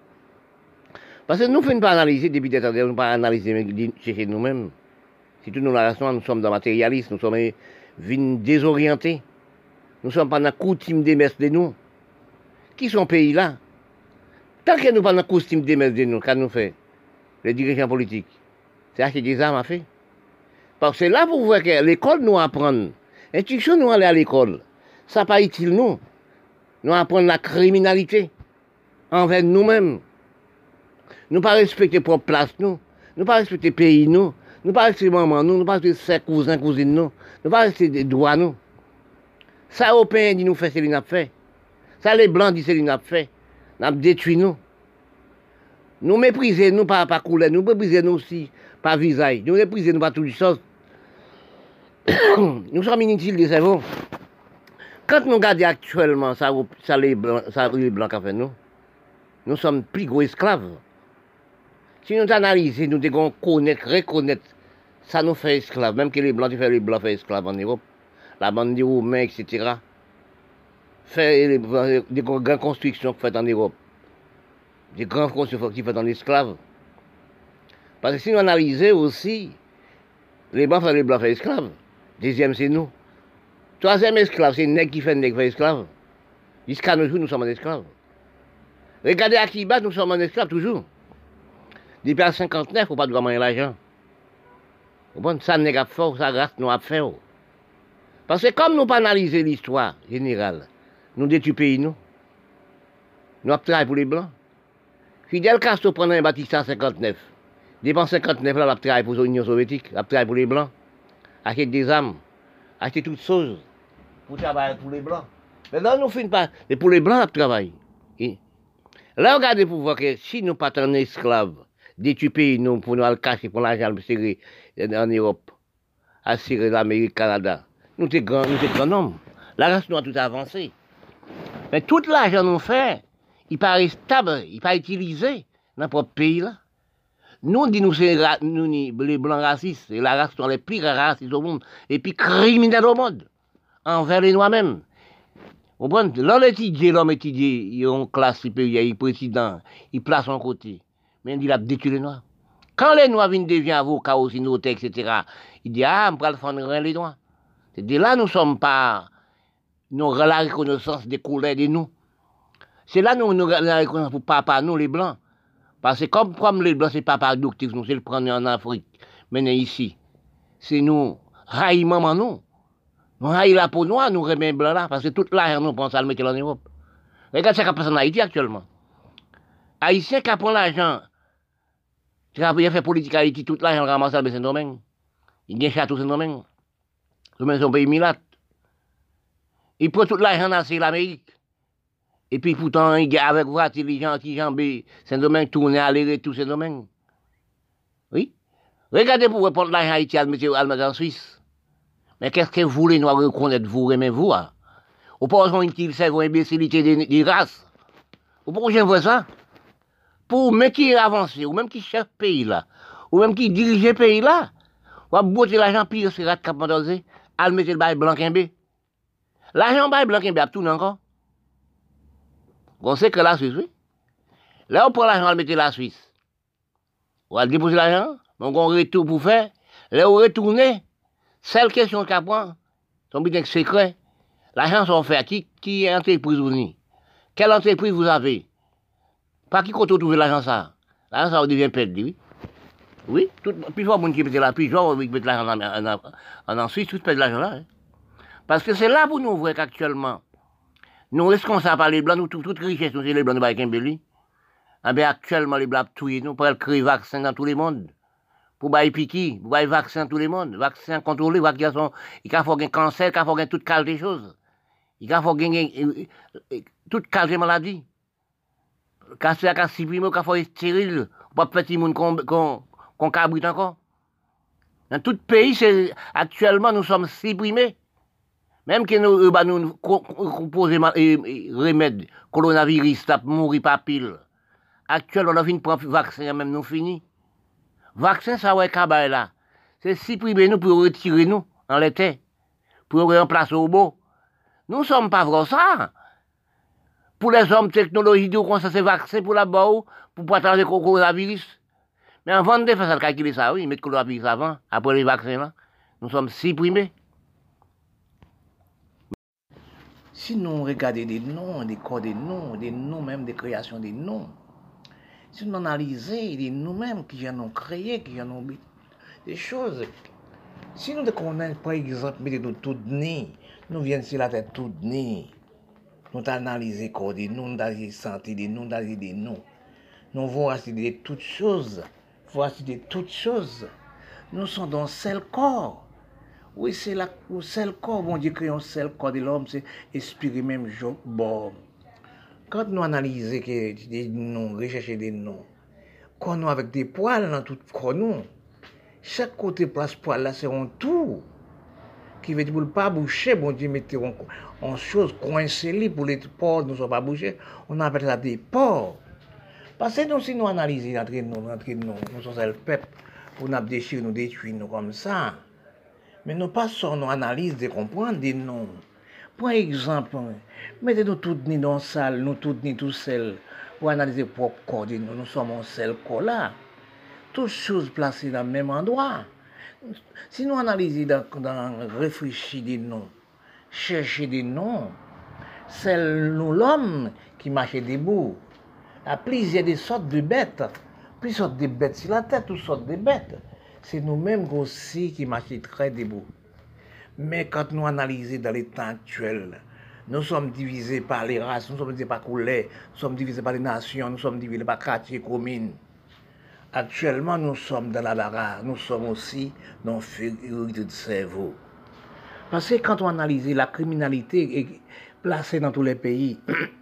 Parce que nous ne faisons pas analyser depuis des temps, nous ne faisons pas analyser chez nous-mêmes. Si tout nous la raison, nous sommes dans le matérialisme, nous sommes désorientés. Nous ne sommes pas dans la coutume des messes de nous. Qui sont pays là? Tant que nous ne sommes pas dans la coutume des messes de nous, qu'est-ce que nous faisons? Les dirigeants politiques. C'est acheter des armes à faire. Parce que là, vous voyez que l'école nous apprend. L'instruction nous aller à l'école. Ça n'est pas utile, nous. Nous apprenons la criminalité envers nous-mêmes. Nous ne pas respecter propre place, nous. Nous ne pas respecter pays, nous. Nous ne pas respecter maman, nous. Nous ne pas respecter ses cousins, cousines, nous. Nous ne pas respecter des droits, nous. Ça, les Européens disent nous fait, c'est ce qu'ils ont fait. Ça, les Blancs disent c'est ce qu'ils ont fait. Nous avons détruit, nous. Nous méprisons, nous, par, par couleur. Nous méprisons, nous aussi, par visage. Nous méprisons, nous, par toutes les choses. Nous sommes inutiles de cerveau. Quand nous regardons actuellement, ça, ça, les Blancs, ça, les Blancs qui ont fait, nous, nous sommes plus gros esclaves. Si nous analysons, nous devons connaître, reconnaître, ça nous fait esclaves. Même que les Blancs, tu fais les Blancs fait esclaves en Europe. la bande des Roumains, et cetera. Faire des grandes constructions faites en Europe. Des grandes constructions qui faites en esclaves. Parce que si nous analysons aussi, les blancs font les blancs faire esclaves. Deuxième, c'est nous. Troisième esclave, c'est les nègres qui font les nègres faire esclaves. Jusqu'à nos jours, nous sommes en esclaves. Regardez à Kiba, nous sommes en esclaves toujours. Depuis à cinquante-neuf, il ne faut pas gagner l'argent. Bon, ça n'est pas fort, ça reste nous à faire. Parce que comme nous pas analyser l'histoire générale, nous détruisons le pays, nous. Nous avons travaillé pour les Blancs. Fidel Castro prenait un bâtiment en cinquante-neuf. Depuis cinquante-neuf, là, il a travaillé pour l'Union soviétique, il a travaillé pour les Blancs. Acheter des armes, acheter toutes choses pour travailler pour les Blancs. Mais là, nous ne finissons pas. Mais pour les Blancs, on travaille. Là, regardez pour voir que si nous ne sommes pas en esclaves, détruire le pays, nous, pour nous le cacher, pour l'argent, le serrer en Europe, à serrer l'Amérique, le Canada, nous sommes grands, nous sommes grands hommes. La race nous a tout avancé. Mais tout l'argent nous fait, il paraît stable, il paraît utilisé dans notre propre pays là. Nous, on dit nous, c'est nous, les blancs racistes, et la race sont les pires racistes au monde, et puis criminels au monde, envers les noirs même. Vous comprenez? L'homme étudié, l'homme étudié, il ont classe supérieure, il est président, il place son côté. Mais il dit, il a détruit les noirs. Quand les noirs viennent devenir avocats aussi, notaires, et cetera, il dit, ah, on va le faire rien les noirs. C'est-à-dire là, nous ne sommes pas, nous avons la reconnaissance des couleurs de nous. C'est là nous nous la reconnaissance pour papa, nous les blancs. Parce que comme, comme les blancs, c'est papa adoptif, nous, c'est le prendre en Afrique, maintenant ici. C'est nous, raï maman, nous. Nous raï la peau noire, nous remet blanc là, parce que toute l'argent, nous pensons à le mettre en Europe. Regarde ce qui passe en Haïti actuellement. Haïtien qui prend l'argent, qui a fait politique à Haïti, toute l'argent ramasse à Saint-Domingue. Il y a un château Saint-Domingue. Nous sommes pays milate. Il prend tout l'argent dans l'Amérique. Et puis pourtant, il y a avec voiture, les gens qui jambent Saint-Domingue, tournent à aller-retour Saint-Domingue. Oui. Regardez pour prendre l'argent Haïti à le mettre en Suisse. Mais qu'est-ce que vous voulez nous reconnaître, vous, aimez vous, hein? Ou pas qu'on utilise cette imbécilité des, des races? Ou pourquoi j'aime voir ça? Pour même qui avance, ou même qui chef pays là, ou même qui dirige le pays là, ou à botter l'argent pire, c'est rat cap mandosé, à le mettre le bail blanc quimbe. L'argent bail blanc quimbe, à tout encore. On sait que la Suisse, oui. Là, on prend l'argent, on le met la Suisse. On va déposer l'argent, donc on retourne pour faire. Là, on retourne. Seule question qu'à prendre, son but secret, l'argent sont fait à qui, qui est entreprise vous ni? Quelle entreprise vous avez? Par qui compte trouver l'argent ça? L'argent ça devient perdu, oui. Oui, tout, plus fort monde qui met la plus fort, qui met l'argent en, en, en, en Suisse, tout perd l'argent là. Hein. Parce que c'est là pour nous voir qu'actuellement, nous responsables par les blancs, nous, toute richesse, nous, c'est les blancs de Baïkembeli. Ah ben actuellement, les blancs tués, nous, pour créer vaccin dans tout le monde. Pour bailler piqui, pour bailler vaccin tout le monde, vaccin contrôlé, vaccin, il faut avoir un cancer, il faut avoir toute qualité des choses. Il faut avoir toute qualité de maladie. Cancer, il faut supprimer, il faut avoir stérile, pas petit monde qu'on cabrite encore. Dans tout pays, actuellement, nous sommes supprimés. Même que nous, bah, nous composons remèdes, coronavirus, ça mourir par pile. Actuellement, on a fini de prendre vaccin, même nous fini. Vaccin, ça ouais, cabal là. C'est supprimer nous pour retirer nous en l'été. Pour remplacer au beau. Nous ne sommes pas vrais ça. Pour les hommes technologiques, nous ça c'est vaccin pour la boue, pour partager le coronavirus. Mais avant de faire ça, calculer ça, oui, mettre le coronavirus avant, après les vaccins là, nous sommes supprimés. Si nous regardons des noms, des corps des noms, des noms même, des créations des noms, si nous analysons les nous-mêmes qui en ont créé, qui en ont des choses, si nous connaissons par exemple, mettez-nous tout nez, nous venons sur la tête tout nez, nous analysons les corps des noms, nous analysons la santé des noms, nous analysons des noms, nous voulons assister de toutes choses, nous voulons assister de toutes choses, nous sommes dans un seul corps. Oui, c'est le seul corps, bon Dieu, créé un seul corps de l'homme, c'est inspiré même jour. Bon, quand nous analysons des noms, rechercher des noms, quand nous avec des poils dans tout corps, nous, chaque côté place poil là, c'est un tout. Qui veut dire pour ne pas boucher, bon Dieu, mettez en chose coincée pour les porcs ne soient pas bouchés, on appelle ça des porcs. Parce que nous, si nous analysons entre nous, entre nous, nous sommes le peuple, pour nous déchirer, nous détruire nous comme ça. Mais nous passons nos analyses de comprendre des noms. Par exemple, mettez-nous tous ni dans la salle, nous tous ni tout seuls, pour analyser le propre corps de nous. Nous sommes un seul corps là. Toutes choses placées dans le même endroit. Si nous analysons, dans, dans réfléchir des noms, chercher des noms, c'est nous l'homme qui marche debout. Il y a plusieurs des sortes de bêtes. Plusieurs sortes de bêtes sur la tête, toutes sortes de bêtes. C'est nous-mêmes aussi qui marchons très debout. Mais quand nous analysons dans les temps actuels, nous sommes divisés par les races, nous sommes divisés par couleurs, nous sommes divisés par les nations, nous sommes divisés par quartiers, communes. Actuellement, nous sommes dans la bagarre, nous sommes aussi dans la figurité de cerveau. Parce que quand on analyse la criminalité est placée dans tous les pays,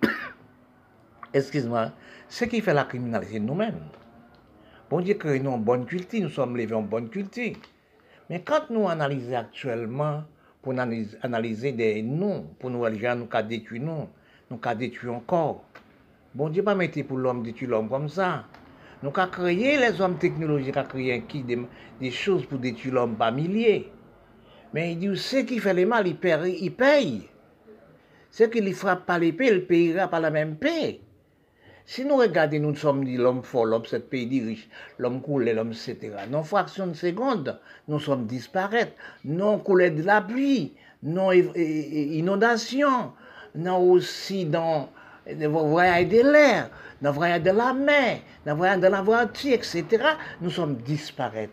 excuse-moi, ce qui fait la criminalité, nous-mêmes. Bon Dieu que nous avons une bonne culture, nous sommes levés en bonne culture. Mais quand nous analysons actuellement, pour analyser des noms, pour nous, les gens, nous avons détruit nous, nous avons détruit encore. Bon Dieu pas mettre pour l'homme détruire l'homme comme ça. Nous avons créé les hommes technologiques, avons créé qui, des, des choses pour détruire l'homme par milliers. Mais il dit, ce qui fait le mal, il paye. Il paye. Ce qui ne frappe pas l'épée, il payera par la même paix. Si nous regardons, nous sommes dit l'homme fort, l'homme cette pays dit riche, l'homme coulé, l'homme et cetera. Non fraction de seconde, nous sommes disparaître. Non coulé de la pluie, non inondation, non aussi dans le voyage de l'air, dans le voyage de la mer, dans le voyage de la voiture, et cetera. Nous sommes disparaître.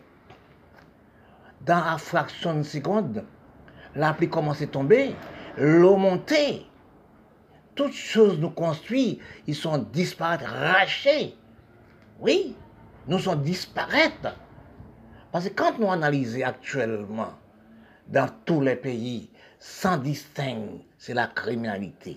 Dans la fraction de seconde, la pluie commence à tomber, l'eau monter. Toutes choses nous construisent, ils sont disparaître, rachés. Oui, nous sommes disparaître. Parce que quand nous analysons actuellement, dans tous les pays, sans distingue, c'est la criminalité.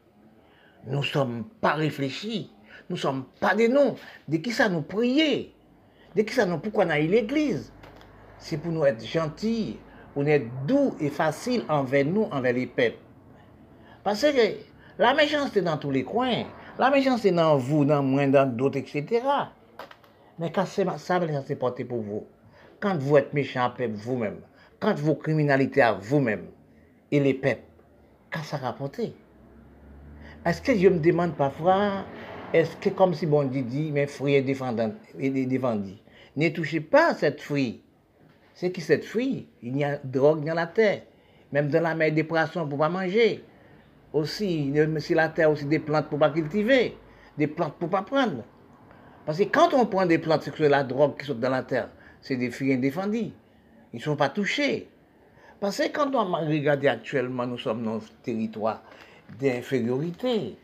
Nous ne sommes pas réfléchis, nous ne sommes pas des noms. De qui ça nous prier? De qui ça nous pourquoi on a eu l'église? C'est pour nous être gentils, pour nous être doux et faciles envers nous, envers les peuples. Parce que la méchanceté dans tous les coins, la méchanceté dans vous, dans moi, dans d'autres, et cetera. Mais quand c'est ça, c'est porté pour vous. Quand vous êtes méchant peuple vous-même, quand vous criminalité à vous-même et les peuples, qu'est-ce que ça rapporte? Est-ce que je me demande parfois, est-ce que comme si bon Dieu dit, mes fruits est défendu, ne touchez pas à cette fruit. C'est qui cette fruit? Il y a drogue dans la terre, même dans la mer des poissons pour ne pas manger. Aussi, sur la terre, aussi des plantes pour ne pas cultiver, des plantes pour ne pas prendre. Parce que quand on prend des plantes, c'est que la drogue qui saute dans la terre, c'est des fruits indéfendus. Ils ne sont pas touchés. Parce que quand on regarde actuellement, nous sommes dans un territoire d'infériorité.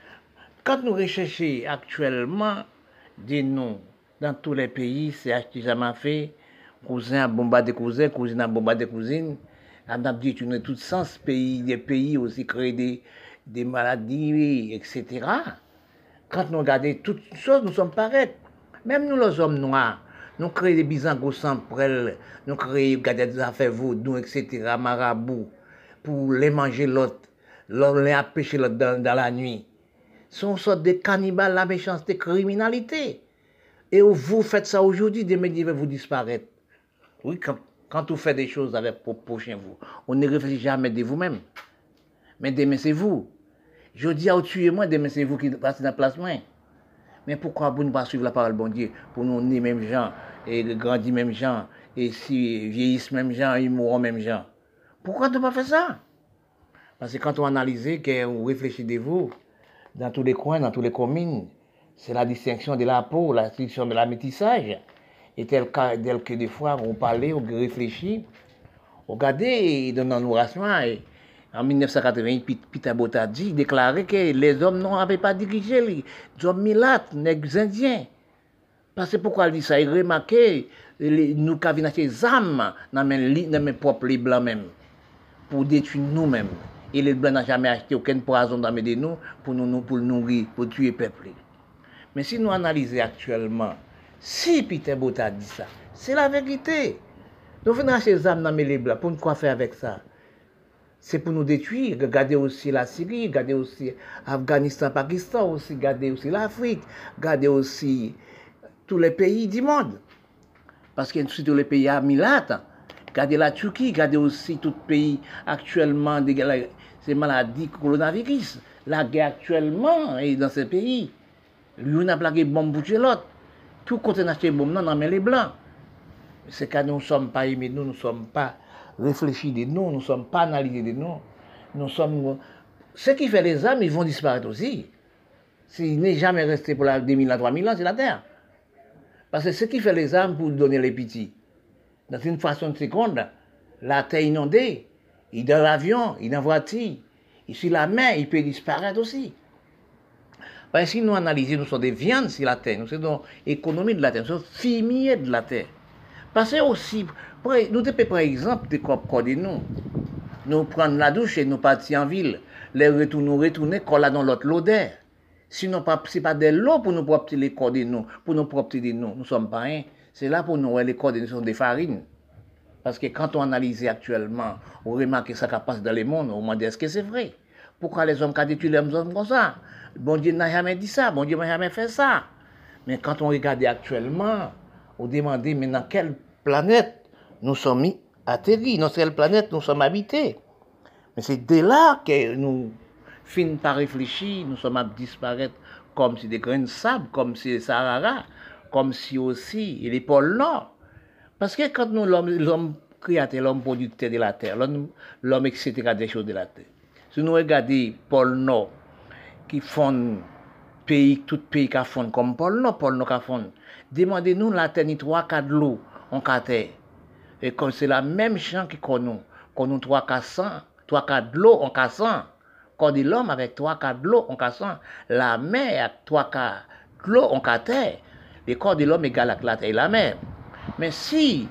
Quand nous recherchons actuellement des noms dans tous les pays, c'est acheté jamais fait, cousin à bombarder cousin, cousine à bombarder cousine. On a dit que tout sens, pays, des pays aussi créent des, des maladies, et cetera. Quand nous regardons toutes choses, nous sommes pareils. Même nous, les hommes noirs, nous créons des bisangos sans prêle, nous créons des affaires vaudou, et cetera, marabouts, pour les manger l'autre, les empêcher l'autre dans, dans la nuit. Ce sont sortes de cannibales, la méchanceté, criminalité. Et vous faites ça aujourd'hui, demain, il va vous disparaître. Oui, quand, quand vous faites des choses avec vos prochains vous, on ne réfléchit jamais de vous-même. Mais demain, c'est vous. Je dis à tuer moi, demain, c'est vous qui passez dans la place. Mais pourquoi vous ne pas suivre la parole de bon Dieu pour nous nés même gens, et grandir même gens, et si vieillissent même gens, et mourront même gens? Pourquoi ne pas faire ça? Parce que quand on analyse, que on réfléchit de vous, dans tous les coins, dans toutes les communes, c'est la distinction de la peau, la distinction de la métissage. Et tel que, tel que des fois, on parlait, on réfléchit, on regardait dans nos rassemblements. En mille neuf cent quatre-vingt-huit, Peter Botha dit, déclarait que les hommes n'avaient pas dirigé, les hommes milates, les Indiens. Parce que pourquoi il dit ça? Il remarquait, nous qui avons acheté des âmes dans mes propres les blancs même, pour détruire nous-mêmes. Et les blancs n'ont jamais acheté aucun poison dans de nous pour nous, pour nous nourrir, pour tuer le peuple. Mais si nous analysons actuellement, si Peter Botha dit ça, c'est la vérité. Nous venons acheter des âmes dans les blancs, pour nous quoi faire avec ça? C'est pour nous détruire. Regardez aussi la Syrie, regardez aussi Afghanistan, Pakistan, aussi, regardez aussi l'Afrique, regardez aussi tous les pays du monde. Parce que tous les pays à Milat, Regardez la Turquie, regardez aussi tout pays actuellement, des, ces maladies coronavirus. La guerre actuellement est dans ces pays. Lui, on a plaqué bombe pour l'autre. Tout côté d'acheter bombe, non, on met les blancs. C'est que nous ne sommes pas aimés, nous ne sommes pas réfléchis de nous, nous ne sommes pas analysés de nous. Nous sommes. Ce qui fait les âmes, ils vont disparaître aussi. S'il n'est jamais resté pour la deux mille à trois mille ans, c'est la terre. Parce que ce qui fait les âmes pour donner les petits, dans une fraction de seconde, la terre inondée, il est dans l'avion, il est dans la voiture, il est sur la mer, il peut disparaître aussi. Parce que si nous analysons, nous sommes des viandes sur la terre, nous sommes dans l'économie de la terre, nous sommes fumiers de la terre. Parce que aussi, nous devons par exemple des corps de nous. Nous prenons la douche et nous partons en ville. Les retours, nous retournons quand là dans l'autre l'odeur. Sinon, ce n'est pas de l'eau pour nous propter les corps de nous, pour nous propter de nous. Nous ne sommes pas rien. C'est là pour nous, les corps de nous sont des farines. Parce que quand on analyse actuellement, on remarque que ça passe dans le monde, on demande est-ce que c'est vrai? Pourquoi les hommes qui tuent les hommes comme ça? Bon Dieu n'a jamais dit ça, bon Dieu n'a jamais fait ça. Mais quand on regarde actuellement, on demande mais dans quelle planète nous sommes mis atterris, dans quelle planète nous sommes habités. Mais c'est dès là que nous finissons par réfléchir, nous sommes à disparaître comme si des grains de sable, comme si les Sahara, comme si aussi les pôles Nord. Parce que quand nous, l'homme, l'homme créateur, l'homme producteur de la terre, l'homme, l'homme et cetera des choses de la terre, si nous regardons pôle Nord, qui font pays, tout pays qui font comme pôle Nord, pôle Nord qui font, demandez-nous la terre, ni trois, quatre l'eau, en terre. Et comme c'est la même champ qui connaît, qu'on nous trois, quatre cents, trois, quatre l'eau en cassant, qu'on dit l'homme avec trois, quatre l'eau en cassant, la mer avec trois, quatre l'eau en terre, le corps de l'homme égal avec la terre et la mer. Mais si,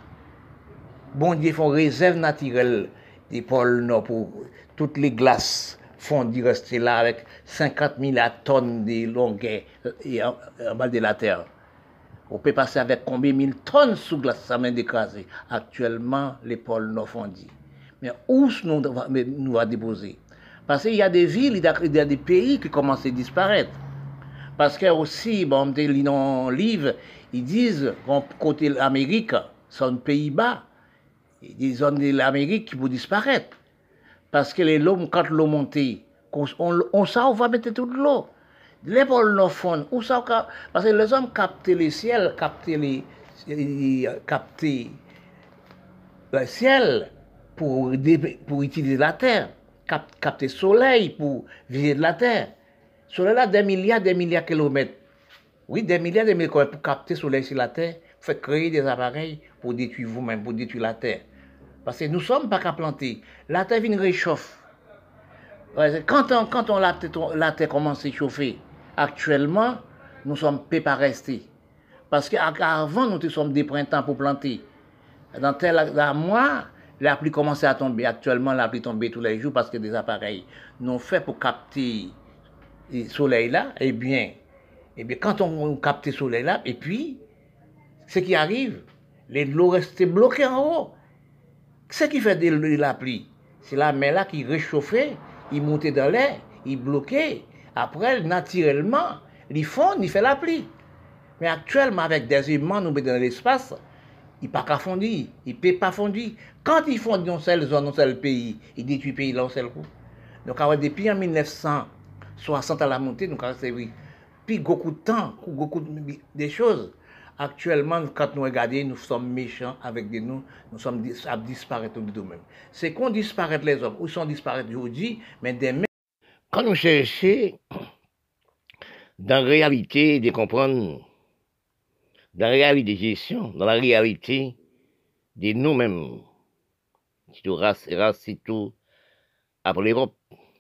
bon Dieu, font réserve naturelle des pôles Nord pour toutes les glaces fondues rester là avec cinquante mille tonnes de longueur et en, en bas de la terre. On peut passer avec combien de mille tonnes sous glace, ça m'a écrasé. Actuellement, les pôles Nord fondus. Mais où nous nous va déposer? Parce qu'il y a des villes, il y a des pays qui commencent à disparaître. Parce que aussi, bon, dans le livre, ils disent qu'en côté de l'Amérique, c'est un Pays-Bas, des zones de l'Amérique qui vont disparaître. Parce que les l'eau, quand l'eau monte, on, on, on sait où va mettre toute l'eau. Les pôles Nord font, où ça, parce que les hommes captent le ciel, captent les, captent le ciel pour, pour utiliser la terre, captent, capter le soleil pour viser de la terre. Le soleil là, des milliards, des milliards de kilomètres. Oui, des milliards, des milliards de kilomètres pour capter le soleil sur la terre, vous faites créer des appareils pour détruire vous-même, pour détruire la terre. Parce que nous ne sommes pas qu'à planter. La terre vient réchauffer. Quand, on, quand on, la, la terre commence à chauffer, actuellement, nous ne sommes pas restés. Parce qu'avant, nous sommes des printemps pour planter. Dans tel mois, la pluie commence à tomber. Actuellement, la pluie tombe tous les jours parce que des appareils nous fait pour capter le soleil là. Eh bien, eh bien quand on capte le soleil là, et puis, ce qui arrive, les l'eau reste bloquée en haut. Ce qui fait de la pluie, c'est la mer là qui réchauffait, il montait dans l'air, il bloquait. Après, naturellement, il fond, il fait la pluie. Mais actuellement, avec des humains, nous mettons dans l'espace, il ne peut pas fondre, il ne peut pas fondre. Quand ils fondent dans une seule zone, dans un seul pays, ils détruisent le pays dans un seul coup. Donc, depuis en mille neuf cent soixante à la montée, nous avons servi puis beaucoup de temps, beaucoup de choses. Actuellement, quand nous regardons, nous sommes méchants avec des nous, nous sommes à disparaître de nous-mêmes. C'est qu'on disparaît les hommes, ou sont disparaître aujourd'hui, mais demain. Quand nous cherchons, dans la réalité, de comprendre, dans la réalité de gestion, dans la réalité de nous-mêmes, surtout race et race, surtout après l'Europe.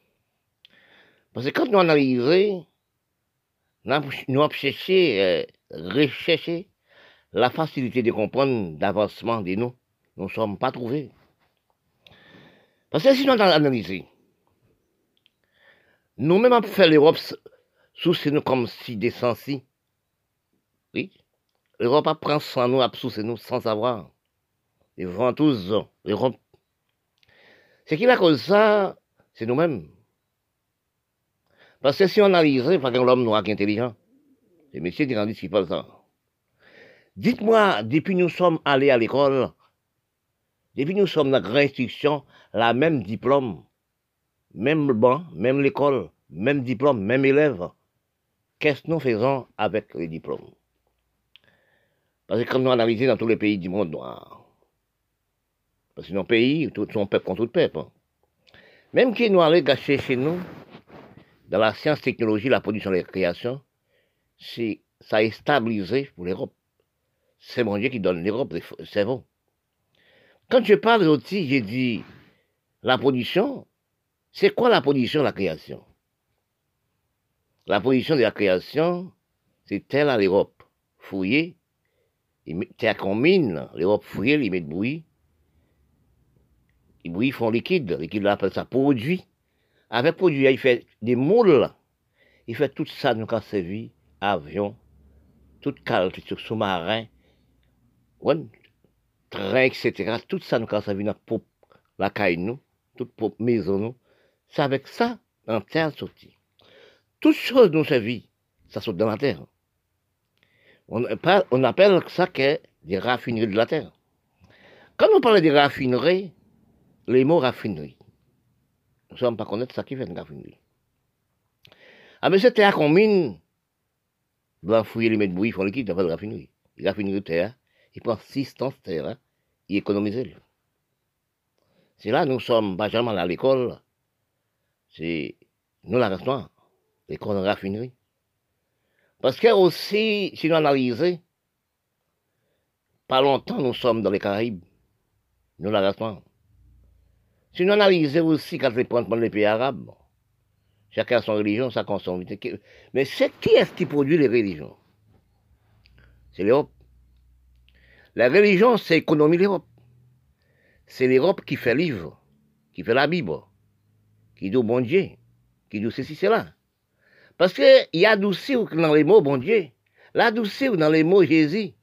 Parce que quand nous analysons, nous avons cherché, euh, recherché la facilité de comprendre l'avancement de nous. Nous ne sommes pas trouvés. Parce que si nous analysons, nous-mêmes avons fait l'Europe sous nous comme si des sensi. Oui. L'Europe apprend sans nous, sous nous sans savoir. Les ventouses, l'Europe. Ce qui la cause ça, c'est nous-mêmes. Parce que si on analyse, par exemple, l'homme noir qui est intelligent, c'est messieurs qui rendent ce qui passe ça. Dites-moi, depuis nous sommes allés à l'école, Depuis nous sommes dans la grande instruction, la même diplôme, même banc, même l'école, même diplôme, même élève. Qu'est-ce que nous faisons avec les diplômes? Parce que quand nous analysons dans tous les pays du monde noir, parce que nos pays, tout son peuple contre tout peuple. Même qui nous allons gâcher chez nous, dans la science, technologie, la production et la création, c'est, ça est stabilisé pour l'Europe. C'est mon Dieu qui donne l'Europe, c'est bon. Quand je parle aussi, j'ai dit, la production, c'est quoi la production, la création? La production de la création, c'est telle à l'Europe. Fouiller, terre qu'on mine, l'Europe fouiller, ils mettent bruit. Les bruits font liquide, liquide là appelle ça produit. Avec produit, il fait des moules. Il fait tout ça, nous avons servi, avion, tout cale, tout sous-marin, ouais, train, et cetera. Tout ça, nous avons servi pour la caille, nous, toute pour maison, nous. C'est avec ça, en terre sortie. Toutes choses nous servent, ça saute dans la terre. On, on appelle ça que des raffineries de la terre. Quand on parle des raffineries, les mots raffinerie, nous ne sommes pas connaître ça qui fait une raffinerie. Ah, mais cette terre qu'on mine, doit fouiller les mètres bouillis, ils font liquide, ils appellent raffinerie. Les raffineries de terre, ils prennent six tonnes de terre, hein, ils économisent. C'est là, nous sommes pas jamais à l'école, c'est nous la restaurant, l'école de raffinerie. Parce que aussi, si nous analysons, pas longtemps, nous sommes dans les Caraïbes, nous la restaurant. Si nous analysons aussi quand les prendre les pays arabes, chacun a son religion, sa consommation. Mais c'est qui est-ce qui produit les religions? C'est l'Europe. La religion, c'est l'économie de l'Europe. C'est l'Europe qui fait livre, qui fait la Bible, qui dit bon Dieu, qui dit ceci, cela. Parce qu'il y a adouci dans les mots bon Dieu, l'adouci dans les mots Jésus.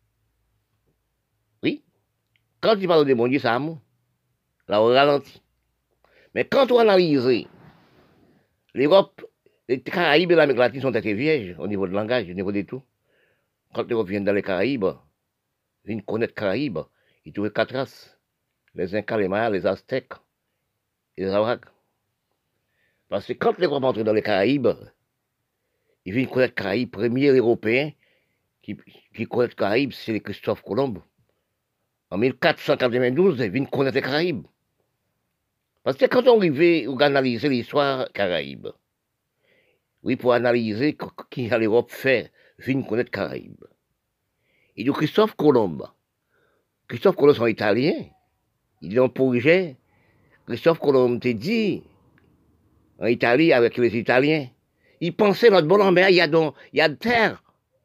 Oui. Quand tu parles de bon Dieu, c'est amour. Là, on ralentit. Mais quand on analyse l'Europe, les Caraïbes et l'Amérique latine sont très vierges au niveau de langage, au niveau de tout. Quand l'Europe vient dans les Caraïbes, vient connaître les Caraïbes, ils trouvent quatre races. Les Incas, les Mayas, les Aztèques et les Arawaks. Parce que quand l'Europe entre dans les Caraïbes, ils viennent connaître les Caraïbes. Premier Européen qui, qui connaît les Caraïbes, c'est Christophe Colomb. En mille quatre cent quatre-vingt-douze, ils viennent connaître les Caraïbes. Parce que quand on arrivait à analyser l'histoire Caraïbes, oui, pour analyser qui l'Europe fait, vient connaître les Caraïbes. Et donc Christophe Colomb, Christophe Colomb sont italiens, ils ont un projet, Christophe Colomb te dit, en Italie avec les Italiens, ils pensaient notre bon en mer, il y a donc, il y a de terre.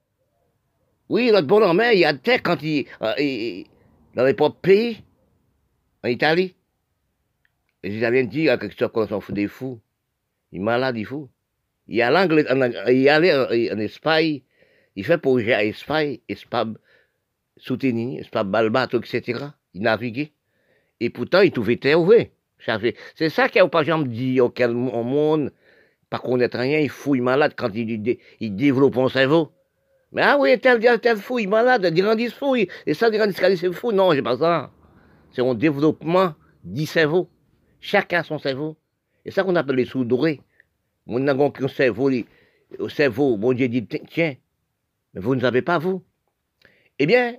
Oui, notre bon en mer, il y a de terre quand il, euh, dans les propres pays, en Italie. Les Italiens disent à Christophe Colomb sont des fous. Il est malade, il est fou. Il est allé en, en Espagne, il fait projet à Espagne, Espagne, Soutenini, Espagne, Balbato, et cetera. Il naviguait. Et pourtant, il trouvait terre ouverte. C'est ça qu'il n'y a pas jamais dit auquel monde, pas connaître rien, il fouille malade quand il, il développe son cerveau. Mais ah oui, tel, tel fou, il est malade, Dirandis fou, et ça, Dirandis c'est fou. Non, c'est pas ça. C'est un développement du cerveau. Chacun a son cerveau. Et ça qu'on appelle les sous-dorés. Mon n'a qu'un cerveau, le cerveau, bon Dieu dit, tiens, mais vous ne savez pas, vous. Eh bien,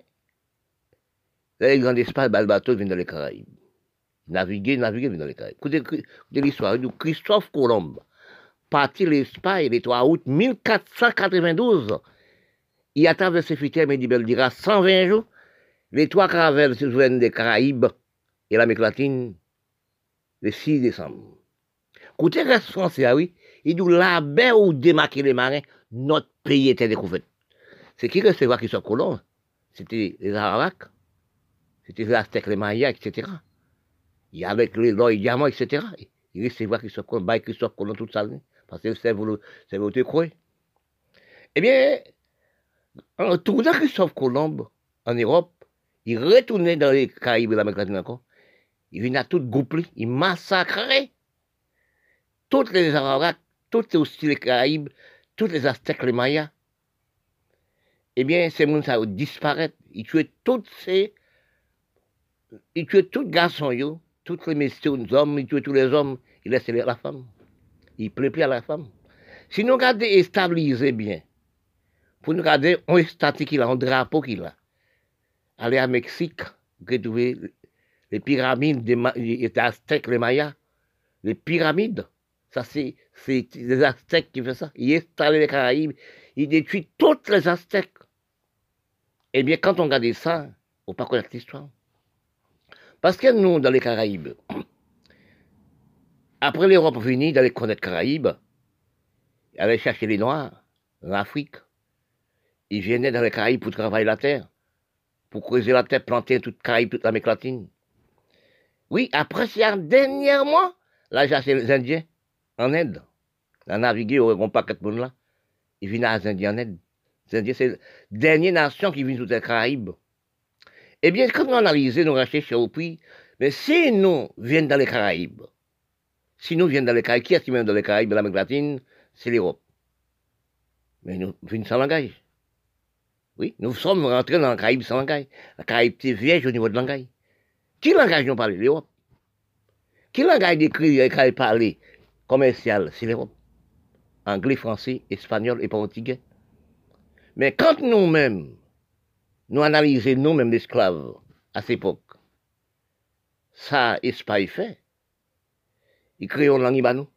les grands espaces, le bateau vient dans les Caraïbes. Naviguer, naviguer, vient dans les Caraïbes. Écoutez, écoutez l'histoire de Christophe Colomb, parti l'Espagne le trois août mille quatre cent quatre-vingt-douze. Il a traversé Fitière, mais il dira cent vingt jours. Les trois caravelles se joignent des Caraïbes et l'Amérique latine le six décembre. Écoutez, reste français, oui. Il dit là-bas où démarquer les marins, notre pays était découvert. C'est qui recevait Christophe Colomb? C'était les Arawaks, c'était les Aztèques, les Mayas, et cetera. Il y avait les l'or et diamants, et cetera. Il recevait Christophe Colomb, bah Christophe Colomb toute sa vie, parce que le cerveau, cerveau était creux. Eh bien, en retournant Christophe Colomb en Europe, il retournait dans les Caraïbes et l'Amérique latine encore. Il venait à tout grouper, il massacrait toutes les Arawaks, toutes aussi les Caraïbes, toutes les Aztèques, les Mayas. Eh bien, ces gens ça disparaît. Ils tuaient toutes ces il tue tous les garçons, yo, tous les messieurs, les hommes, il tue tous les hommes, il laisse la femme. Il plaît plus à la femme. Si nous regardons et stabiliser bien, pour nous regarder un statut qu'il a, un drapeau qu'il a, aller à Mexique, retrouver les pyramides des, des Aztèques, les Mayas, les pyramides, ça c'est les Aztèques qui font ça. Ils installent les Caraïbes, ils détruisent toutes les Aztèques. Eh bien, quand on regarde ça, on ne peut pas connaître l'histoire. Parce que nous, dans les Caraïbes, après l'Europe venue d'aller connaître les Caraïbes, aller chercher les Noirs en Afrique. Ils venaient dans les Caraïbes pour travailler la terre, pour creuser la terre, planter toute Caraïbes, toute l'Amérique latine. Oui, après, c'est dernièrement, là, j'ai acheté les Indiens en Inde. On navigué au grand paquet de monde là. Ils viennent à les Indiens en Inde. Les Indiens, c'est la dernière nation qui vient sur les Caraïbes. Eh bien, quand nous analysons, nous recherchons au prix, mais si nous venons dans les Caraïbes, si nous venons dans les Caraïbes, qui est-ce qui vient dans les Caraïbes, l'Amérique latine, c'est l'Europe. Mais nous venons sans langage. Oui, nous sommes rentrés dans la Caraïbe sans langage. La Caraïbe est vierge au niveau de langage. Qui langage nous parle? L'Europe. Qui langage d'écrit et parler commercial? C'est l'Europe. Anglais, français, espagnol et portugais. Mais quand nous-mêmes, nous analysons nous-mêmes l'esclave à cette époque, ça, Espagne fait. Ils créent une langue ibanou.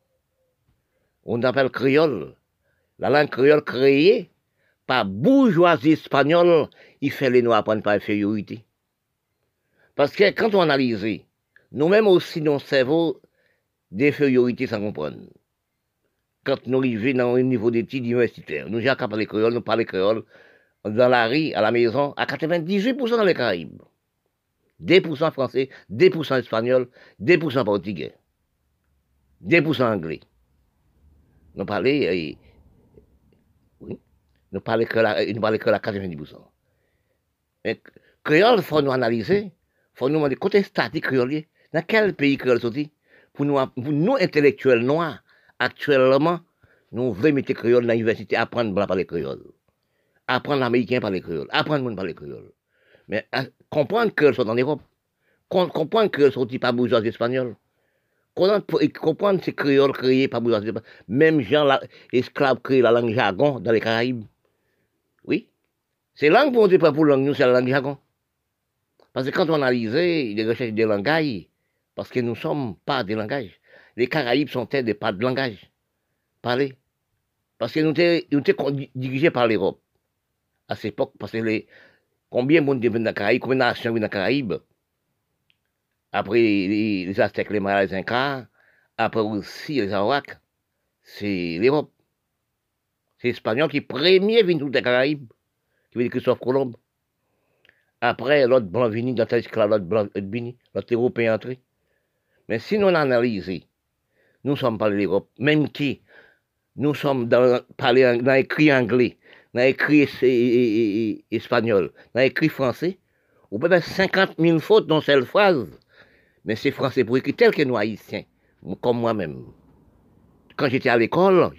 On appelle créole. La langue créole créée par bourgeoisie espagnole, il fait les noirs apprendre par infériorité. Parce que quand on analyse, nous-mêmes aussi, nos cerveaux d'infériorité sans comprendre. Quand nous arrivons dans un niveau d'études universitaires, nous avons parlé créole, nous parlons créole, dans la rue, à la maison, à quatre-vingt-dix-huit pour cent dans les Caraïbes. deux pour cent français, deux pour cent espagnol, deux pour cent portugais, deux pour cent anglais. Nous parlons, euh, oui, nous parlons que la, nous parlons que la quatre-vingt-dix pour cent. Mais créole, il faut nous analyser, il faut nous demander côté statique créole, dans quel pays créole sorti? Pour nous, pour nous intellectuels noirs, actuellement, nous voulons mettre créole dans l'université, apprendre blanc par les créoles, apprendre l'américain par les créoles, apprendre le monde par les créoles. Mais à, comprendre que sont en Europe, comprendre que sont pas bourgeois espagnols, comprendre ces créoles créés par bourgeois espagnols, même gens esclaves créent la langue jargon dans les Caraïbes. Oui, c'est langue pour on dit pas pour langue, nous c'est la langue jargon. Parce que quand on analyse les recherches des langages, parce que nous ne sommes pas des langages, les Caraïbes sont des pas de langage. Parler. Parce que nous étions dirigés par l'Europe à cette époque, parce que les, combien de monde viennent dans les Caraïbes, combien de nations viennent dans les Caraïbes, après les, les Aztèques, les Mayas, les Incas, après aussi les Arawaks, c'est l'Europe. C'est l'Espagnol qui premier vient dans les Caraïbes, qui veut dire Christophe Colomb. Après, l'autre blanc venu dans l'esclave, l'autre blanc venu, l'autre Européen entré. Mais si nous analysons, nous sommes pas l'Europe, même qui, nous sommes dans, parler, dans l'écrit anglais, dans l'écrit espagnol, dans l'écrit français, on peut faire cinquante mille fautes dans cette phrase. Mais c'est français pour écrire tel que nous haïtiens, comme moi-même. Quand j'étais à l'école,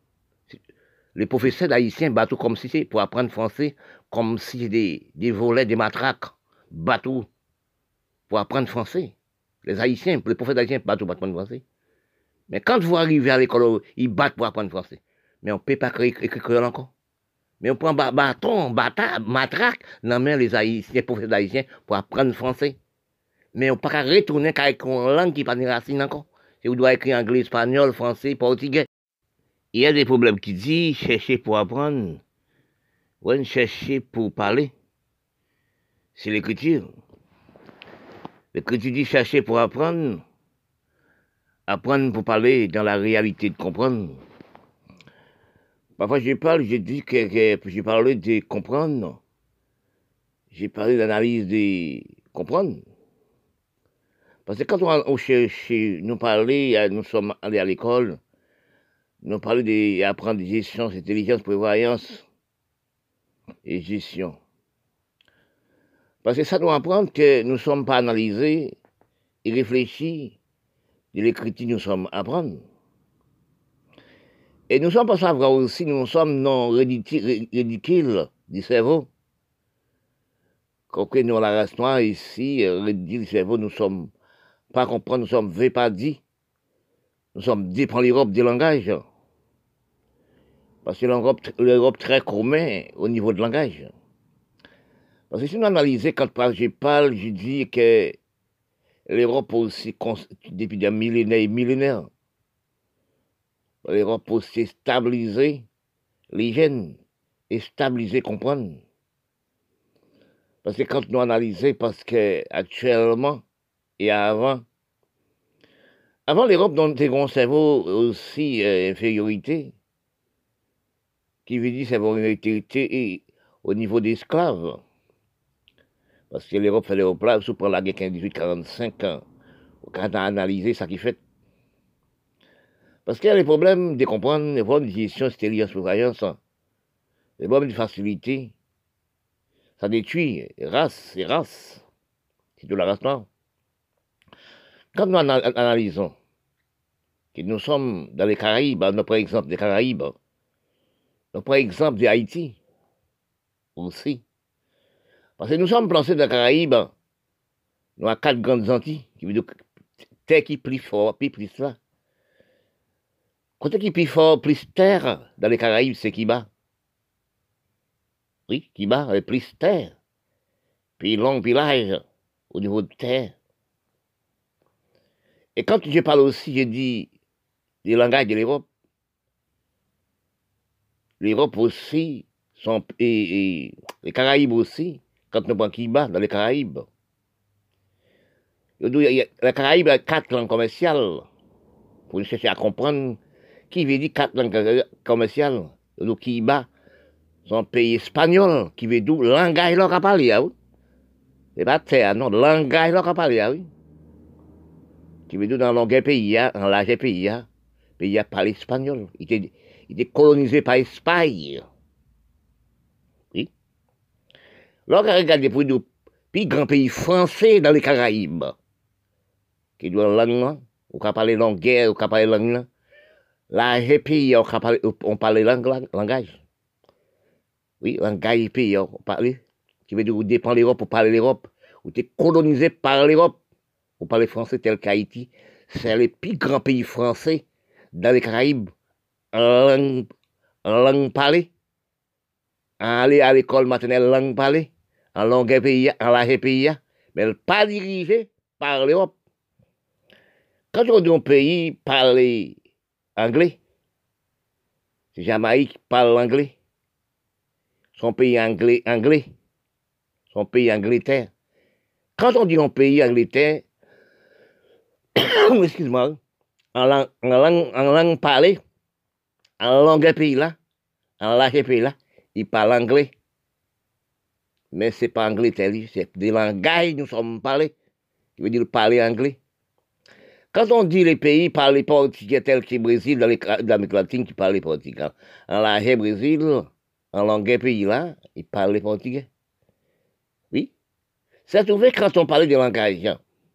les professeurs d'haïtiens battent comme si c'est pour apprendre français, comme si c'était des, des volets, des matraques, bateaux pour apprendre français. Les haïtiens, les professeurs d'haïtiens battent pour apprendre français. Mais quand vous arrivez à l'école, ils battent pour apprendre français. Mais on ne peut pas écrire créole encore. Mais on prend bâton, bâtard, matraque, dans main les haïtiens, les professeurs d'haïtiens pour apprendre français. Mais on ne peut pas retourner avec une langue qui n'a pas de racine encore. Et vous devez écrire anglais, espagnol, français, portugais. Il y a des problèmes qui disent chercher pour apprendre, ou chercher pour parler. C'est l'écriture. L'écriture dit chercher pour apprendre, apprendre pour parler dans la réalité de comprendre. Parfois je parle, je dis que, que j'ai parlé de comprendre. J'ai parlé d'analyse de comprendre. Parce que quand on, on cherche, nous parler, nous sommes allés à l'école, nous parlons d'apprendre des gestion, intelligence, prévoyance et gestion. Parce que ça doit apprendre que nous ne sommes pas analysés et réfléchis de l'écriture nous sommes à apprendre. Et nous ne sommes pas savoir aussi, nous sommes non ridicules du cerveau. que nous, la race noire, ici, euh, dit le cerveau, nous sommes pas comprendre, nous sommes V pas dit. Nous sommes dépend l'Europe des langages. Parce que l'Europe, l'Europe très commun au niveau de langage. Parce que si nous analysons, quand je parle, je dis que l'Europe aussi, depuis des millénaires et millénaires, l'Europe aussi stabilisé les gènes et stabilisé comprendre. Parce que quand nous analysons, parce que actuellement et avant, avant l'Europe dans un grand cerveau aussi euh, infériorité, qui veut dire cerveau infériorité au niveau des esclaves. Parce que l'Europe fait l'Europe là, sous pour la guerre dix-huit quarante-cinq ans, quand on a analysé ça qui fait. Parce qu'il y a les problèmes de comprendre, les problèmes de gestion extérieure, surveillance, les problèmes de facilité. Ça détruit race et race. C'est de la race noire. Quand nous analysons que nous sommes dans les Caraïbes, nous prenons exemple des Caraïbes, nous prenons exemple de Haïti aussi. Parce que nous sommes placés dans les Caraïbes, nous avons quatre grandes Antilles, qui veut dire terre qui plus fort, puis plus là. Côté qui plus fort, plus terre dans les Caraïbes, c'est Kiba. Oui, Kiba, est plus terre. Puis long, puis large, au niveau de terre. Et quand je parle aussi, je dis des langages de l'Europe. L'Europe aussi, sont, et, et les Caraïbes aussi, quand nous prenons Kiba dans les Caraïbes. Les Caraïbes ont quatre langues commerciales. Pour chercher à comprendre qui veut dire quatre langues commerciales. Le Kiba, c'est un pays espagnol qui veut dire langage leur à parler. C'est pas terre, non, langage leur à parler. Oui. Qui veut dire dans le long pays, dans l'âge pays, le pays a parlé espagnol. Il était, il était colonisé par l'Espagne. Oui. Lorsqu'on regarde pour le plus grand pays français dans les Caraïbes, qui doit la langue, on peut parler langue guerre, on peut parler langue, l'âge pays, on peut parler, on parle langue, langage. Oui, langage pays, on parle. Qui veut dire, on dépend de l'Europe pour parler l'Europe. On était colonisé par l'Europe. On parle français tel qu'Haïti. C'est le plus grand pays français dans les Caraïbes en langue, en langue parlée. Aller à l'école maternelle, langue parlée. En langue pays, en langue pays. Mais pas dirigé par l'Europe. Quand on dit un pays parle anglais, c'est Jamaïque parle anglais. Son pays anglais, anglais. Son pays Angleterre. Quand on dit un pays Angleterre, excuse-moi, en langue, en langue, en langue parlée, en langue pays là, en langue pays là, il parle anglais. Mais c'est pas Angleterre, c'est des langages nous sommes parlés. qui veut dire parler anglais. Quand on dit les pays parlent portugais tels que le Brésil, dans l'Amérique latine, qui parlent portugais. En l'Argentine, Brésil, en langue pays là, ils parlent portugais. Oui. C'est trouvé quand on parlait de langage.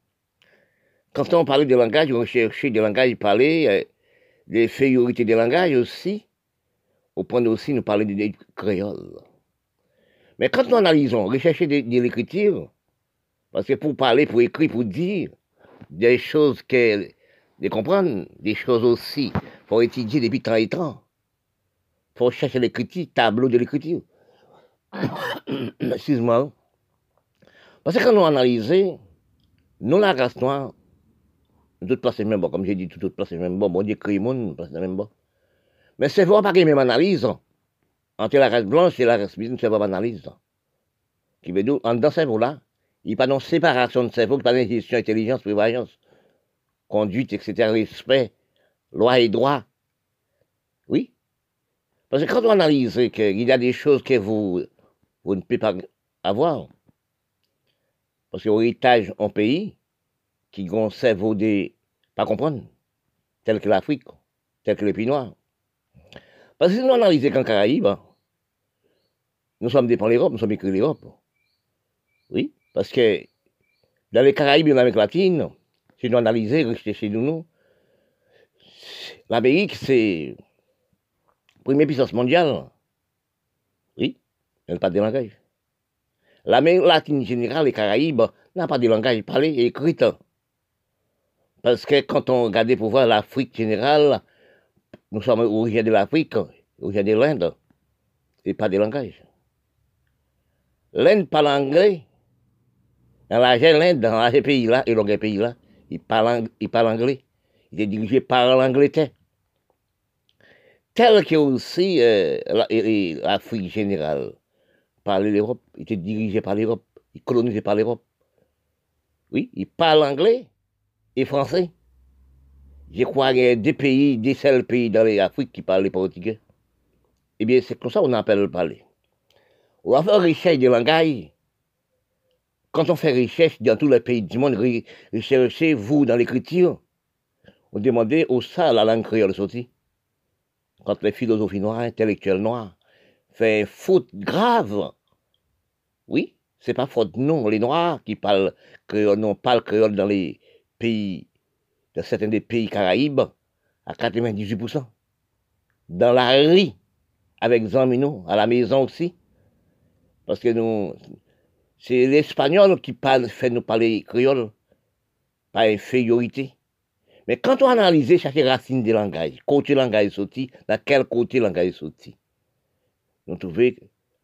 Quand on parlait de langage, on cherchait des langages parlés, euh, des infériorités des langages aussi. Au point aussi, nous parler de créole. Mais quand nous analysons, rechercher de, de l'écriture, parce que pour parler, pour écrire, pour dire des choses que, de comprendre, des choses aussi, pour étudier depuis temps et temps. Pour chercher l'écriture, tableau de l'écriture. Excuse-moi. Parce que quand nous analysons, nous, la race noire, toute place est même bon, comme j'ai dit, toute place est même bon, bon Dieu crée le monde, place est même bon. Mais c'est vrai pas qu'il y ait même analyse entre la race blanche et la race blanche, c'est pas analyse. Qui veut dire, en dans ce cerveau-là, il n'y a pas de séparation de cerveau, il n'y a pas de gestion, intelligence, prévoyance, conduite, et cetera, respect, loi et droit. Oui. Parce que quand on analyse qu'il y a des choses que vous, vous ne pouvez pas avoir, parce que l'héritage en pays, qui ont un cerveau de pas comprendre, tel que l'Afrique, tel que les pays noirs. Parce que si nous analysons qu'en Caraïbes, nous sommes dépendants de l'Europe, nous sommes écrits de l'Europe. Oui, parce que dans les Caraïbes et en Amérique latine, si nous analysons, restez chez nous, l'Amérique, c'est la première puissance mondiale. Oui, elle n'a pas de langage. L'Amérique latine générale, les Caraïbes, n'a pas de langage parlé et écrit. Parce que quand on regarde pour voir l'Afrique générale, nous sommes originaires de l'Afrique, originaires de l'Inde, et pas de langage. L'Inde parle anglais. Dans l'Inde, dans ces pays-là, et dans ces pays-là, ils parlent, ils parlent anglais. Il est dirigé par l'Angleterre. Tel que aussi euh, l'Afrique générale par l'Europe, il était dirigé par l'Europe, il est colonisé par l'Europe. Oui, il parle anglais et français. Je crois qu'il y a deux pays, des seuls pays dans l'Afrique qui parlent le portugais. Eh bien, c'est comme ça qu'on appelle le parler. On va faire recherche de langage. Quand on fait recherche dans tous les pays du monde, recherchez vous dans l'écriture. On demandait au ça la langue créole sortie. Quand les philosophies noires, intellectuels noirs, fait faute grave. Oui, c'est pas faute, non. Les noirs qui parlent créole, non, parlent créole dans les pays, dans certains des pays Caraïbes, à quatre-vingt-dix-huit pour cent. Dans la rue, avec Zamino, à la maison aussi. Parce que nous, c'est l'espagnol qui parle, fait nous parler créole, par infériorité. Mais quand on analyse chaque racine des langages, côté langage sorti, dans quel côté langage sorti, nous trouvons que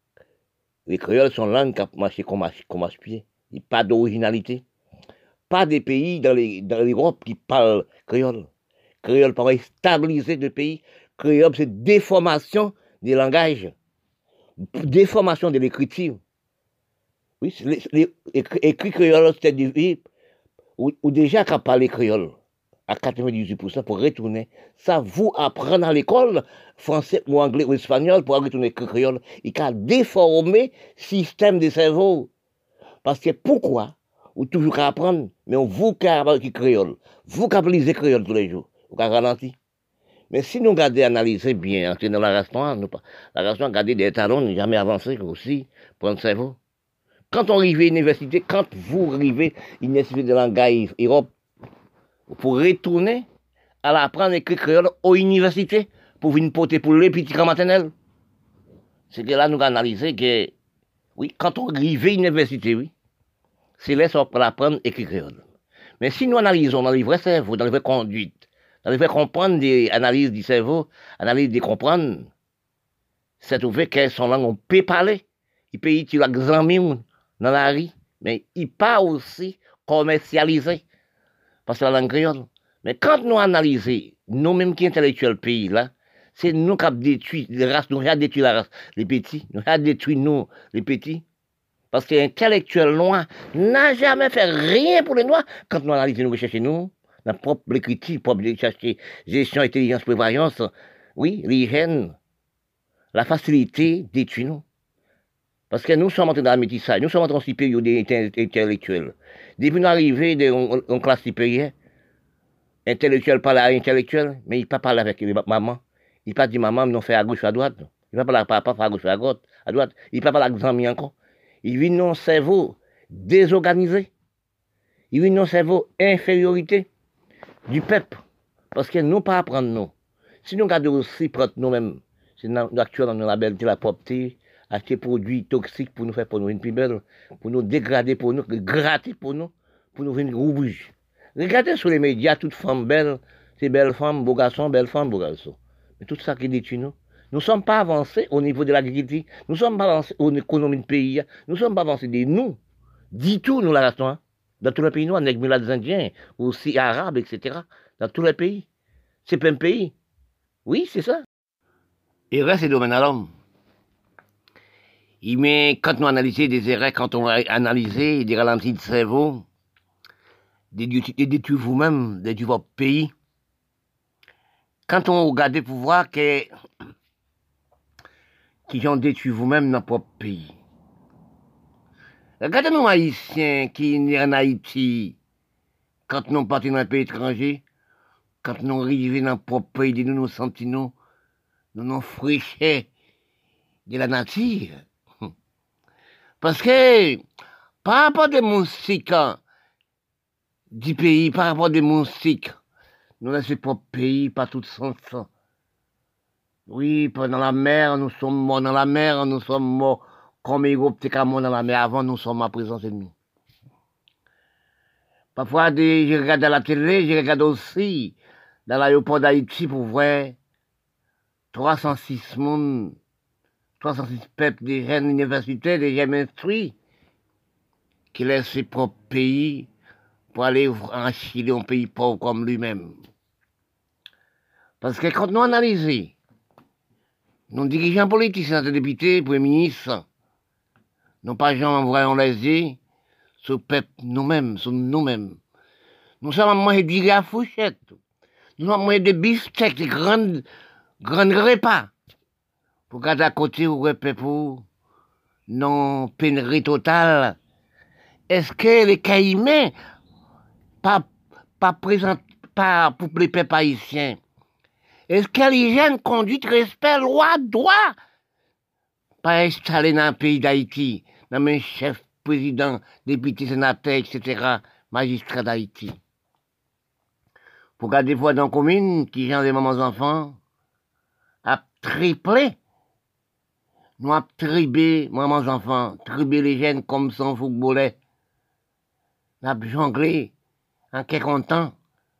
les créoles sont langues qui marchent comme un pied. Il n'y a pas d'originalité. Pas des pays dans l'Europe qui parlent créole. Créole paraît stabiliser le pays. Créole, c'est déformation des langages, déformation de l'écriture. Oui, les, les, les écrits créoles, c'est du ou, ou déjà qu'à parler créole à quatre-vingt-dix-huit pour cent pour retourner. Ça vous apprendre à l'école, français ou anglais ou espagnol, pour retourner créole. Il a déformé le système de cerveau. Parce que pourquoi? Ou toujours qu'à apprendre, mais on vous qui créole. Vous qui lisez créole tous les jours. Vous qui ralenti. Mais si nous regardons, analyser bien, entrer dans la restaurant, nous, la restaurant, regarder des talons, jamais avancé aussi, pour le cerveau. Quand on arrive à l'université, quand vous arrivez à l'université de langage Europe, pour retourner à l'apprendre à écrire créole aux universités, pour venir porter pour les petits maternels. C'est que là, nous analysons que, oui, quand on arrive à l'université, oui, c'est là pour apprendre à écrire créole. Mais si nous analysons dans les vrais cerveaux, dans les vraies conduites, dans les vrais comprendre des analyses du cerveau, analyse des comprendre, c'est trouvé que son langue, on peut parler. Il peut utiliser l'examen dans la rue, mais il pas aussi commercialisé. Parce que la langue créole. Mais quand nous analysons, nous-mêmes qui intellectuels pays là, c'est nous qui avons détruit les races, nous avons détruit la race, les petits, nous avons détruit nous, les petits. Parce que l'intellectuel noir n'a jamais fait rien pour les noirs. Quand nous analysons, nous recherchons nous, notre propre écriture, propre chercher gestion, intelligence, prévoyance, oui, l'hygiène, la facilité détruit nous. Parce que nous sommes entrés dans la métissage, nous sommes entrés en supérieur intellectuel. Depuis nous arrivés en classe supérieure, intellectuel parle à intellectuel, mais il ne peut pas parler avec maman. Il ne peut pas dire maman, nous fait à gauche ou à droite. Il ne peut pas parler à papa, à gauche ou à droite. À droite. Il ne peut pas parler avec amis encore. Il vit dans un cerveau désorganisé. Il vit dans un cerveau infériorité du peuple. Parce que nous ne pas apprendre nous. Si nous regardons aussi prendre nous-mêmes, c'est actuellement dans la belle la propreté, acheter des produits toxiques pour nous faire pour nous une plus belle, pour nous dégrader pour nous, gratter pour nous, pour nous venir rouge. Regardez sur les médias, toutes femmes belles, c'est belles femmes, beaux garçons, belles femmes, beaux garçons. Mais tout ça qui détruit nous. Nous ne sommes pas avancés au niveau de l'agriculture, nous ne sommes pas avancés au niveau de l'économie du pays, nous ne sommes pas avancés de nous. Dis tout, nous la restons. Hein? Dans tous les pays noirs, avec les Indiens, aussi arabes, et cetera. Dans tous les pays. C'est plein de pays. Oui, c'est ça. Et reste le domaine à l'homme. Mais quand nous analysons des erreurs, quand on va analyser des ralentis de cerveau, des détruire vous-même, détruire votre pays, quand on regarde pour voir que qui ont détruit vous-même dans votre propre pays. Regardez nous Haïtiens qui sont en Haïti, quand nous partons dans un pays étranger, quand nous arrivons dans notre propre pays, nous nous sentons nous, nous nous fraîchons de la nature. Parce que, par rapport aux moustiques du pays, par rapport aux moustiques, nous laissons propre pays, pas tout sens. Oui, dans la mer, nous sommes morts dans la mer, nous sommes morts comme Europe était dans la mer avant, nous sommes à présent ennemis. Parfois, des, je regarde à la télé, je regarde aussi dans l'aéroport d'Haïti pour voir trois cent six monde, trois cent six peuples, des jeunes universitaires, des jeunes instruits, qui laissent ses propres pays pour aller en Chili, un pays pauvre comme lui-même. Parce que quand nous analysons, nos dirigeants politiques, nos députés, premiers ministres, nous pas gens envoyés les yeux sur le peuple nous-mêmes, sur nous-mêmes. Nous sommes à manger du à fourchette. Nous sommes à manger des bistecs, des grands, grands repas. Pour garder à côté, au repas pour non pénurie totale. Est-ce que les Caïmans, pas, pas présent, pas pour les peuples haïtiens, est-ce que l'hygiène, conduite, respect, loi, droit, pas installé dans le pays d'Haïti, dans mes chefs, présidents, députés, sénateurs, et cetera, magistrats d'Haïti? Pour garder fois dans la commune, qui gère des mamans enfants, a triplé. Nous avons tribé, mamans enfants, tribé les jeunes comme son footballeur. Nous avons jonglé en quelques temps,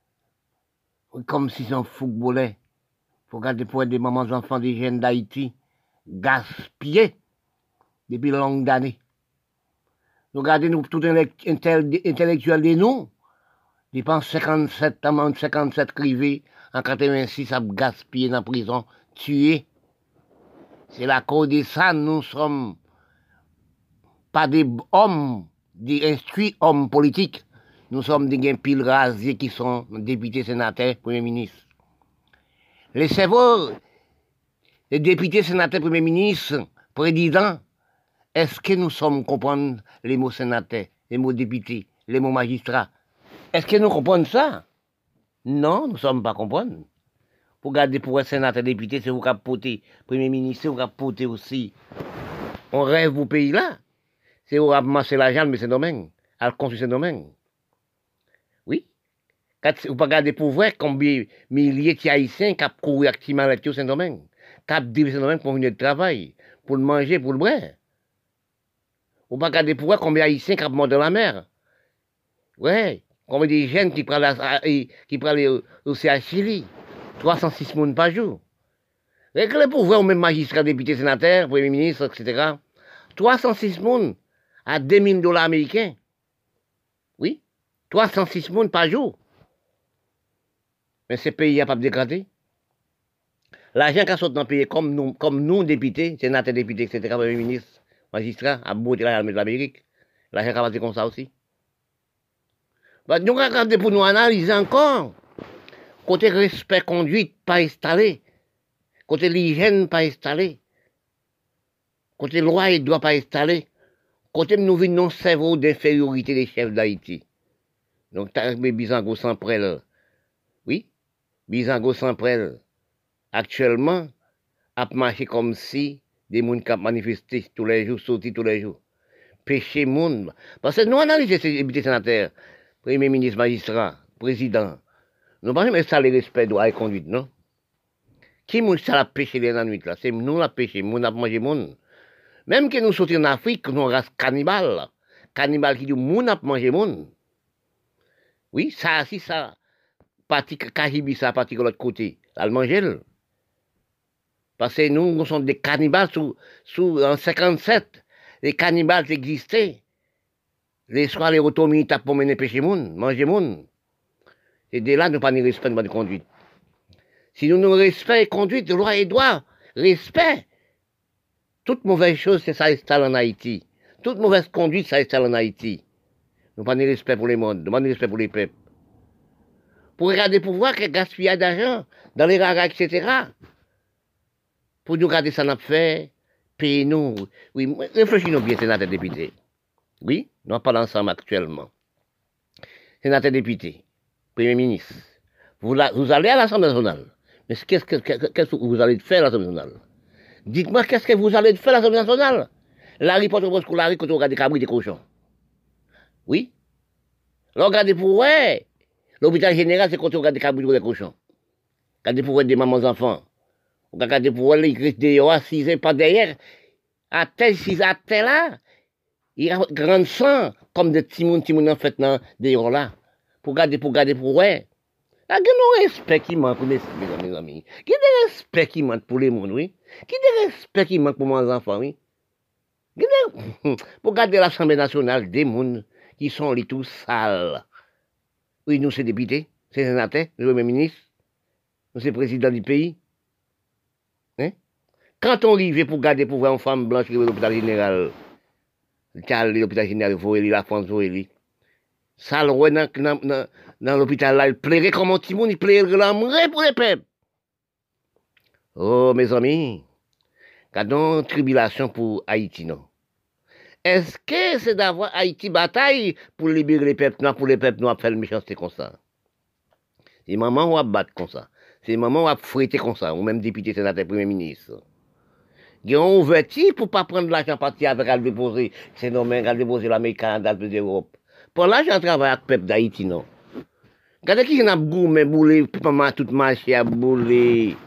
comme si son footballeur. Pour garder pour des mamans enfants, des jeunes d'Haïti, gaspillés depuis longues années. Nous regardons nous tout intellectuel de nous, dépense cinquante-sept, amende cinquante-sept crivés, en quatre-vingt-six, à gaspiller dans la prison, tué. C'est la cause de ça, nous sommes pas des hommes, des instruits hommes politiques. Nous sommes des piles rasiers qui sont députés, sénateurs, premiers ministres. Les cerveaux, les députés, sénateurs, premiers ministres, présidents, est-ce que nous sommes comprendre les mots sénateurs, les mots députés, les mots magistrats? Est-ce que nous comprenons ça? Non, nous ne sommes pas comprendre. Pour garder pour un sénateur, député, c'est vous qui portez, premier ministre, c'est vous qui portez aussi. On rêve au pays là. C'est vous qui marcher l'argent, mais c'est domaine, à construire ce domaine. Oui. Quand vous ne regardez pour voir combien de milliers de Haïtiens qui ont couru activement avec ce domaine, qui ont dit ce domaine pour venir de travail, pour le manger, pour le boire. Vous ne regardez pour voir combien d'Haïtiens qui ont mort dans la mer. Oui. Combien de jeunes qui prennent qui prennent aussi à Chili. trois cent six personnes par jour. Réglez pour voir, même magistrats, députés, sénateurs, premiers ministres, et cetera. trois cent six personnes à deux mille dollars américains. Oui. trois cent six personnes par jour. Mais ce pays n'a pas dégradé. L'argent qui sort dans le pays, comme nous, comme nous, députés, sénateurs, députés, et cetera, premiers ministres, magistrats, à bout de l'Amérique, l'argent qui a passé comme ça aussi. Bah, nous regardons pour nous analyser encore. Côté respect, conduite, pas installé. Côté l'hygiène, pas installé. Côté loi et droit, pas installé. Côté nous vivons nos cerveaux d'infériorité des chefs d'Haïti. Donc, t'as Bizango sans prêle. Oui, Bizango sans prêle. Actuellement, a marché comme si des gens qui manifesté tous les jours, sortis tous les jours. Péché monde. Parce que nous analysons ces députés sénateurs, premier ministre, magistrat, président. Nous ne pouvons pas installer le respect, droit et conduite, non? Qui nous a péché les nuit là? C'est nous la péché, nous avons mangé monde. Même que nous sortions en Afrique, nous race cannibale. Cannibale qui dit nous avons mangé monde. Oui, ça, si ça, partie Kahibi, ça, partie de l'autre côté, elle mange. Parce que nous, nous sommes des cannibales sous, sous, en cinquante-sept. Les cannibales existaient. Les soirs, les automies, t'as pour mener péché monde, manger monde. Et dès là, nous pas de respect de conduite. Si nous nous respect et conduite, loi et droit, respect. Toute mauvaise chose, c'est ça installe en Haïti. Toute mauvaise conduite, ça installe en Haïti. Nous pas de respect pour les mondes, nous pas de respect pour les peuples. Pour regarder pour voir quel gaspillage d'argent dans les ragas, et cetera. Pour nous regarder ça n'a fait, payer nous. Oui, réfléchissons bien, sénateur député. Oui, nous parlons ensemble actuellement. Sénateur député, premier ministre, vous, la, vous allez à l'Assemblée nationale. Mais qu'est-ce que, qu'est-ce que vous allez faire à l'Assemblée nationale? Dites-moi qu'est-ce que vous allez faire à l'Assemblée nationale? La riposte au bosque, la riposte au regardez cabri des cochons. Oui? Regardez pour ouais. L'hôpital général, c'est quand on regarde des cabri des cochons. Regardez pour ouais des mamans enfants. Regardez pour ouais les grilles de six pas derrière. À tel, si à tel là, il a grand sang, comme des petits moun, petits moun en fait, dans des héros là. Pour garder, pour garder, pour ouais. Il y a un respect qui manque pour les mes amis. Qui a des respect qui manque pour les moun, oui. Qui a des respect qui manque pour mes enfants, oui. Pour garder l'Assemblée nationale, des moun qui sont les tout sales. Oui, nous, c'est députés, c'est sénateurs, le Premier ministre, nous, c'est président du pays. Hein? Quand on arrive pour garder pour voir une femme blanche qui est à l'hôpital général, l'hôpital général, Voélie, la France, Voélie, ça, le roi dans, dans, dans l'hôpital là, il plairait comme un petit monde, il plairait l'amour pour les peuples. Oh, mes amis, gardons tribulation pour Haïti, non? Est-ce que c'est d'avoir Haïti bataille pour libérer les peuples noirs, pour les peuples noirs faire le méchanceté comme ça? C'est maman ou à battre comme ça. C'est maman ou à fouetter comme ça, ou même député, sénateur, premier ministre. Ils ont ouverti pour ne pas prendre l'argent parti avec à déposer, c'est normal, à déposer l'Américain, à déposer l'Europe. Pour l'argent, travaille avec le peuple d'Haïti, non? Regardez qui a boulé, boulé, maman tout marché à bouler.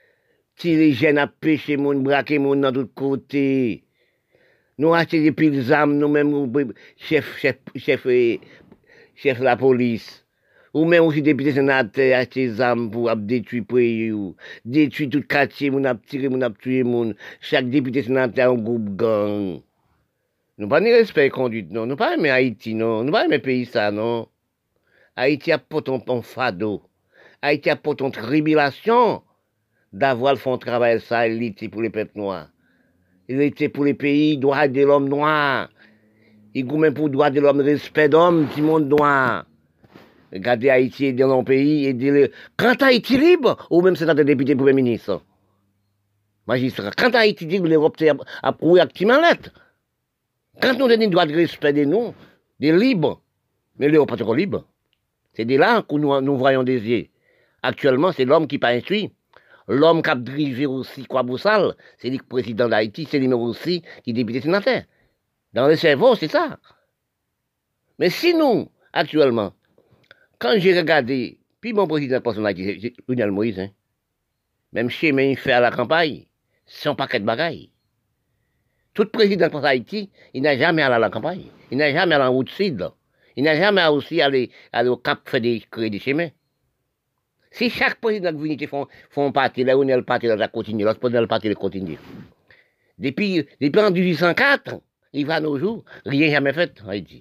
Si les jeunes à pêcher, moun, braquer, moun, dans tous côtés. Nous achetons des piles d'armes, nous-mêmes, chef, chef, chef, chef de la police. Ou même aussi député sénateur, acheter des armes pour détruire le pays, détruire tout le quartier, moun ap tiré, moun ap tué, moun. Chaque député sénateur a un groupe gang. Nous pas ni respect conduite, non. Nous pas aimer Haïti, non. Nous pas aimer pays ça, non. Haïti a pas ton, ton fado. Haïti a pas ton tribulation d'avoir le fond de travail ça, il était pour les peuples noirs. Il était pour les pays, droit de l'homme noir. Il goûte même pour droit de l'homme, respect d'homme, du monde noir. Regardez Haïti dans nos pays et dire, quand Haïti libre, ou même c'est notre député premier ministre. Magistrat, quand Haïti libre, l'Europe a prouvé activement lettre. Quand nous avons le droit de respect de nous, de libre, mais l'Europe n'est pas encore libre. C'est de là que nous, nous voyons des yeux. Actuellement, c'est l'homme qui n'est pas instruit. L'homme qui a dirigé aussi quoi Boussal, c'est le président d'Haïti, c'est lui aussi qui est député sénateur. Dans le cerveau, c'est ça. Mais si nous, actuellement, quand j'ai regardé, puis mon président personnel, c'est Lionel Moïse, hein, même chez moi, il fait à la campagne, c'est un paquet de bagailles. Tout président de Haïti, il n'a jamais allé à la campagne, il n'a jamais allé en route sud, il n'a jamais aussi allé, allé au Cap faire des, créer des chemins. Si chaque président de l'unité font, font partie, là où il y a le parti, là, continue, là, le parti, il continue. Depuis, depuis en dix-huit cent quatre, il va à nos jours, rien jamais fait en Haïti.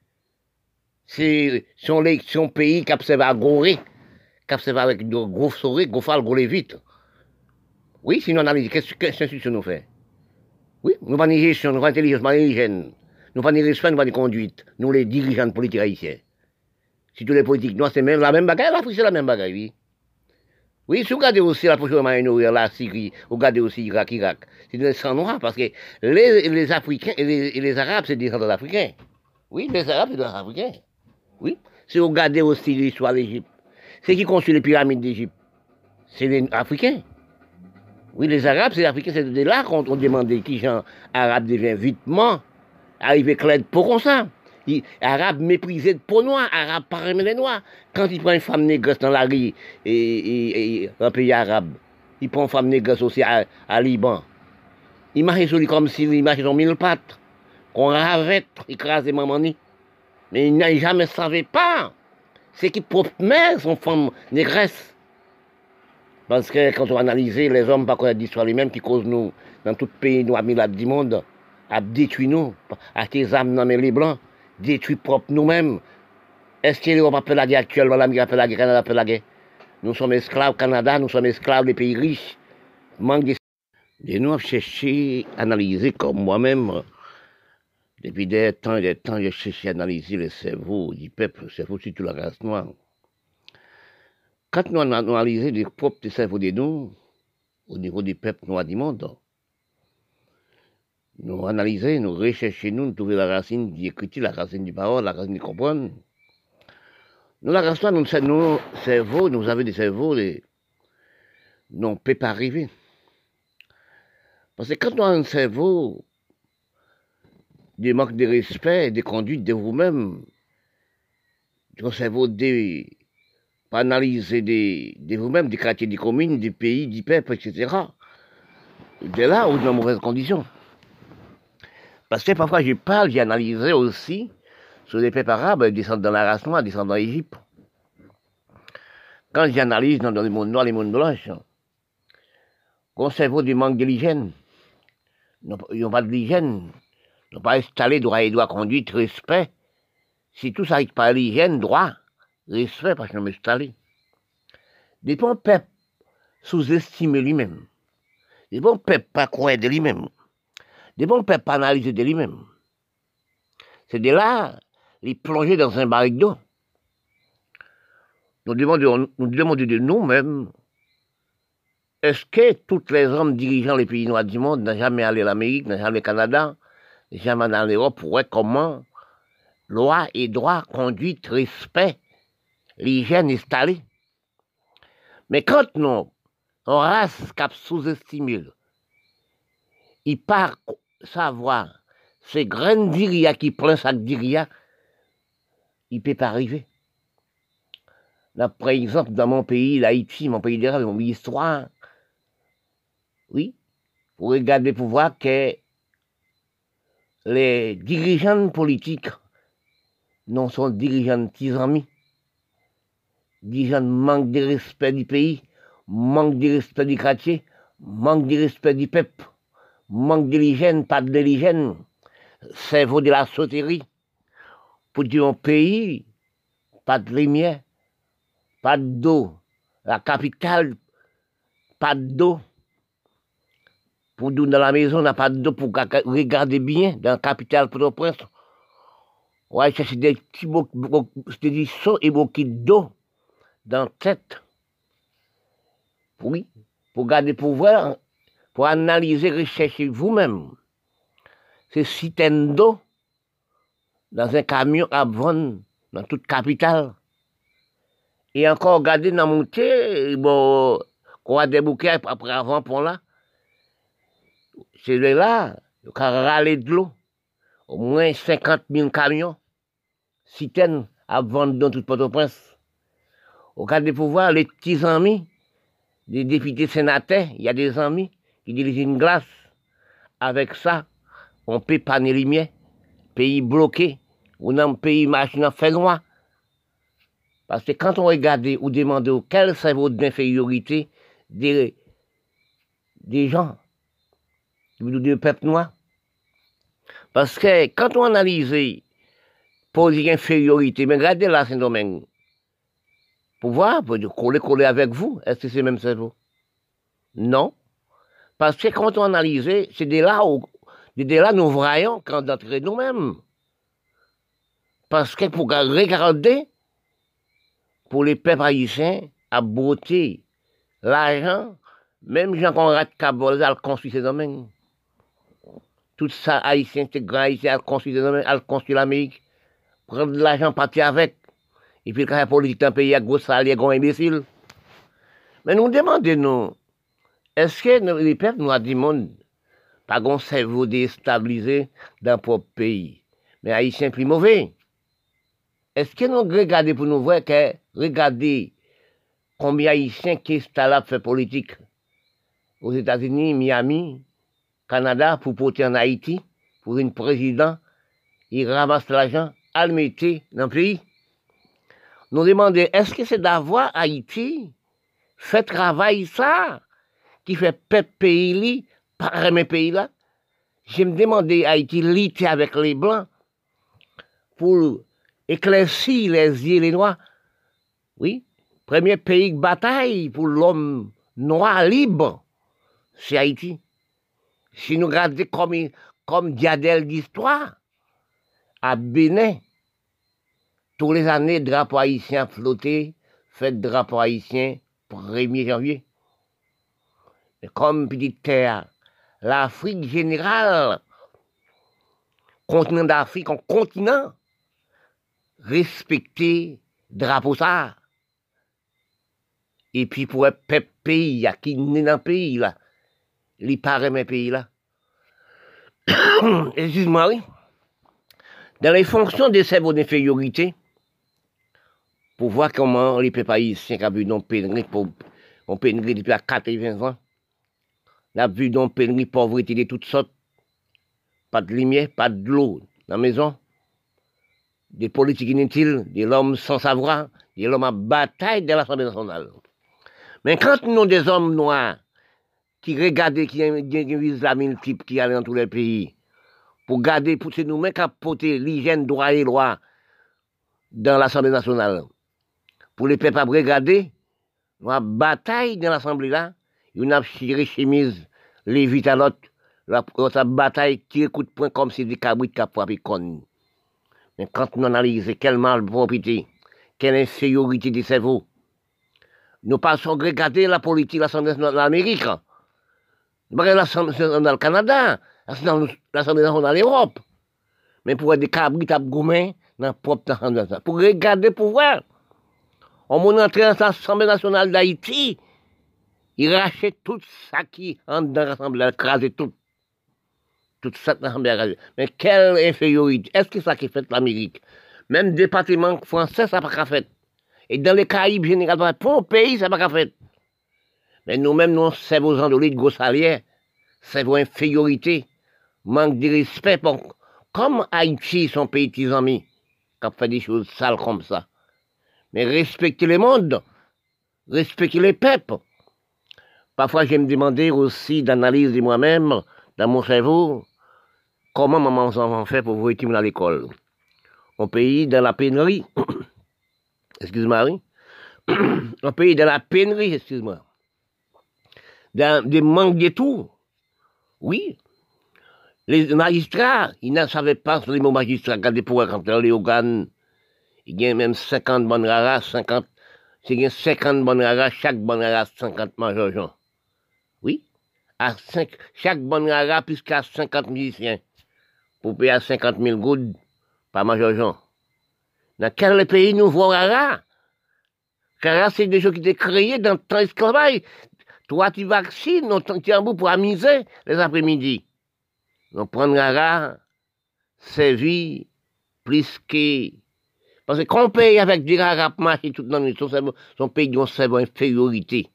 C'est son, son pays qui a observé à Gorée, qui a observé avec de gros souris, gros fal, gros vite. Oui, sinon on analyse, qu'est-ce que l'institution nous fait? Oui, nous pas ni gestion, nous pas intelligence, nous pas ni hygiène, nous pas ni respect, nous pas ni conduite, nous les dirigeants politiques haïtiens. Si tous les politiques noirs, c'est même la même bagaille, l'Afrique c'est la même bagaille, oui. Oui, si vous regardez aussi la prochaine Moyen-Orient, la Syrie, vous regardez aussi Irak, Irak, c'est des sangs noirs parce que les, les Africains et les, et les Arabes, c'est des descendants d'Africains. Oui, les Arabes, c'est des Africains. Oui. Si vous regardez aussi l'histoire de l'Égypte, c'est qui construit les pyramides d'Égypte, c'est les Africains. Oui, les Arabes, c'est les Africains, c'est de là qu'on demandait qui gens arabes devient vitement, arrivé clair pour comme ça. Les Arabes méprisés de peau noire, Arabes pas aimer les noirs. Quand il prend une femme négresse dans la rue et, et, et un pays arabe, il prend une femme négresse aussi à, à Liban. Il marche sur lui comme s'il marchait sur mille pattes, qu'on ravette, écrasé maman ni. Mais il n'a jamais savait pas. C'est qui propre mère son femme négresse. Parce que quand on analyse les hommes, pas connaître l'histoire lui-même qui cause nous, dans tout pays, nous, à mille du monde, à détruire nous, à tes âmes dans les blancs. Détruit propre nous-mêmes. Est-ce que l'Europe appelle la guerre actuellement, l'Amérique appelle la guerre, Canada appelle la guerre? Nous sommes esclaves Canada, nous sommes esclaves des pays riches. Manque de... Et nous avons cherché, analyser comme moi-même, depuis des temps et des temps, j'ai cherché à analyser le cerveau du peuple, le cerveau surtout la race noire. Quand nous avons analysé le propre cerveau de nous, au niveau du peuple noir du monde, nous analyser, nous rechercher, nous, nous trouver la racine du écriture, la racine du parole, la racine du comprendre. Nous, la racine, nous, nous, cerveau, nous avons des cerveaux, les... nous ne peut pas arriver. Parce que quand on a un cerveau, des manques de respect, de conduite de vous-même, un cerveau de, pas analyser de, de vous-même, des quartiers, des communes, des pays, du peuple, et cetera. De là, on est dans de mauvaises conditions. Parce que parfois je parle, j'ai analysé aussi sur les peuples arabes, descendent dans la race noire, descendent dans l'Égypte. Quand j'analyse dans le monde noir, les mondes blanches, qu'on cerveau du manque de l'hygiène. Ils n'ont pas de l'hygiène, ils n'ont pas installé droit et droit, conduite, respect. Si tout ça n'arrive pas à l'hygiène, droit, respect, parce qu'ils n'ont pas installé. Des bons peuples sous-estimer lui-même. Des bons peuples pas croire de lui-même. Des bons peuples pas analyser de lui-même. C'est de là, les plonger dans un barrique d'eau. Nous demandons, nous demandons de nous-mêmes, est-ce que tous les hommes dirigeant les pays noirs du monde n'ont jamais allé à l'Amérique, n'ont jamais allé au Canada, n'ont jamais allé en Europe pour voir comment loi et droit, conduite, respect, l'hygiène installée. Mais quand nous, on race cap sous-estimé, il part savoir, ces graines d'Iria qui prennent sac d'Iria, il ne peut pas arriver. Là, par exemple, dans mon pays, l'Haïti, mon pays de rêve, mon histoire, oui, pour regarder pour voir que les dirigeants politiques non sont dirigeants de petits amis. Dirigeants manquent de respect du pays, manquent de respect du quartier, manquent de respect du peuple, manquent de l'hygiène, pas de l'hygiène, cerveau de la sauterie. Pour dire un pays, pas de lumière, pas d'eau. La capitale, pas d'eau. Pour nous, dans la maison, on n'a pas d'eau pour regarder bien dans la capitale Port-au-Prince. Ouais, c'est des petits des seaux et beaucoup d'eau dans la tête. Oui, pour garder pouvoir, pour analyser, rechercher vous-même. C'est citernes d'eau dans un camion à vendre dans toute capitale. Et encore garder dans la montée, bon, qu'on a des bouquets après avant pour là. C'est là, il y a râler de l'eau. Au moins cinquante mille camions, citernes à vendre dans toute Port-au-Prince. Au cas de pouvoir, les petits amis, des députés sénateurs, il y a des amis qui dirigent une glace. Avec ça, on peut pas les lumières. Pays bloqué, ou dans un pays machine fait noir. Parce que quand on regarde ou demande quel cerveau d'infériorité des, des gens, du peuple noir. Parce que quand on analyse pour dire infériorité, mais regardez là, c'est un domaine. Pour voir, pour coller, coller avec vous, est-ce que c'est le même cerveau? Non. Parce que quand on analyse, c'est de là où, de là nous voyons quand d'entrer nous-mêmes. Parce que pour regarder, pour les peuples haïtiens, à beauté, l'argent, même Jean-Conrad Cabot a construit ces domaines. Tout ça, haïtien, c'est grand haïtien, a construit ces domaines, a construit l'Amérique. Prendre de l'argent, partir avec. Et puis, quand la politique dans le pays, il y a gros salaire, gros imbécile. Mais nous demandons, nous, est-ce que les peuples noirs du monde, pas un cerveau déstabilisé dans le propre pays, mais haïtiens plus mauvais? Est-ce que nous regardons pour nous voir que, regardez combien haïtiens qui sont là pour faire politique aux États-Unis, Miami, Canada, pour porter en Haïti, pour une président, il ramasse l'argent, à le mettre dans le pays. Nous demandons, est-ce que c'est d'avoir Haïti fait travail ça, qui fait peuple pays, par mes pays là? Je me demandais Haïti lutter avec les Blancs pour éclaircir les yeux les Noirs. Oui, premier pays de bataille pour l'homme noir libre, c'est Haïti. Si nous regardons comme, comme diadème d'histoire, à Bénin, tous les années, drapeau haïtien flotté, fait drapeau haïtien premier janvier. Mais comme petite terre, l'Afrique générale, continent d'Afrique, un continent, respecter drapeau ça. Et puis pour un peuple pays qui est né dans le pays là, il paraît mes pays là. Excuse-moi, oui. Dans les fonctions des cerveaux d'infériorité, pour voir comment les peuples haïtiens qui ont vu nos pénuries, on pénurie depuis à quatre-vingts ans, on a vu nos pénuries, pauvreté de toutes sortes, pas de lumière, pas de l'eau dans la maison, des politiques inutiles, des hommes sans savoir, des hommes en bataille de l'Assemblée nationale. Mais quand nous avons des hommes noirs qui regardent, qui visent la multiple, qui allent dans tous les pays, pour garder, pour c'est nous-mêmes qui apporter l'hygiène, droit et loi dans l'Assemblée nationale. Pour les peuples à regarder, nous avons bataille dans l'Assemblée là, nous avons tiré chemise, les vite à l'autre, la bataille qui écoute point comme si des cabrites qui ont frappé con. Mais quand nous analysons quelle malpropreté, quelle infériorité des cerveaux, nous passons à regarder la politique de l'Assemblée nationale d'Amérique, l'Assemblée nationale du Canada, l'Assemblée nationale de l'Europe. Mais pour être des cabrites à gourmets dans la propre Assemblée nationale, pour regarder le pouvoir. On m'a entré dans l'Assemblée nationale d'Haïti, il rachète tout ça qui entre dans l'Assemblée, écraser tout. Tout ça dans l'Assemblée. Mais quelle infériorité. Est-ce que c'est ça qui fait l'Amérique? Même le département français, ça n'a pas fait. Et dans les Caraïbes, généralement, pour le pays, ça n'a pas fait. Mais nous-mêmes, nous, c'est vos endolés de gros salaires, c'est vos infériorités, manque de respect. Bon, comme Haïti, son pays de tes amis, qui a fait des choses sales comme ça. Mais respectez le monde, respectez les peuples. Parfois, je me demandais aussi d'analyse de moi-même, dans mon cerveau, comment maman enfants fait pour vous étudier à l'école. Un pays dans la pénurie, excuse-moi, oui. Un pays dans la pénurie, excuse-moi. Dans des manques de tout. Oui. Les magistrats, ils ne savaient pas sur les mots magistrats, regardez pour quand les organes, il y a même cinquante bonnes raras, cinquante, c'est cinquante bonnes raras, chaque bonne rara, cinquante majors. Oui. À cinq, chaque bonne rara, puisqu'à cinquante musiciens, pour payer à cinquante mille gouttes par major. Dans quel pays nous voyons rara? Car c'est des choses qui étaient créées dans le temps esclavage. Toi, tu vaccines, on tient bout pour amuser les après-midi. On prend rara, servi, plus que. Parce que quand on paye avec des raras pour marcher toute la nuit, son pays doit se faire infériorité.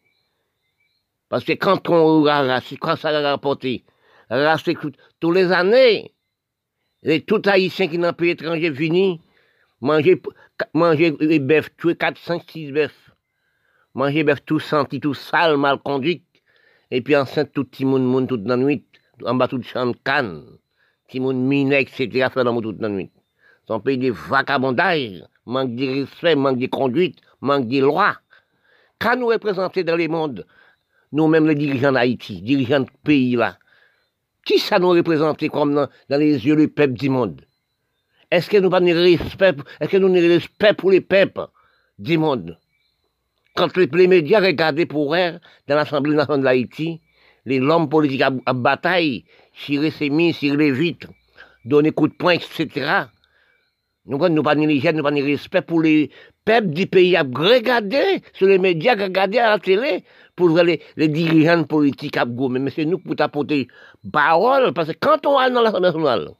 Parce que quand on rara, c'est quoi ça a rapporté? Rara, c'est tous les années, les tout haïtiens qui n'ont pas étranger viennent manger, manger les bœufs, tuer quatre, cinq, six bœufs. Manger bœuf tout senti, tout sale, mal conduit. Et puis enceinte, tout petit monde, monde toute la nuit, en bas tout champ de canne. Petit monde miné, et cetera, faire dans toute la nuit. Son pays de vagabondage, manque de respect, manque de conduite, manque de loi. Quand nous représentons dans le monde, nous-mêmes les dirigeants d'Haïti, dirigeants de pays là, qui ça nous représente comme dans, dans les yeux du peuple du monde? Est-ce que nous pas de respect, est-ce que nous avons respect pour les peuples du monde? Quand les, les médias regardaient pour eux, dans l'Assemblée nationale d'Haïti, les hommes politiques à, à bataille, tirer ses mines, tirer les vitres, donner coup de poing, et cetera. Nous n'avons pas de l'hygiène, nous n'avons pas de respect pour les peuples du pays à regarder sur les médias, à regarder à la télé, pour voir les, les dirigeants politiques à gommer. Mais c'est nous pour t'apporter parole, parce que quand on va dans l'Assemblée nationale,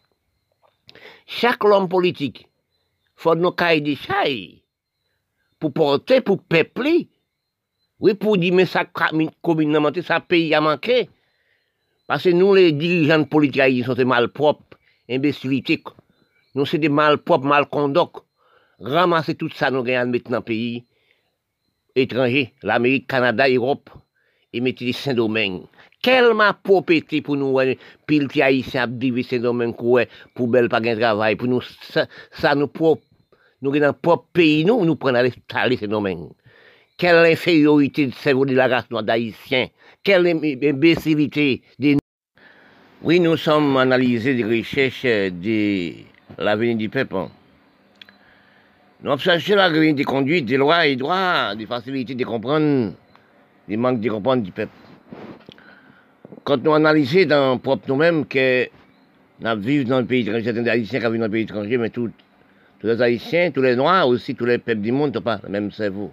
chaque homme politique, il faut nos cahiers de chaille pour porter, pour peupler. Oui, pour dire, mais ça, communément, ça pays a manqué. Parce que nous, les dirigeants politiques, ils sont des malpropres, imbécilités. Nous, c'est des malpropres, malconduits. Ramasser tout ça, nous gagnons mettre dans le pays étranger, l'Amérique, Canada, Europe, et mettre des Saint-Domingue. Quelle ma propriété pour nous, pile qui haïtien, vivre Saint-Domingue, pour belle pas de travail, pour nous, ça, ça nous propre. Nous, dans notre propre pays, nous, nous prenons à l'installer ces domaines. Quelle infériorité de cerveau de la race noire d'Haïtiens. Quelle imbécilité. Des... Oui, nous sommes analysés des recherches de l'avenir du peuple. Nous avons cherché l'avenir des conduites, des lois et droits, des facilités de comprendre, des manques de comprendre du peuple. Quand nous analysons dans propre nous-mêmes que nous vivons dans le pays étranger, certains Haïtiens qui vivent dans le pays étranger, mais tout. Tous les Haïtiens, tous les Noirs, aussi tous les peuples du monde n'ont pas le même cerveau.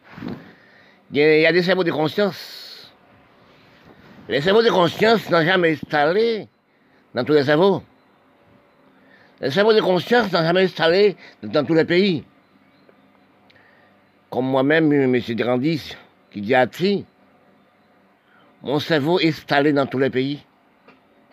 Il y a des cerveaux de conscience. Les cerveaux de conscience n'ont jamais installé dans tous les cerveaux. Les cerveaux de conscience n'ont jamais installé dans tous les pays. Comme moi-même, M. Grandis, qui dit à Tri, mon cerveau est installé dans tous les pays.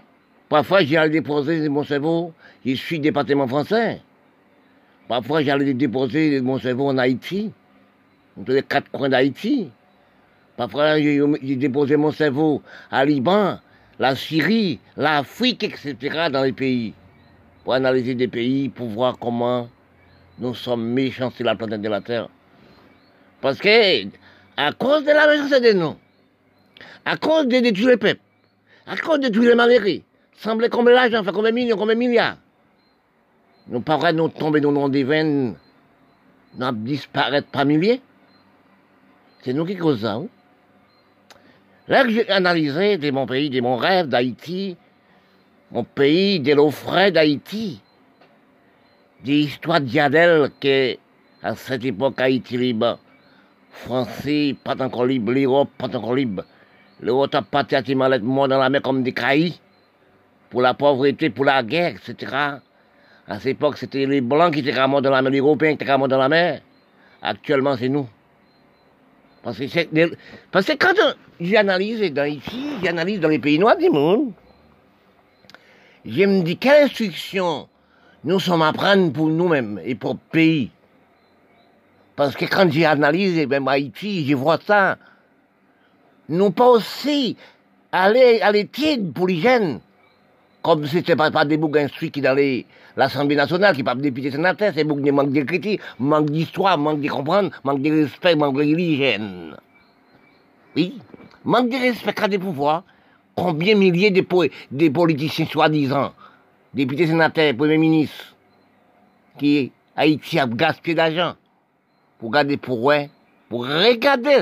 Parfois, j'allais déposer mon cerveau, je suis département français. Parfois, j'allais déposer mon cerveau en Haïti, dans les quatre coins d'Haïti. Parfois, j'ai déposé mon cerveau à Liban, la Syrie, l'Afrique, et cetera, dans les pays, pour analyser des pays, pour voir comment nous sommes méchants sur la planète de la Terre. Parce que, à cause de la méchanceté de nous, à cause de détruire les peuples, à cause de détruire les malheureux, semblait combien d'argent, fait combien de millions, combien de milliards. Nous pas nous tomber dans nos divins, nous disparaître par milliers. C'est nous qui causons ça. Hein? Là que j'ai analysé de mon pays, de mon rêve d'Haïti, mon pays, de l'eau frais d'Haïti, des histoires d'Yadel que, à cette époque, Haïti libre, Français, pas encore libre, l'Europe, pas encore libre. L'Europe a parti à Timalet, mort dans la mer comme des caillis, pour la pauvreté, pour la guerre, et cetera. À cette époque, c'était les Blancs qui étaient morts dans la mer, les Européens qui étaient morts dans la mer. Actuellement, c'est nous. Parce que, parce que quand j'analyse dans ici, j'analyse dans les pays noirs du monde, je me dis quelle instruction nous sommes à prendre pour nous-mêmes et pour le pays. Parce que quand j'analyse même Haïti, je vois ça. Nous pas aussi aller à l'étude pour les jeunes. Comme si ce n'était pas des boucs instruits qui dans l'Assemblée nationale, qui parlent des députés sénateurs, c'est boucs qui manquent d'écriture, manquent d'histoire, manquent de comprendre, manquent de respect, manquent de religion. Oui, manque de respect à des pouvoirs. Combien de milliers de, po de politiciens soi-disant, députés sénateurs, premiers ministres, qui Haïti a gaspillé d'argent pour garder pour ouais, pour regarder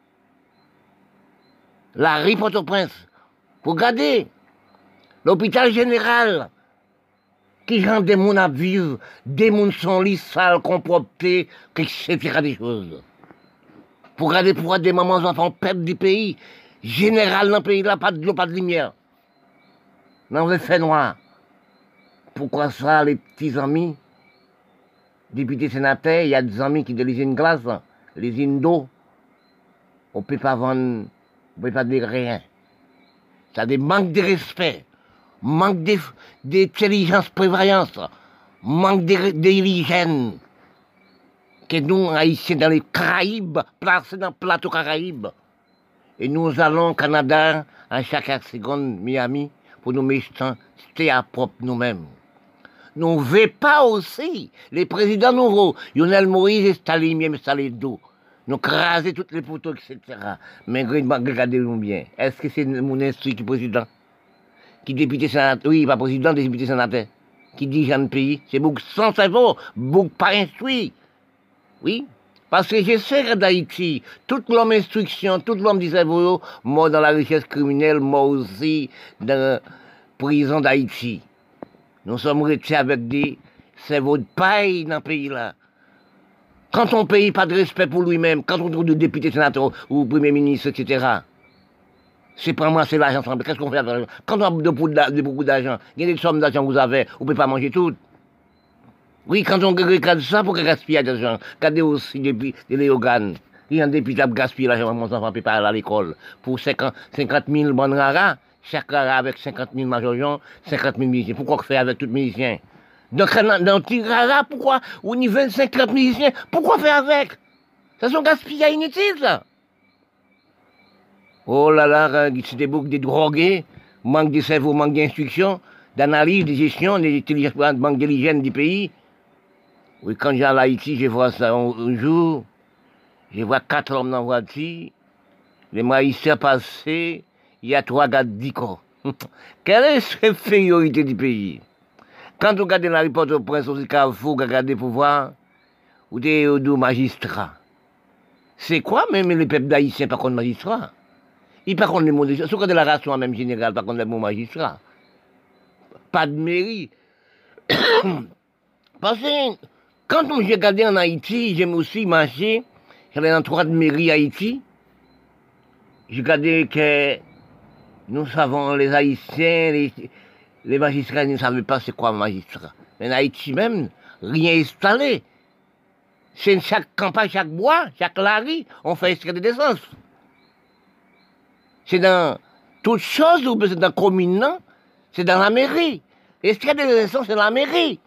la rue Port-au-Prince, pour garder l'hôpital général, qui genre des gens à vivre, des gens sont lits, sales, compromptés, et cetera des choses. Pour garder pour des mamans enfants perdre du pays, général dans le pays là, pas de l'eau, pas de lumière. Dans le fait noir. Pourquoi ça, les petits amis, députés sénateurs, il y a des amis qui de l'usine glace, l'usine d'eau, on ne peut pas vendre, on ne peut pas dire rien. Ça a des manques de respect. Manque d'intelligence, prévoyance, manque d'hygiène. Que nous, Haïtiens, dans les Caraïbes, placés dans le plateau Caraïbes. Et nous allons au Canada, à chaque seconde, Miami, pour nous mettre à propre nous-mêmes. Nous ne voulons pas aussi les présidents nouveaux, Lionel Moïse et Staline, même Staline d'eau. Nous craser toutes les poteaux, et cetera. Mais regardez-nous bien. Est-ce que c'est mon instruit qui est président? Qui député sénateur, oui, pas président des députés sénateurs, qui dirige le pays, c'est beaucoup sans cerveau, beaucoup pas instruit. Oui, parce que je sais que d'Haïti, tout l'homme instruction, tout l'homme du cerveau, mort dans la richesse criminelle, mort aussi dans la prison d'Haïti. Nous sommes restés avec des cerveaux de paille dans le pays-là. Quand on paye pas de respect pour lui-même, quand on trouve des députés sénateurs ou premier ministre, et cetera, c'est pas moi, c'est l'argent. Qu'est-ce qu'on fait avec l'argent? Quand on a de beaucoup d'argent, il y a des sommes d'argent que vous avez, vous ne pouvez pas manger tout. Oui, quand on regarde ça, pour gaspiller d'argent, regardez aussi des léoganes. Il y a des députés qui gaspillent l'argent, mon enfant ne peut pas aller à l'école. Pour cinquante mille bonnes raras, chaque rara avec cinquante mille majorions, cinquante mille musiciens. Pourquoi faire avec tous les musiciens? Donc, dans petit rara, pourquoi? Au niveau de cinquante musiciens, pourquoi faire avec? Ça sont gaspillés inutiles, ça. Oh là là, c'est des boucs, des drogués, manque de cerveau, manque d'instruction, d'analyse, de gestion, de manque de l'hygiène du pays. Oui, quand j'ai à Haïti, je vois ça un jour, je vois quatre hommes dans la voiture, les maïseurs passés, il y a trois gars d'Ico. Quelle est l'infériorité du pays? Quand vous regardez la rue au prince au Carrefour, vous regardez pour voir, ou des magistrats. C'est quoi même les peuples d'Haïtiens par contre magistrats? Ils par contre les mots de sauf que de la race en même général, par contre les mots magistrats. Pas de mairie. Parce que quand j'ai regardé en Haïti, j'aime aussi marcher, j'allais dans trois de mairies Haïti, j'ai regardé que nous savons, les Haïtiens, les, les magistrats, ils ne savaient pas c'est quoi un magistrat. Mais en Haïti même, rien installé. C'est chaque campagne, chaque bois, chaque lari, on fait extrait de décence. C'est dans toutes choses, ou c'est dans la commune, non? C'est dans la mairie. Et ce qu'il y a des élections, c'est dans la mairie.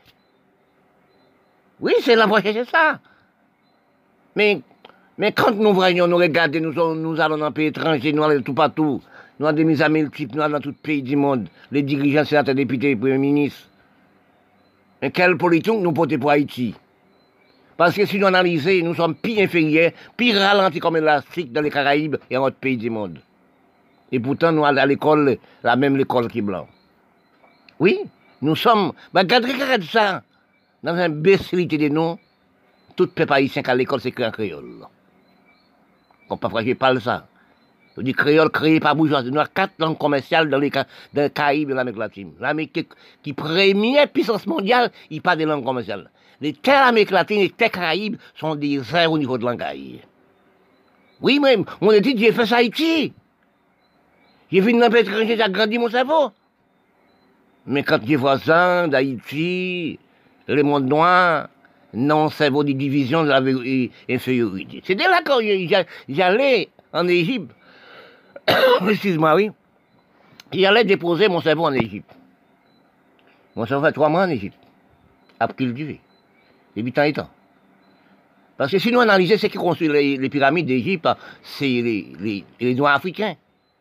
Oui, c'est là pour chercher ça. Mais, mais quand nous voyons, nous regardons, nous, sommes- nous allons dans un pays étranger, nous allons tout partout, nous avons des mises à multiples, nous allons dans tout pays du monde, les dirigeants, sénateurs, députés, premiers ministres. Mais quelle politique nous portons pour Haïti? Parce que si nous analysons, nous sommes pire inférieurs, pire ralentis comme l'Afrique dans les Caraïbes et en autres pays du monde. Et pourtant, nous allons à l'école, la même l'école qui est blanc. Oui, nous sommes. Bah, regardez, regardez ça. Dans l'imbécilité de nous, tout peuple haïtien qui à l'école, c'est créé en créole. Comme parfois, je parle ça. Je dis créole créé par bourgeoisie. Nous avons quatre langues commerciales dans les, dans les Caraïbes et l'Amérique latine. L'Amérique qui, qui première puissance mondiale, il parle des langues commerciales. Les terres Amérique latine et les terres Caraïbes sont des airs au niveau de langage. Oui, même, mon étude, j'ai fait ça à Haïti. J'ai vu une pays étranger, j'ai agrandi mon cerveau. Mais quand j'ai voisins d'Haïti, le monde noir, non, cerveau de division de la infériorité. C'est dès là que j'allais en Égypte. Excuse-moi, oui. J'allais déposer mon cerveau en Égypte. Mon cerveau fait trois mois en Égypte. À cultiver. Et huit ans et temps. Parce que si nous analysons ce qui construit les, les pyramides d'Égypte, c'est les, les, les Noirs africains.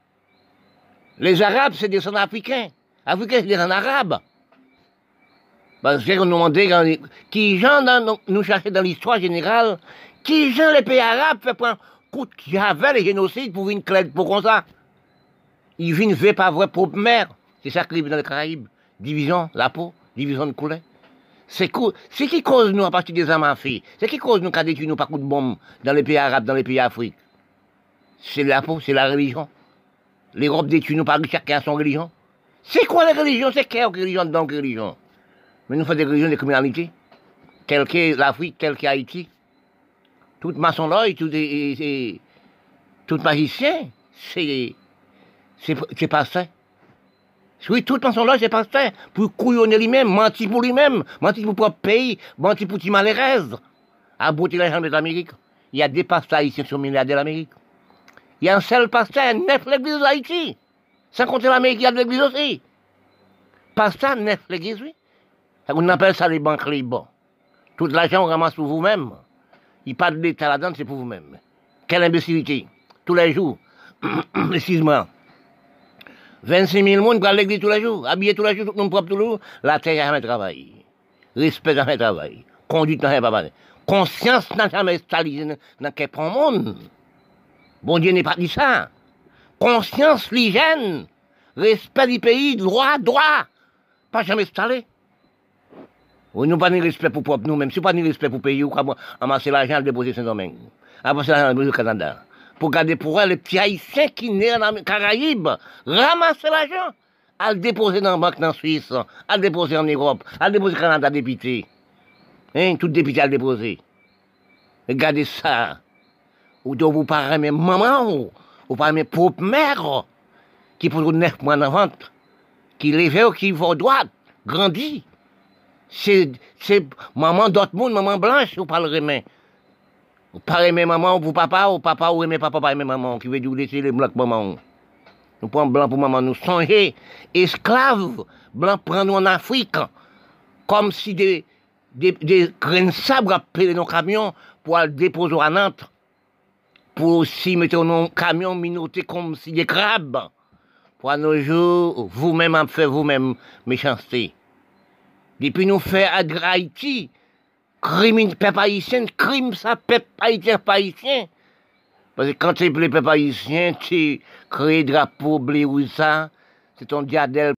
Les Arabes, c'est des Centrafricains. Africains, c'est des Arabes. Parce que nous demandons qui gens dans, nous chercher dans l'histoire générale, qui gens les pays arabes fait prendre coup de javel et génocide pour une clé pour comme ça. Ils viennent faire pas vrai propre mère. C'est ça qui arrive dans les Caraïbes. Division, la peau, division de couleur. C'est ce qui cause nous à partir des armes à feu. C'est qui cause nous qu'à détruire nous par coup de bombe dans les pays arabes, dans les pays africains. C'est la peau, c'est la religion. L'Europe détruit nous par chacun son religion. C'est quoi la religion? C'est quelle religion dans quelle religion? Mais nous faisons des religions de criminalité. Telle que l'Afrique, telle que Haïti. Tout maçon l'œil, tout, tout magicien, c'est c'est pas ça. Oui, tout maçon l'œil, c'est pas ça. Pour couillonner lui-même, mentir pour lui-même, mentir pour propre pays, mentir pour petit malheureuse. À beauté la jambe de l'Amérique. Il y a des pasteurs haïtiens qui sont milliardaires de l'Amérique. Il y a un seul pasteur, neuf l'église d'Haïti. Sans compter l'Amérique, il y a de l'église aussi. Pasteur, neuf l'église, oui. On appelle ça les banques libres. Tout l'argent, on ramasse pour vous-même. Il parle de l'État là-dedans, c'est pour vous-même. Quelle imbécilité. Tous les jours. Excuse-moi. vingt-six mille personnes pour l'église tous les jours. Habillés tous les jours, tout le monde propre tous les jours. La terre n'a jamais travaillé. Respect n'a jamais travaillé. Conduite n'a jamais travaillé. Conscience n'a jamais installé dans quel monde. Bon Dieu n'est pas dit ça. Conscience, l'hygiène. Respect du pays, droit, droit. Pas jamais installé. Oui, nous pas ni respect pour propre nous, même si pas ni respect pour pays, ou comment amasser l'argent, le déposer Saint-Domingue. Amasser l'argent au Canada. Pour garder pour elle les petits haïtiens qui naissent dans les Caraïbes, ramasser l'argent, à le déposer dans la banque en Suisse, à le déposer en Europe, à le déposer au Canada député. Hein, tout député à le déposer. Regardez ça. Ou de vous parlez même maman, ou parlez même propre mère, qui pour neuf mois en vente, qui lève, qui va droite, grandit. C'est maman d'autre monde, maman blanche, ou pas le remet. Ou pas aimer maman pour papa, ou papa ou aimer papa, pas aimer maman, qui veut dire laisser les blancs pour maman. Nous prenons blanc pour maman, nous songer, esclaves, blancs prennent nous en Afrique, comme si des, des, des grains de sabre appelaient nos camions pour aller déposer à Nantes, pour aussi mettre nos camions minotés comme si des crabes. Pour à nos jours, vous-même en fait vous-même méchanceté. Depuis nous faire à Haïti, crime peuple haïtien, crime ça, peuple haïtien, haïtien. Parce que quand tu es le peuple haïtien, tu crées drapeau blé ou ça, c'est ton diadème.